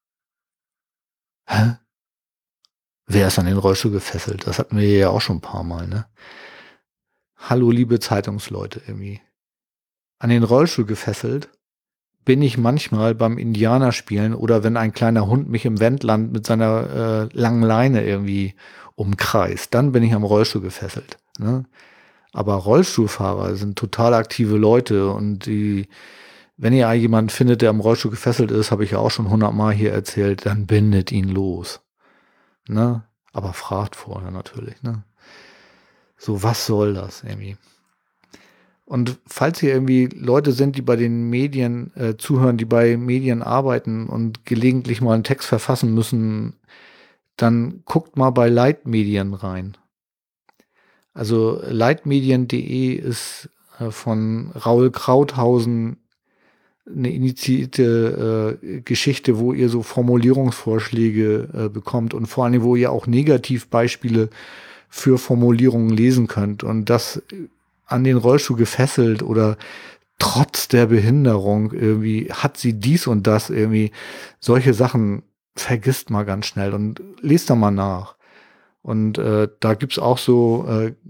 Hä? Wer ist an den Rollstuhl gefesselt? Das hatten wir ja auch schon ein paar Mal, ne? Hallo, liebe Zeitungsleute, irgendwie. An den Rollstuhl gefesselt bin ich manchmal beim Indianerspielen oder wenn ein kleiner Hund mich im Wendland mit seiner langen Leine irgendwie umkreist. Dann bin ich am Rollstuhl gefesselt, ne? Aber Rollstuhlfahrer sind total aktive Leute und die, wenn ihr jemanden findet, der am Rollstuhl gefesselt ist, habe ich ja auch schon 100-mal hier erzählt, dann bindet ihn los. Ne? Aber fragt vorher natürlich, ne? So, was soll das irgendwie? Und falls hier irgendwie Leute sind, die bei den Medien zuhören, die bei Medien arbeiten und gelegentlich mal einen Text verfassen müssen, dann guckt mal bei Leitmedien rein. Also leitmedien.de ist von Raul Krauthausen eine initiierte Geschichte, wo ihr so Formulierungsvorschläge bekommt und vor allem, wo ihr auch Negativbeispiele für Formulierungen lesen könnt und das an den Rollstuhl gefesselt oder trotz der Behinderung irgendwie hat sie dies und das irgendwie. Solche Sachen vergisst mal ganz schnell und lest da mal nach. Und da gibt's auch so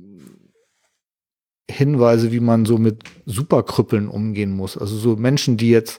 Hinweise, wie man so mit Superkrüppeln umgehen muss. Also so Menschen, die jetzt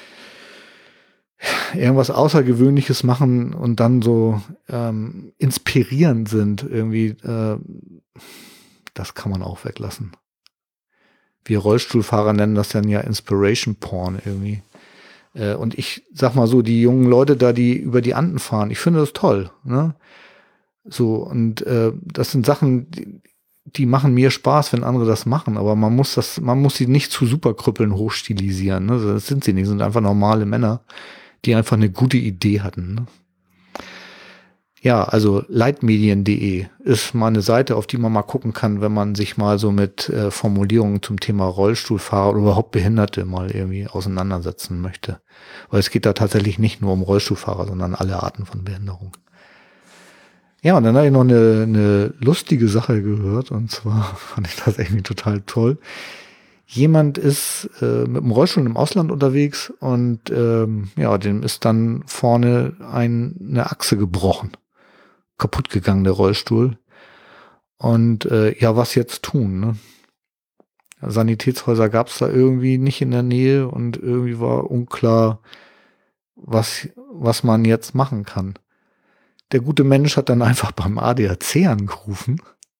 irgendwas Außergewöhnliches machen und dann so inspirierend sind irgendwie, das kann man auch weglassen. Wir Rollstuhlfahrer nennen das dann ja Inspiration Porn irgendwie. Und ich sag mal so, die jungen Leute da, die über die Anden fahren, ich finde das toll, ne? So, und das sind Sachen, die machen mir Spaß, wenn andere das machen, aber man muss sie nicht zu Superkrüppeln hochstilisieren, ne? Das sind sie nicht, sind einfach normale Männer, die einfach eine gute Idee hatten, ne? Ja, also leitmedien.de ist mal eine Seite, auf die man mal gucken kann, wenn man sich mal so mit Formulierungen zum Thema Rollstuhlfahrer oder überhaupt Behinderte mal irgendwie auseinandersetzen möchte. Weil es geht da tatsächlich nicht nur um Rollstuhlfahrer, sondern alle Arten von Behinderung. Ja, und dann habe ich noch eine lustige Sache gehört, und zwar fand ich das irgendwie total toll. Jemand ist mit dem Rollstuhl im Ausland unterwegs und dem ist dann vorne eine Achse gebrochen. Kaputt gegangen, der Rollstuhl. Und was jetzt tun, ne? Sanitätshäuser gab es da irgendwie nicht in der Nähe und irgendwie war unklar, was man jetzt machen kann. Der gute Mensch hat dann einfach beim ADAC angerufen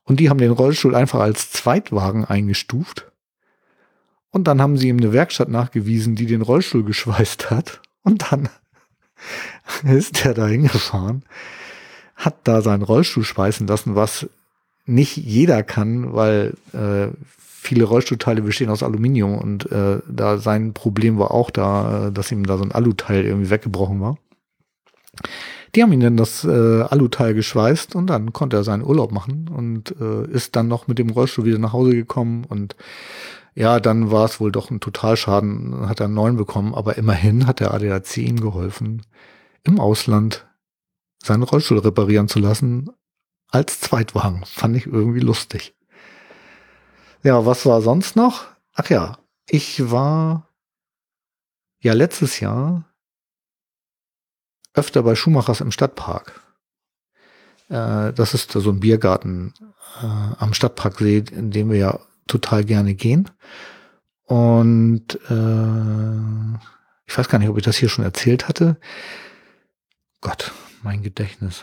Und die haben den Rollstuhl einfach als Zweitwagen eingestuft. Und dann haben sie ihm eine Werkstatt nachgewiesen, die den Rollstuhl geschweißt hat. Und dann ist der da hingefahren, hat da seinen Rollstuhl schweißen lassen, was nicht jeder kann, weil viele Rollstuhlteile bestehen aus Aluminium und da sein Problem war auch da, dass ihm da so ein Aluteil irgendwie weggebrochen war. Die haben ihn dann das Aluteil geschweißt und dann konnte er seinen Urlaub machen und ist dann noch mit dem Rollstuhl wieder nach Hause gekommen und ja, dann war es wohl doch ein Totalschaden, hat er einen neuen bekommen, aber immerhin hat der ADAC ihm geholfen, im Ausland seinen Rollstuhl reparieren zu lassen als Zweitwagen. Fand ich irgendwie lustig. Ja, was war sonst noch? Ach ja, ich war ja letztes Jahr öfter bei Schumachers im Stadtpark. Das ist so ein Biergarten am Stadtparksee, in dem wir ja total gerne gehen. Und ich weiß gar nicht, ob ich das hier schon erzählt hatte. Gott, mein Gedächtnis.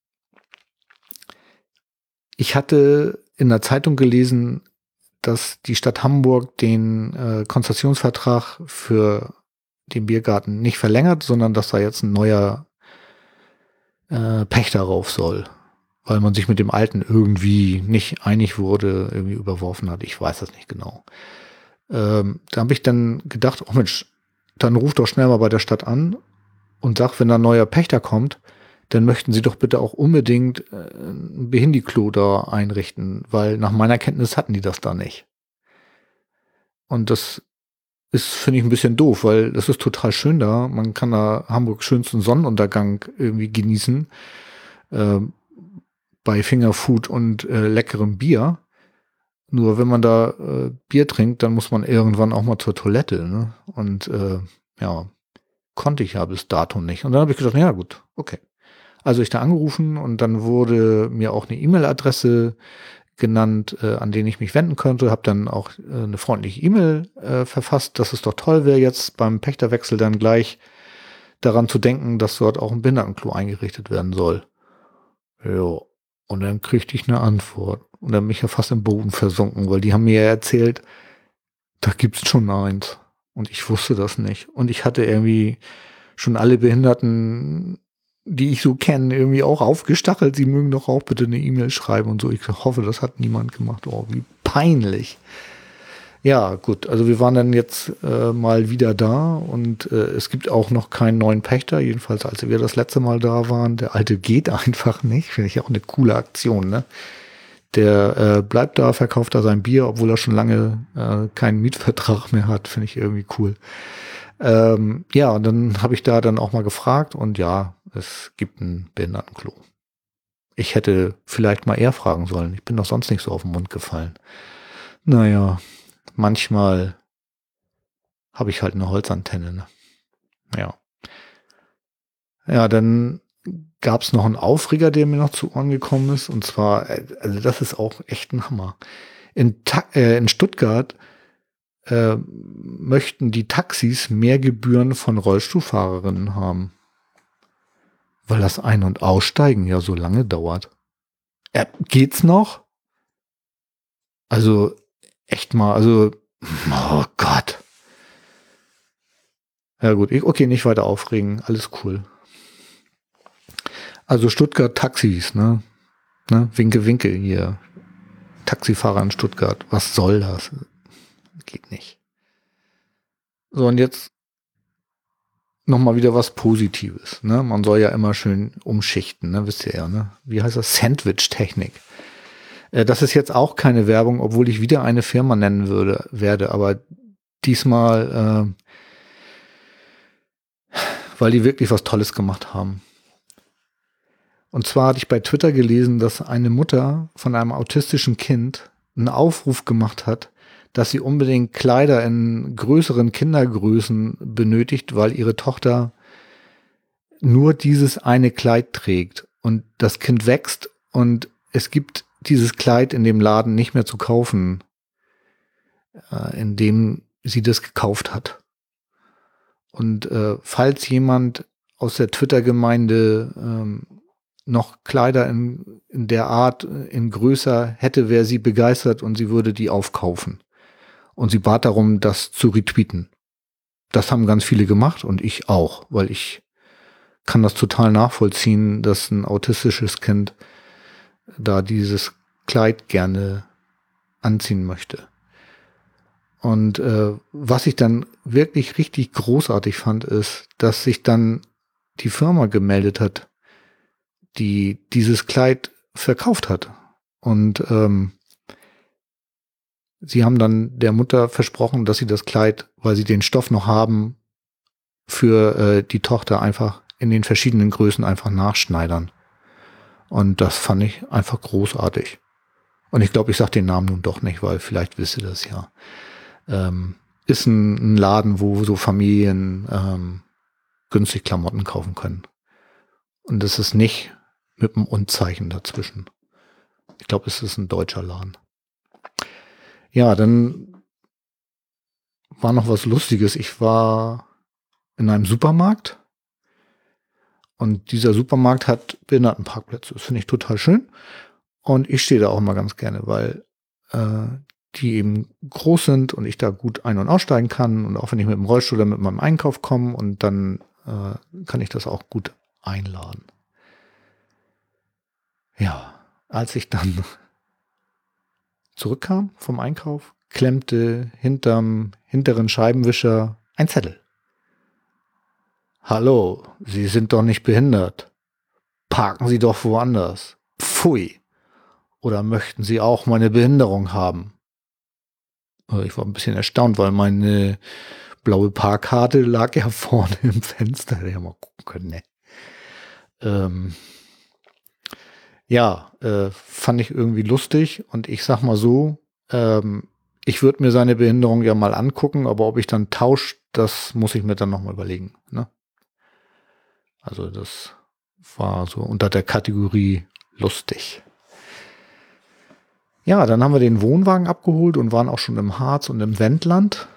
Ich hatte in der Zeitung gelesen, dass die Stadt Hamburg den Konzessionsvertrag für den Biergarten nicht verlängert, sondern dass da jetzt ein neuer Pächter rauf soll, weil man sich mit dem alten irgendwie nicht einig wurde, irgendwie überworfen hat. Ich weiß das nicht genau. Da habe ich dann gedacht, oh Mensch, dann ruf doch schnell mal bei der Stadt an und sag, wenn da ein neuer Pächter kommt, dann möchten Sie doch bitte auch unbedingt ein Behindiklo da einrichten, weil nach meiner Kenntnis hatten die das da nicht. Und das ist, finde ich, ein bisschen doof, weil das ist total schön da. Man kann da Hamburgs schönsten Sonnenuntergang irgendwie genießen, bei Fingerfood und leckerem Bier. Nur wenn man da Bier trinkt, dann muss man irgendwann auch mal zur Toilette. Ne? Und ja, konnte ich ja bis dato nicht. Und dann habe ich gedacht, ja gut, okay. Also ich da angerufen und dann wurde mir auch eine E-Mail-Adresse genannt, an den ich mich wenden könnte. Habe dann auch eine freundliche E-Mail verfasst, dass es doch toll wäre, jetzt beim Pächterwechsel dann gleich daran zu denken, dass dort auch ein Behindertenklo eingerichtet werden soll. Ja, und dann kriegte ich eine Antwort. Und dann bin ich ja fast im Boden versunken, weil die haben mir ja erzählt, da gibt's schon eins. Und ich wusste das nicht. Und ich hatte irgendwie schon alle Behinderten, die ich so kenne, irgendwie auch aufgestachelt. Sie mögen doch auch bitte eine E-Mail schreiben und so. Ich hoffe, das hat niemand gemacht. Oh, wie peinlich. Ja, gut. Also wir waren dann jetzt mal wieder da und es gibt auch noch keinen neuen Pächter. Jedenfalls, als wir das letzte Mal da waren. Der alte geht einfach nicht. Finde ich auch eine coole Aktion, ne? Der bleibt da, verkauft da sein Bier, obwohl er schon lange keinen Mietvertrag mehr hat. Finde ich irgendwie cool. Ja, und dann habe ich da dann auch mal gefragt und ja, es gibt ein Behindertenklo. Ich hätte vielleicht mal eher fragen sollen. Ich bin doch sonst nicht so auf den Mund gefallen. Naja, manchmal habe ich halt eine Holzantenne. Ne? Ja. Ja, dann gab es noch einen Aufreger, der mir noch zu Ohren gekommen ist. Und zwar, also das ist auch echt ein Hammer. In Stuttgart möchten die Taxis mehr Gebühren von Rollstuhlfahrerinnen haben. Weil das Ein- und Aussteigen ja so lange dauert. Geht's noch? Also, echt mal, also, oh Gott. Ja gut, okay, nicht weiter aufregen, alles cool. Also Stuttgart Taxis, ne? Winke, winke hier. Taxifahrer in Stuttgart, was soll das? Geht nicht. So, und jetzt nochmal wieder was Positives, ne? Man soll ja immer schön umschichten, ne? Wisst ihr ja, ne? Wie heißt das? Sandwich-Technik. Das ist jetzt auch keine Werbung, obwohl ich wieder eine Firma nennen werde, aber diesmal, weil die wirklich was Tolles gemacht haben. Und zwar hatte ich bei Twitter gelesen, dass eine Mutter von einem autistischen Kind einen Aufruf gemacht hat, dass sie unbedingt Kleider in größeren Kindergrößen benötigt, weil ihre Tochter nur dieses eine Kleid trägt. Und das Kind wächst und es gibt dieses Kleid in dem Laden nicht mehr zu kaufen, in dem sie das gekauft hat. Und falls jemand aus der Twitter-Gemeinde noch Kleider in der Art, in größer hätte, wäre sie begeistert und sie würde die aufkaufen. Und sie bat darum, das zu retweeten. Das haben ganz viele gemacht und ich auch, weil ich kann das total nachvollziehen, dass ein autistisches Kind da dieses Kleid gerne anziehen möchte. Und was ich dann wirklich richtig großartig fand, ist, dass sich dann die Firma gemeldet hat, die dieses Kleid verkauft hat. Und sie haben dann der Mutter versprochen, dass sie das Kleid, weil sie den Stoff noch haben, für die Tochter einfach in den verschiedenen Größen einfach nachschneidern. Und das fand ich einfach großartig. Und ich glaube, ich sage den Namen nun doch nicht, weil vielleicht wisst ihr das ja. Ist ein Laden, wo so Familien günstig Klamotten kaufen können. Und das ist nicht mit einem Und-Zeichen dazwischen. Ich glaube, es ist ein deutscher Laden. Ja, dann war noch was Lustiges. Ich war in einem Supermarkt und dieser Supermarkt hat Behindertenparkplätze. Das finde ich total schön. Und ich stehe da auch immer ganz gerne, weil die eben groß sind und ich da gut ein- und aussteigen kann. Und auch wenn ich mit dem Rollstuhl oder mit meinem Einkauf komme und dann kann ich das auch gut einladen. Ja, als ich dann zurückkam vom Einkauf, klemmte hinterm hinteren Scheibenwischer ein Zettel. Hallo, Sie sind doch nicht behindert. Parken Sie doch woanders. Pfui. Oder möchten Sie auch meine Behinderung haben? Ich war ein bisschen erstaunt, weil meine blaue Parkkarte lag ja vorne im Fenster. Hätte ich ja mal gucken können, ne? Fand ich irgendwie lustig und ich sag mal so, ich würde mir seine Behinderung ja mal angucken, aber ob ich dann tausche, das muss ich mir dann nochmal überlegen. Ne? Also das war so unter der Kategorie lustig. Ja, dann haben wir den Wohnwagen abgeholt und waren auch schon im Harz und im Wendland.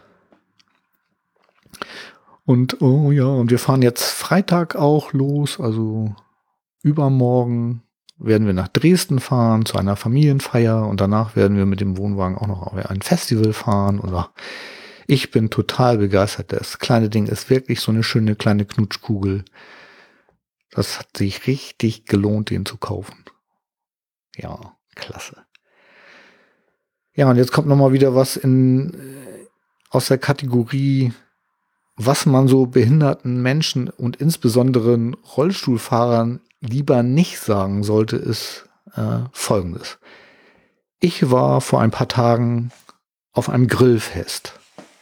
Und und wir fahren jetzt Freitag auch los, also übermorgen werden wir nach Dresden fahren zu einer Familienfeier und danach werden wir mit dem Wohnwagen auch noch auf ein Festival fahren. Und ich bin total begeistert. Das kleine Ding ist wirklich so eine schöne kleine Knutschkugel. Das hat sich richtig gelohnt, den zu kaufen. Ja, klasse. Ja, und jetzt kommt nochmal wieder was aus der Kategorie, was man so behinderten Menschen und insbesondere Rollstuhlfahrern lieber nicht sagen sollte, ist Folgendes. Ich war vor ein paar Tagen auf einem Grillfest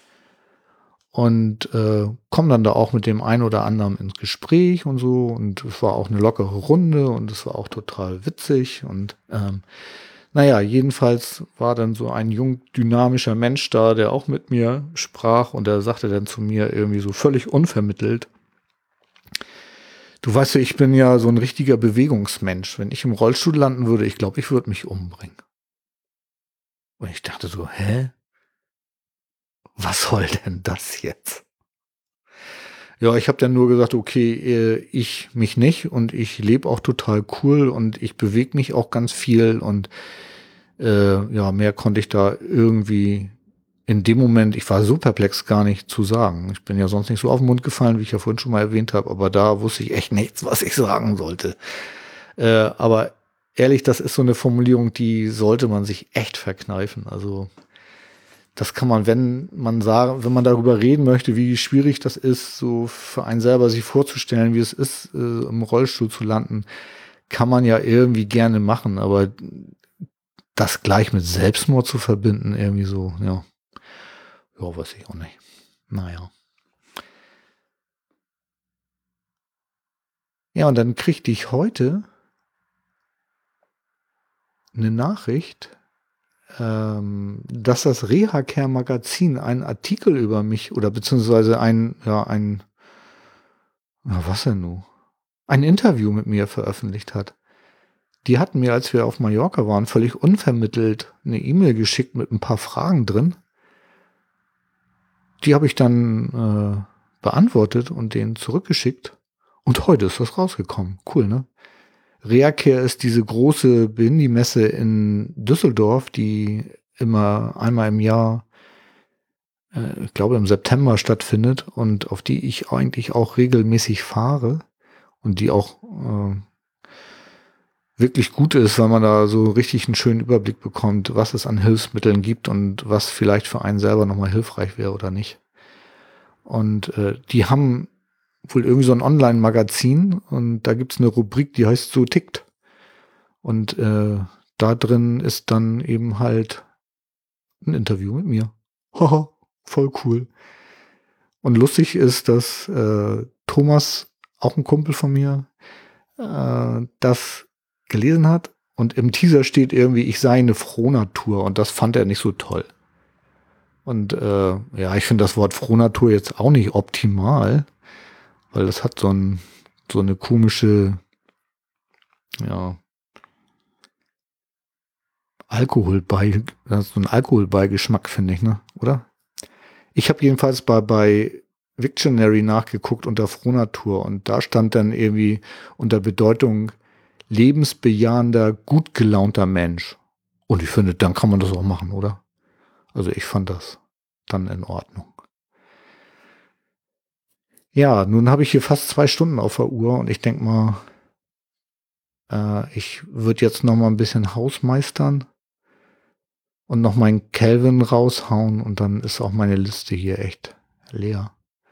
und komme dann da auch mit dem einen oder anderen ins Gespräch und so und es war auch eine lockere Runde und es war auch total witzig und jedenfalls war dann so ein jung dynamischer Mensch da, der auch mit mir sprach und der sagte dann zu mir irgendwie so völlig unvermittelt: Du weißt ja, ich bin ja so ein richtiger Bewegungsmensch. Wenn ich im Rollstuhl landen würde, ich glaube, ich würde mich umbringen. Und ich dachte so, hä? Was soll denn das jetzt? Ja, ich habe dann nur gesagt, okay, ich mich nicht und ich lebe auch total cool und ich bewege mich auch ganz viel und mehr konnte ich da irgendwie in dem Moment, ich war so perplex, gar nicht zu sagen. Ich bin ja sonst nicht so auf den Mund gefallen, wie ich ja vorhin schon mal erwähnt habe, aber da wusste ich echt nichts, was ich sagen sollte. Aber ehrlich, das ist so eine Formulierung, die sollte man sich echt verkneifen. Also das kann man, wenn man darüber reden möchte, wie schwierig das ist, so für einen selber sich vorzustellen, wie es ist, im Rollstuhl zu landen, kann man ja irgendwie gerne machen, aber das gleich mit Selbstmord zu verbinden, irgendwie so, ja, weiß ich auch nicht. Naja. Ja, und dann kriegte ich heute eine Nachricht, dass das Rehacare Magazin einen Artikel über mich oder beziehungsweise ein Interview mit mir veröffentlicht hat. Die hatten mir, als wir auf Mallorca waren, völlig unvermittelt eine E-Mail geschickt mit ein paar Fragen drin. Die habe ich dann beantwortet und denen zurückgeschickt. Und heute ist das rausgekommen. Cool, ne? Reacare ist diese große Behindi-Messe in Düsseldorf, die immer einmal im Jahr, ich glaube im September stattfindet und auf die ich eigentlich auch regelmäßig fahre und die auch wirklich gut ist, weil man da so richtig einen schönen Überblick bekommt, was es an Hilfsmitteln gibt und was vielleicht für einen selber nochmal hilfreich wäre oder nicht. Und die haben wohl irgendwie so ein Online-Magazin und da gibt's eine Rubrik, die heißt So tickt. Und da drin ist dann eben halt ein Interview mit mir. Haha, voll cool. Und lustig ist, dass Thomas, auch ein Kumpel von mir, das gelesen hat und im Teaser steht irgendwie, ich sei eine Frohnatur und das fand er nicht so toll. Und ja, ich finde das Wort Frohnatur jetzt auch nicht optimal, weil das hat so eine komische, ja, das ist so ein Alkoholbeigeschmack, finde ich, ne? Oder? Ich habe jedenfalls bei Wiktionary nachgeguckt unter Frohnatur und da stand dann irgendwie unter Bedeutung lebensbejahender, gut gelaunter Mensch. Und ich finde, dann kann man das auch machen, oder? Also ich fand das dann in Ordnung. Ja, nun habe ich hier fast 2 Stunden auf der Uhr und ich denke mal, ich würde jetzt noch mal ein bisschen hausmeistern und noch meinen Calvin raushauen und dann ist auch meine Liste hier echt leer.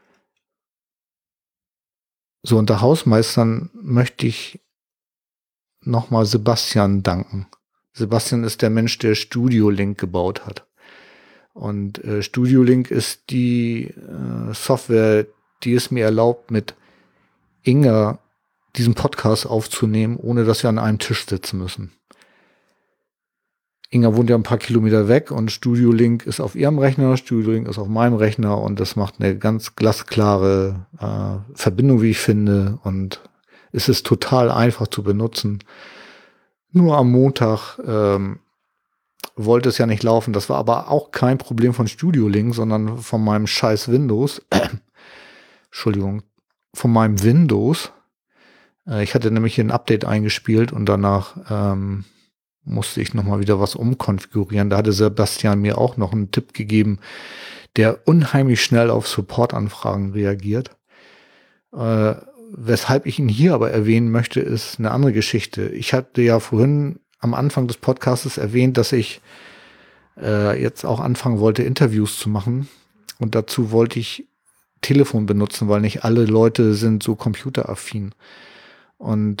So, unter Hausmeistern möchte ich noch mal Sebastian danken. Sebastian ist der Mensch, der Studio Link gebaut hat. Und Studio Link ist die Software, die es mir erlaubt, mit Inga diesen Podcast aufzunehmen, ohne dass wir an einem Tisch sitzen müssen. Inga wohnt ja ein paar Kilometer weg und Studio Link ist auf ihrem Rechner, Studio Link ist auf meinem Rechner und das macht eine ganz glasklare Verbindung, wie ich finde, und es ist total einfach zu benutzen. Nur am Montag wollte es ja nicht laufen. Das war aber auch kein Problem von Studio Link, sondern von meinem scheiß Windows. Entschuldigung, von meinem Windows. Ich hatte nämlich hier ein Update eingespielt und danach musste ich nochmal wieder was umkonfigurieren. Da hatte Sebastian mir auch noch einen Tipp gegeben, der unheimlich schnell auf Support-Anfragen reagiert. Weshalb ich ihn hier aber erwähnen möchte, ist eine andere Geschichte. Ich hatte ja vorhin am Anfang des Podcasts erwähnt, dass ich jetzt auch anfangen wollte, Interviews zu machen. Und dazu wollte ich Telefon benutzen, weil nicht alle Leute sind so computeraffin. Und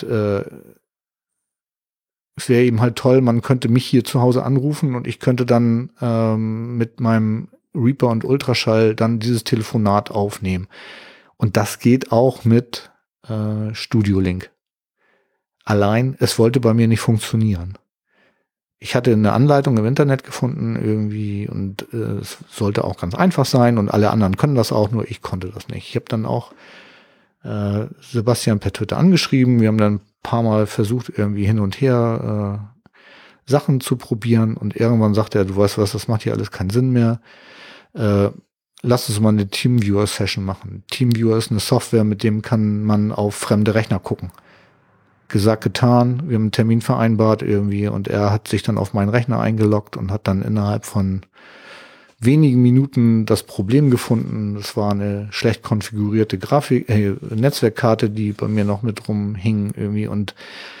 es wäre eben halt toll, man könnte mich hier zu Hause anrufen und ich könnte dann mit meinem Reaper und Ultraschall dann dieses Telefonat aufnehmen. Und das geht auch mit Studio Link. Allein, es wollte bei mir nicht funktionieren. Ich hatte eine Anleitung im Internet gefunden irgendwie und es sollte auch ganz einfach sein und alle anderen können das auch, nur ich konnte das nicht. Ich habe dann auch Sebastian per Twitter angeschrieben. Wir haben dann ein paar Mal versucht, irgendwie hin und her Sachen zu probieren und irgendwann sagte er, du weißt was, das macht hier alles keinen Sinn mehr. Lass uns mal eine Teamviewer-Session machen. Teamviewer ist eine Software, mit dem kann man auf fremde Rechner gucken. Gesagt, getan, wir haben einen Termin vereinbart irgendwie und er hat sich dann auf meinen Rechner eingeloggt und hat dann innerhalb von wenigen Minuten das Problem gefunden. Das war eine schlecht konfigurierte Netzwerkkarte, die bei mir noch mit rumhing irgendwie, und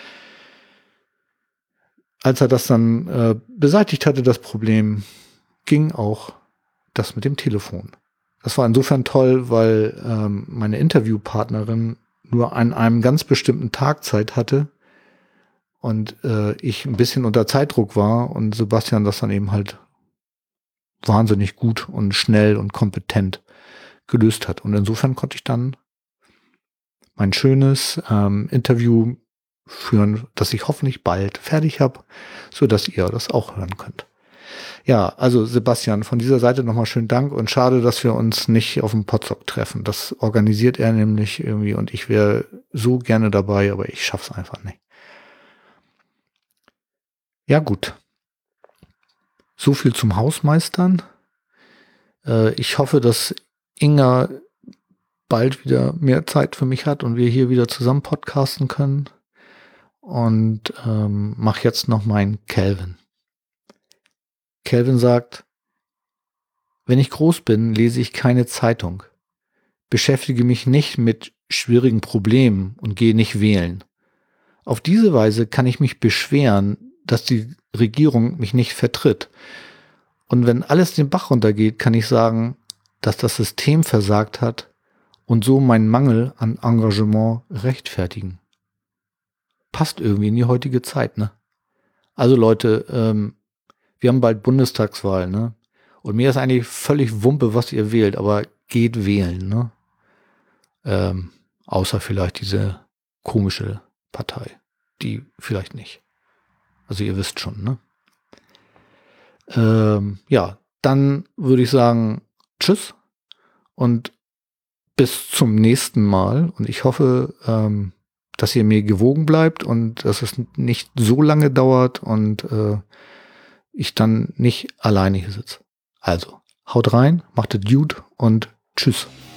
als er das dann beseitigt hatte, das Problem, ging auch das mit dem Telefon. Das war insofern toll, weil meine Interviewpartnerin nur an einem ganz bestimmten Tag Zeit hatte und ich ein bisschen unter Zeitdruck war und Sebastian das dann eben halt wahnsinnig gut und schnell und kompetent gelöst hat. Und insofern konnte ich dann mein schönes Interview führen, das ich hoffentlich bald fertig habe, so dass ihr das auch hören könnt. Ja, also Sebastian, von dieser Seite nochmal schönen Dank und schade, dass wir uns nicht auf dem Podstock treffen. Das organisiert er nämlich irgendwie und ich wäre so gerne dabei, aber ich schaff's einfach nicht. Ja, gut. So viel zum Hausmeistern. Ich hoffe, dass Inga bald wieder mehr Zeit für mich hat und wir hier wieder zusammen podcasten können. und mache jetzt noch meinen Calvin. Calvin sagt, wenn ich groß bin, lese ich keine Zeitung, beschäftige mich nicht mit schwierigen Problemen und gehe nicht wählen. Auf diese Weise kann ich mich beschweren, dass die Regierung mich nicht vertritt. Und wenn alles den Bach runtergeht, kann ich sagen, dass das System versagt hat und so meinen Mangel an Engagement rechtfertigen. Passt irgendwie in die heutige Zeit, ne? Also Leute, wir haben bald Bundestagswahl, ne? Und mir ist eigentlich völlig Wumpe, was ihr wählt, aber geht wählen, ne? Außer vielleicht diese komische Partei. Die vielleicht nicht. Also ihr wisst schon, ne? Ja, dann würde ich sagen, tschüss und bis zum nächsten Mal. Und ich hoffe, dass ihr mir gewogen bleibt und dass es nicht so lange dauert und ich dann nicht alleine hier sitze. Also, haut rein, macht es gut und tschüss.